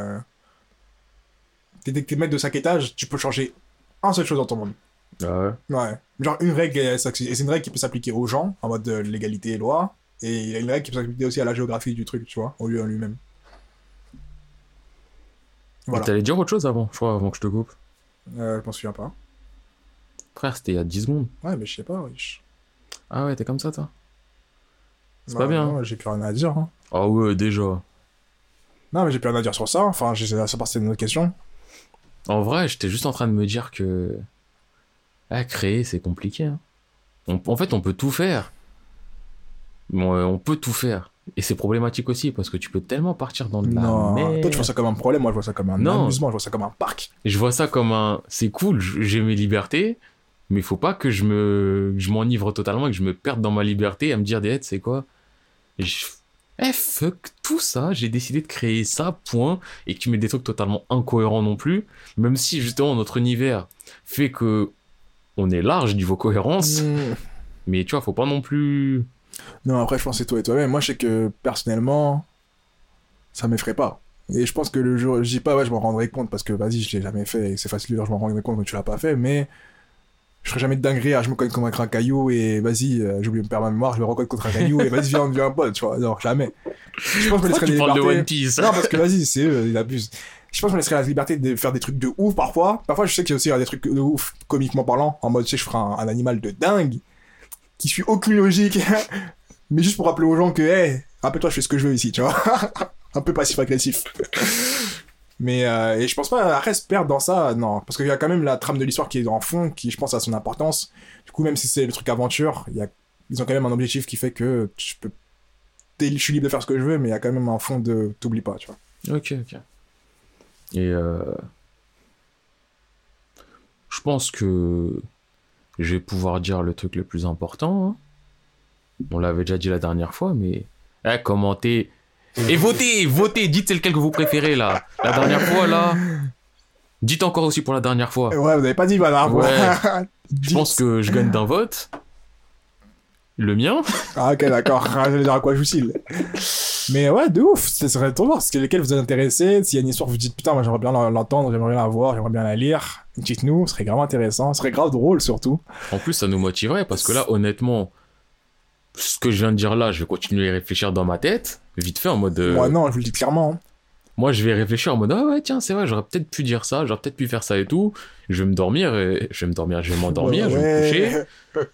Dès que tu es maître de chaque étage, tu peux changer un seule chose dans ton monde. Ah ouais. Ouais. Genre une règle, et c'est une règle qui peut s'appliquer aux gens, en mode légalité et loi, et il y a une règle qui peut s'appliquer aussi à la géographie du truc, tu vois, au lieu en lui-même. Mais Voilà. t'allais dire autre chose avant, je crois, avant que je te coupe. Je m'en souviens pas. Frère, c'était il y a 10 secondes. Ouais, mais je sais pas, wesh. Ah ouais, t'es comme ça, toi? C'est Non, pas bien. non, j'ai plus rien à dire. Hein. Ah ouais, déjà. Non, mais j'ai plus rien à dire sur ça. Enfin, ça part, c'est une autre question. En vrai, j'étais juste en train de me dire que... créer, c'est compliqué. Hein. En fait, on peut tout faire. Bon, on peut tout faire. Et c'est problématique aussi, parce que tu peux tellement partir dans de la Non, merde. toi tu vois ça comme un problème, moi je vois ça comme un Non. amusement, je vois ça comme un parc. Et je vois ça comme un... C'est cool, j'ai mes libertés, mais il faut pas que je m'enivre totalement et que je me perde dans ma liberté à me dire, tu sais quoi fuck tout ça, j'ai décidé de créer ça, point, et que tu mets des trucs totalement incohérents non plus, même si justement notre univers fait que on est large niveau cohérence, mais tu vois, faut pas non plus... Non, après je pense que c'est toi et toi-même. Moi je sais que personnellement, ça m'effraie pas. Et je pense que le jour, je dis pas ouais je m'en rendrai compte parce que vas-y je l'ai jamais fait et c'est facile de dire je m'en rendrai compte mais tu l'as pas fait, mais je ferai jamais de dinguerie à je me cogne contre un caillou et vas-y j'ai oublié de me perdre ma mémoire, je me recogne contre un caillou et vas-y viens un pote, tu vois, non jamais. Je pense que je me laisserai Tu des parles de libertés. One Piece. Non parce que vas-y c'est eux, ils abusent. Je pense que je me laisserai la liberté de faire des trucs de ouf parfois. Parfois je sais qu'il y a aussi des trucs de ouf comiquement parlant, en mode tu sais je ferai un animal de dingue qui suit aucune logique. Mais juste pour rappeler aux gens que, hey, rappelle-toi, je fais ce que je veux ici, tu vois. Un peu passif-agressif. Mais, et je pense pas, après, se perdre dans ça, non. Parce qu'il y a quand même la trame de l'histoire qui est en fond, qui, je pense, a son importance. Du coup, même si c'est le truc aventure, ils ont quand même un objectif qui fait que je suis libre de faire ce que je veux, mais il y a quand même un fond de t'oublies pas, tu vois. Ok. Et je pense que je vais pouvoir dire le truc le plus important. Hein. On l'avait déjà dit la dernière fois, mais commentez et votez, dites c'est lequel que vous préférez là. La dernière fois là, dites encore aussi pour la dernière fois. Ouais, vous avez pas dit la dernière fois. Ouais. Je pense que je gagne d'un vote. Le mien. Ah ok, d'accord. J'allais dire à quoi joue-t-il. Mais ouais, de ouf. Ce serait trop voir. C'est lesquels vous êtes intéressés. S'il y a une histoire, vous dites putain, moi j'aimerais bien l'entendre, j'aimerais bien la voir, j'aimerais bien la lire. Dites-nous, ce serait grave intéressant. Ce serait grave drôle surtout. En plus, ça nous motiverait parce que là, honnêtement, ce que je viens de dire là, je vais continuer à y réfléchir dans ma tête, vite fait en mode. Moi non, je vous le dis clairement. Moi, je vais réfléchir en mode ah ouais tiens c'est vrai, j'aurais peut-être pu dire ça, j'aurais peut-être pu faire ça et tout. Je vais m'endormir, je vais m'endormir, je vais me coucher.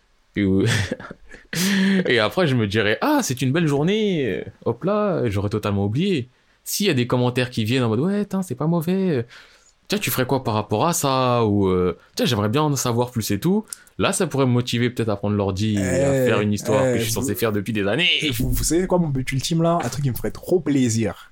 Et après, je me dirais ah c'est une belle journée. Hop là, j'aurais totalement oublié. S'il y a des commentaires qui viennent en mode ouais c'est pas mauvais. Tiens, tu ferais quoi par rapport à ça ou tiens, j'aimerais bien en savoir plus et tout. Là, ça pourrait me motiver peut-être à prendre l'ordi et à faire une histoire que je suis censé faire depuis des années. Vous savez quoi, mon but ultime là? Un truc qui me ferait trop plaisir.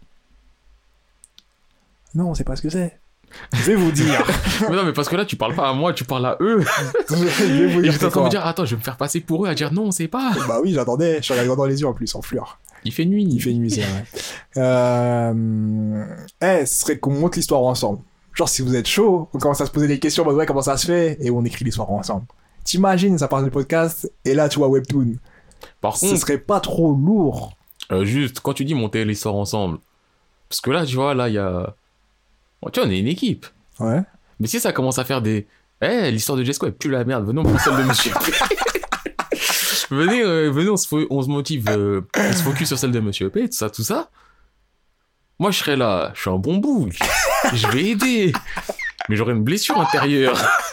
Non, c'est pas ce que c'est. Je vais vous dire. Mais non, mais parce que là, tu parles pas à moi, tu parles à eux. Je vais vous dire. Et j'étais en train de me dire, attends, je vais me faire passer pour eux à dire non, c'est pas. Bah oui, j'attendais. Je regardais dans les yeux en plus, en fleur. Il fait nuit. Il fait nuit, c'est vrai. Ce serait qu'on monte l'histoire ensemble. Genre, si vous êtes chaud, on commence à se poser des questions, bah ouais, comment ça se fait, et on écrit l'histoire ensemble. T'imagines, ça part du podcast, et là, tu vois Webtoon. Par contre, ce serait pas trop lourd. Juste, quand tu dis monter l'histoire ensemble, parce que là, tu vois, là, il y a... Bon, tu vois, on est une équipe. Ouais. Mais si ça commence à faire des... l'histoire de Jesco, elle pue la merde, venons pour celle de Monsieur P. venez, on se motive, on se focus sur celle de Monsieur P, tout ça. Moi, je serais là, je suis un bon bout, je vais aider. Mais j'aurais une blessure intérieure.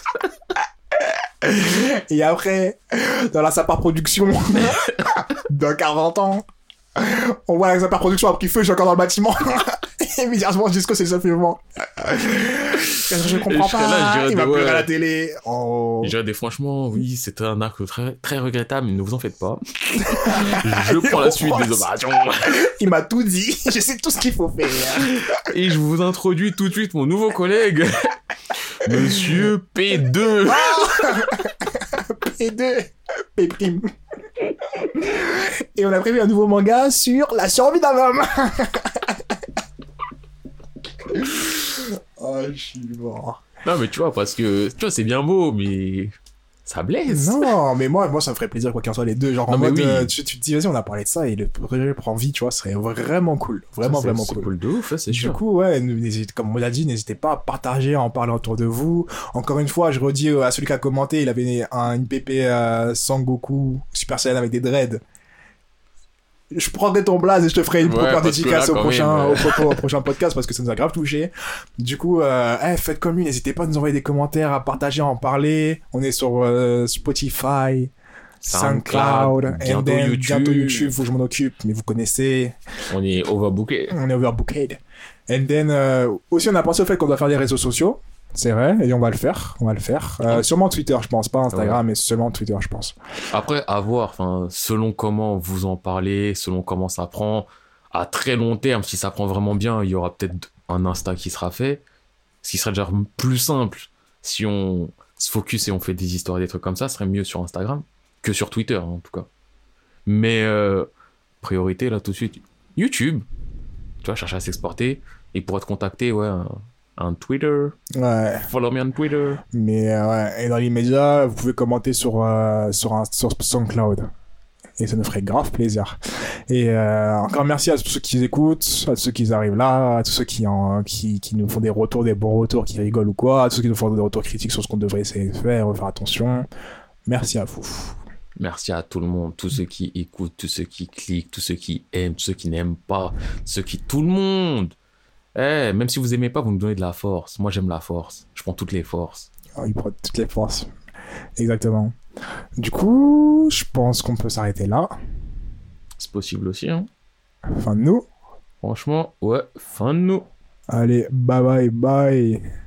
Et après, dans la Sapar Production, dans 40 ans, on voit la Sapar Production a pris feu, je suis encore dans le bâtiment. Et immédiatement, Jesco, c'est le seul film. Je comprends pas, là, il va pleurer à la télé. Oh. Je dirais franchement, oui, c'est un arc très, très regrettable, mais ne vous en faites pas. Je prends la suite des opérations. Il m'a tout dit, je sais tout ce qu'il faut faire. Et je vous introduis tout de suite mon nouveau collègue, Monsieur P2. P2, P'. Et on a prévu un nouveau manga sur la survie d'un homme. Oh, je suis mort. Non, mais tu vois, parce que, tu vois, c'est bien beau, mais ça blesse. Non, mais moi, ça me ferait plaisir, quoi qu'il en soit, les deux. Genre, non, en mode, oui. tu te dis, vas-y, on a parlé de ça, et le projet prend vie, tu vois, ce serait vraiment cool. Vraiment cool. C'est cool de ouf, c'est sûr. Du coup, ouais, comme on l'a dit, n'hésitez pas à partager, à en parler autour de vous. Encore une fois, je redis à celui qui a commenté, il avait une PP Sangoku Super Saiyan avec des dreads. Je prendrai ton blaze et je te ferai une proper dédicace au prochain podcast parce que ça nous a grave touché. Du coup, faites comme lui, n'hésitez pas à nous envoyer des commentaires, à partager, à en parler. On est sur Spotify, SoundCloud, bientôt YouTube, faut que je m'en occupe, mais vous connaissez. On est overbooked. And then, aussi on a pensé au fait qu'on doit faire des réseaux sociaux. C'est vrai, et on va le faire. Sûrement Twitter, je pense, pas Instagram, mais seulement Twitter, je pense. Après, à voir, selon comment vous en parlez, selon comment ça prend, à très long terme, si ça prend vraiment bien, il y aura peut-être un Insta qui sera fait, ce qui serait déjà plus simple. Si on se focus et on fait des histoires et des trucs comme ça, ce serait mieux sur Instagram que sur Twitter, en tout cas. Mais priorité, là, tout de suite, YouTube. Tu vois, chercher à s'exporter, et pour être contacté, ouais... un Twitter. Ouais. Follow me on Twitter. Mais ouais, et dans l'immédiat, vous pouvez commenter sur SoundCloud. Et ça nous ferait grave plaisir. Et encore merci à tous ceux qui écoutent, à tous ceux qui arrivent là, à tous ceux qui nous font des retours, des bons retours, qui rigolent ou quoi, à tous ceux qui nous font des retours critiques sur ce qu'on devrait essayer de faire, faire attention. Merci à vous. Merci à tout le monde, tous ceux qui écoutent, tous ceux qui cliquent, tous ceux qui aiment, tous ceux qui n'aiment pas, tout le monde. Même si vous aimez pas, vous nous donnez de la force. Moi, j'aime la force. Je prends toutes les forces. Oh, il prend toutes les forces. Exactement. Du coup, je pense qu'on peut s'arrêter là. C'est possible aussi, hein. Fin de nous. Franchement, ouais, fin de nous. Allez, bye.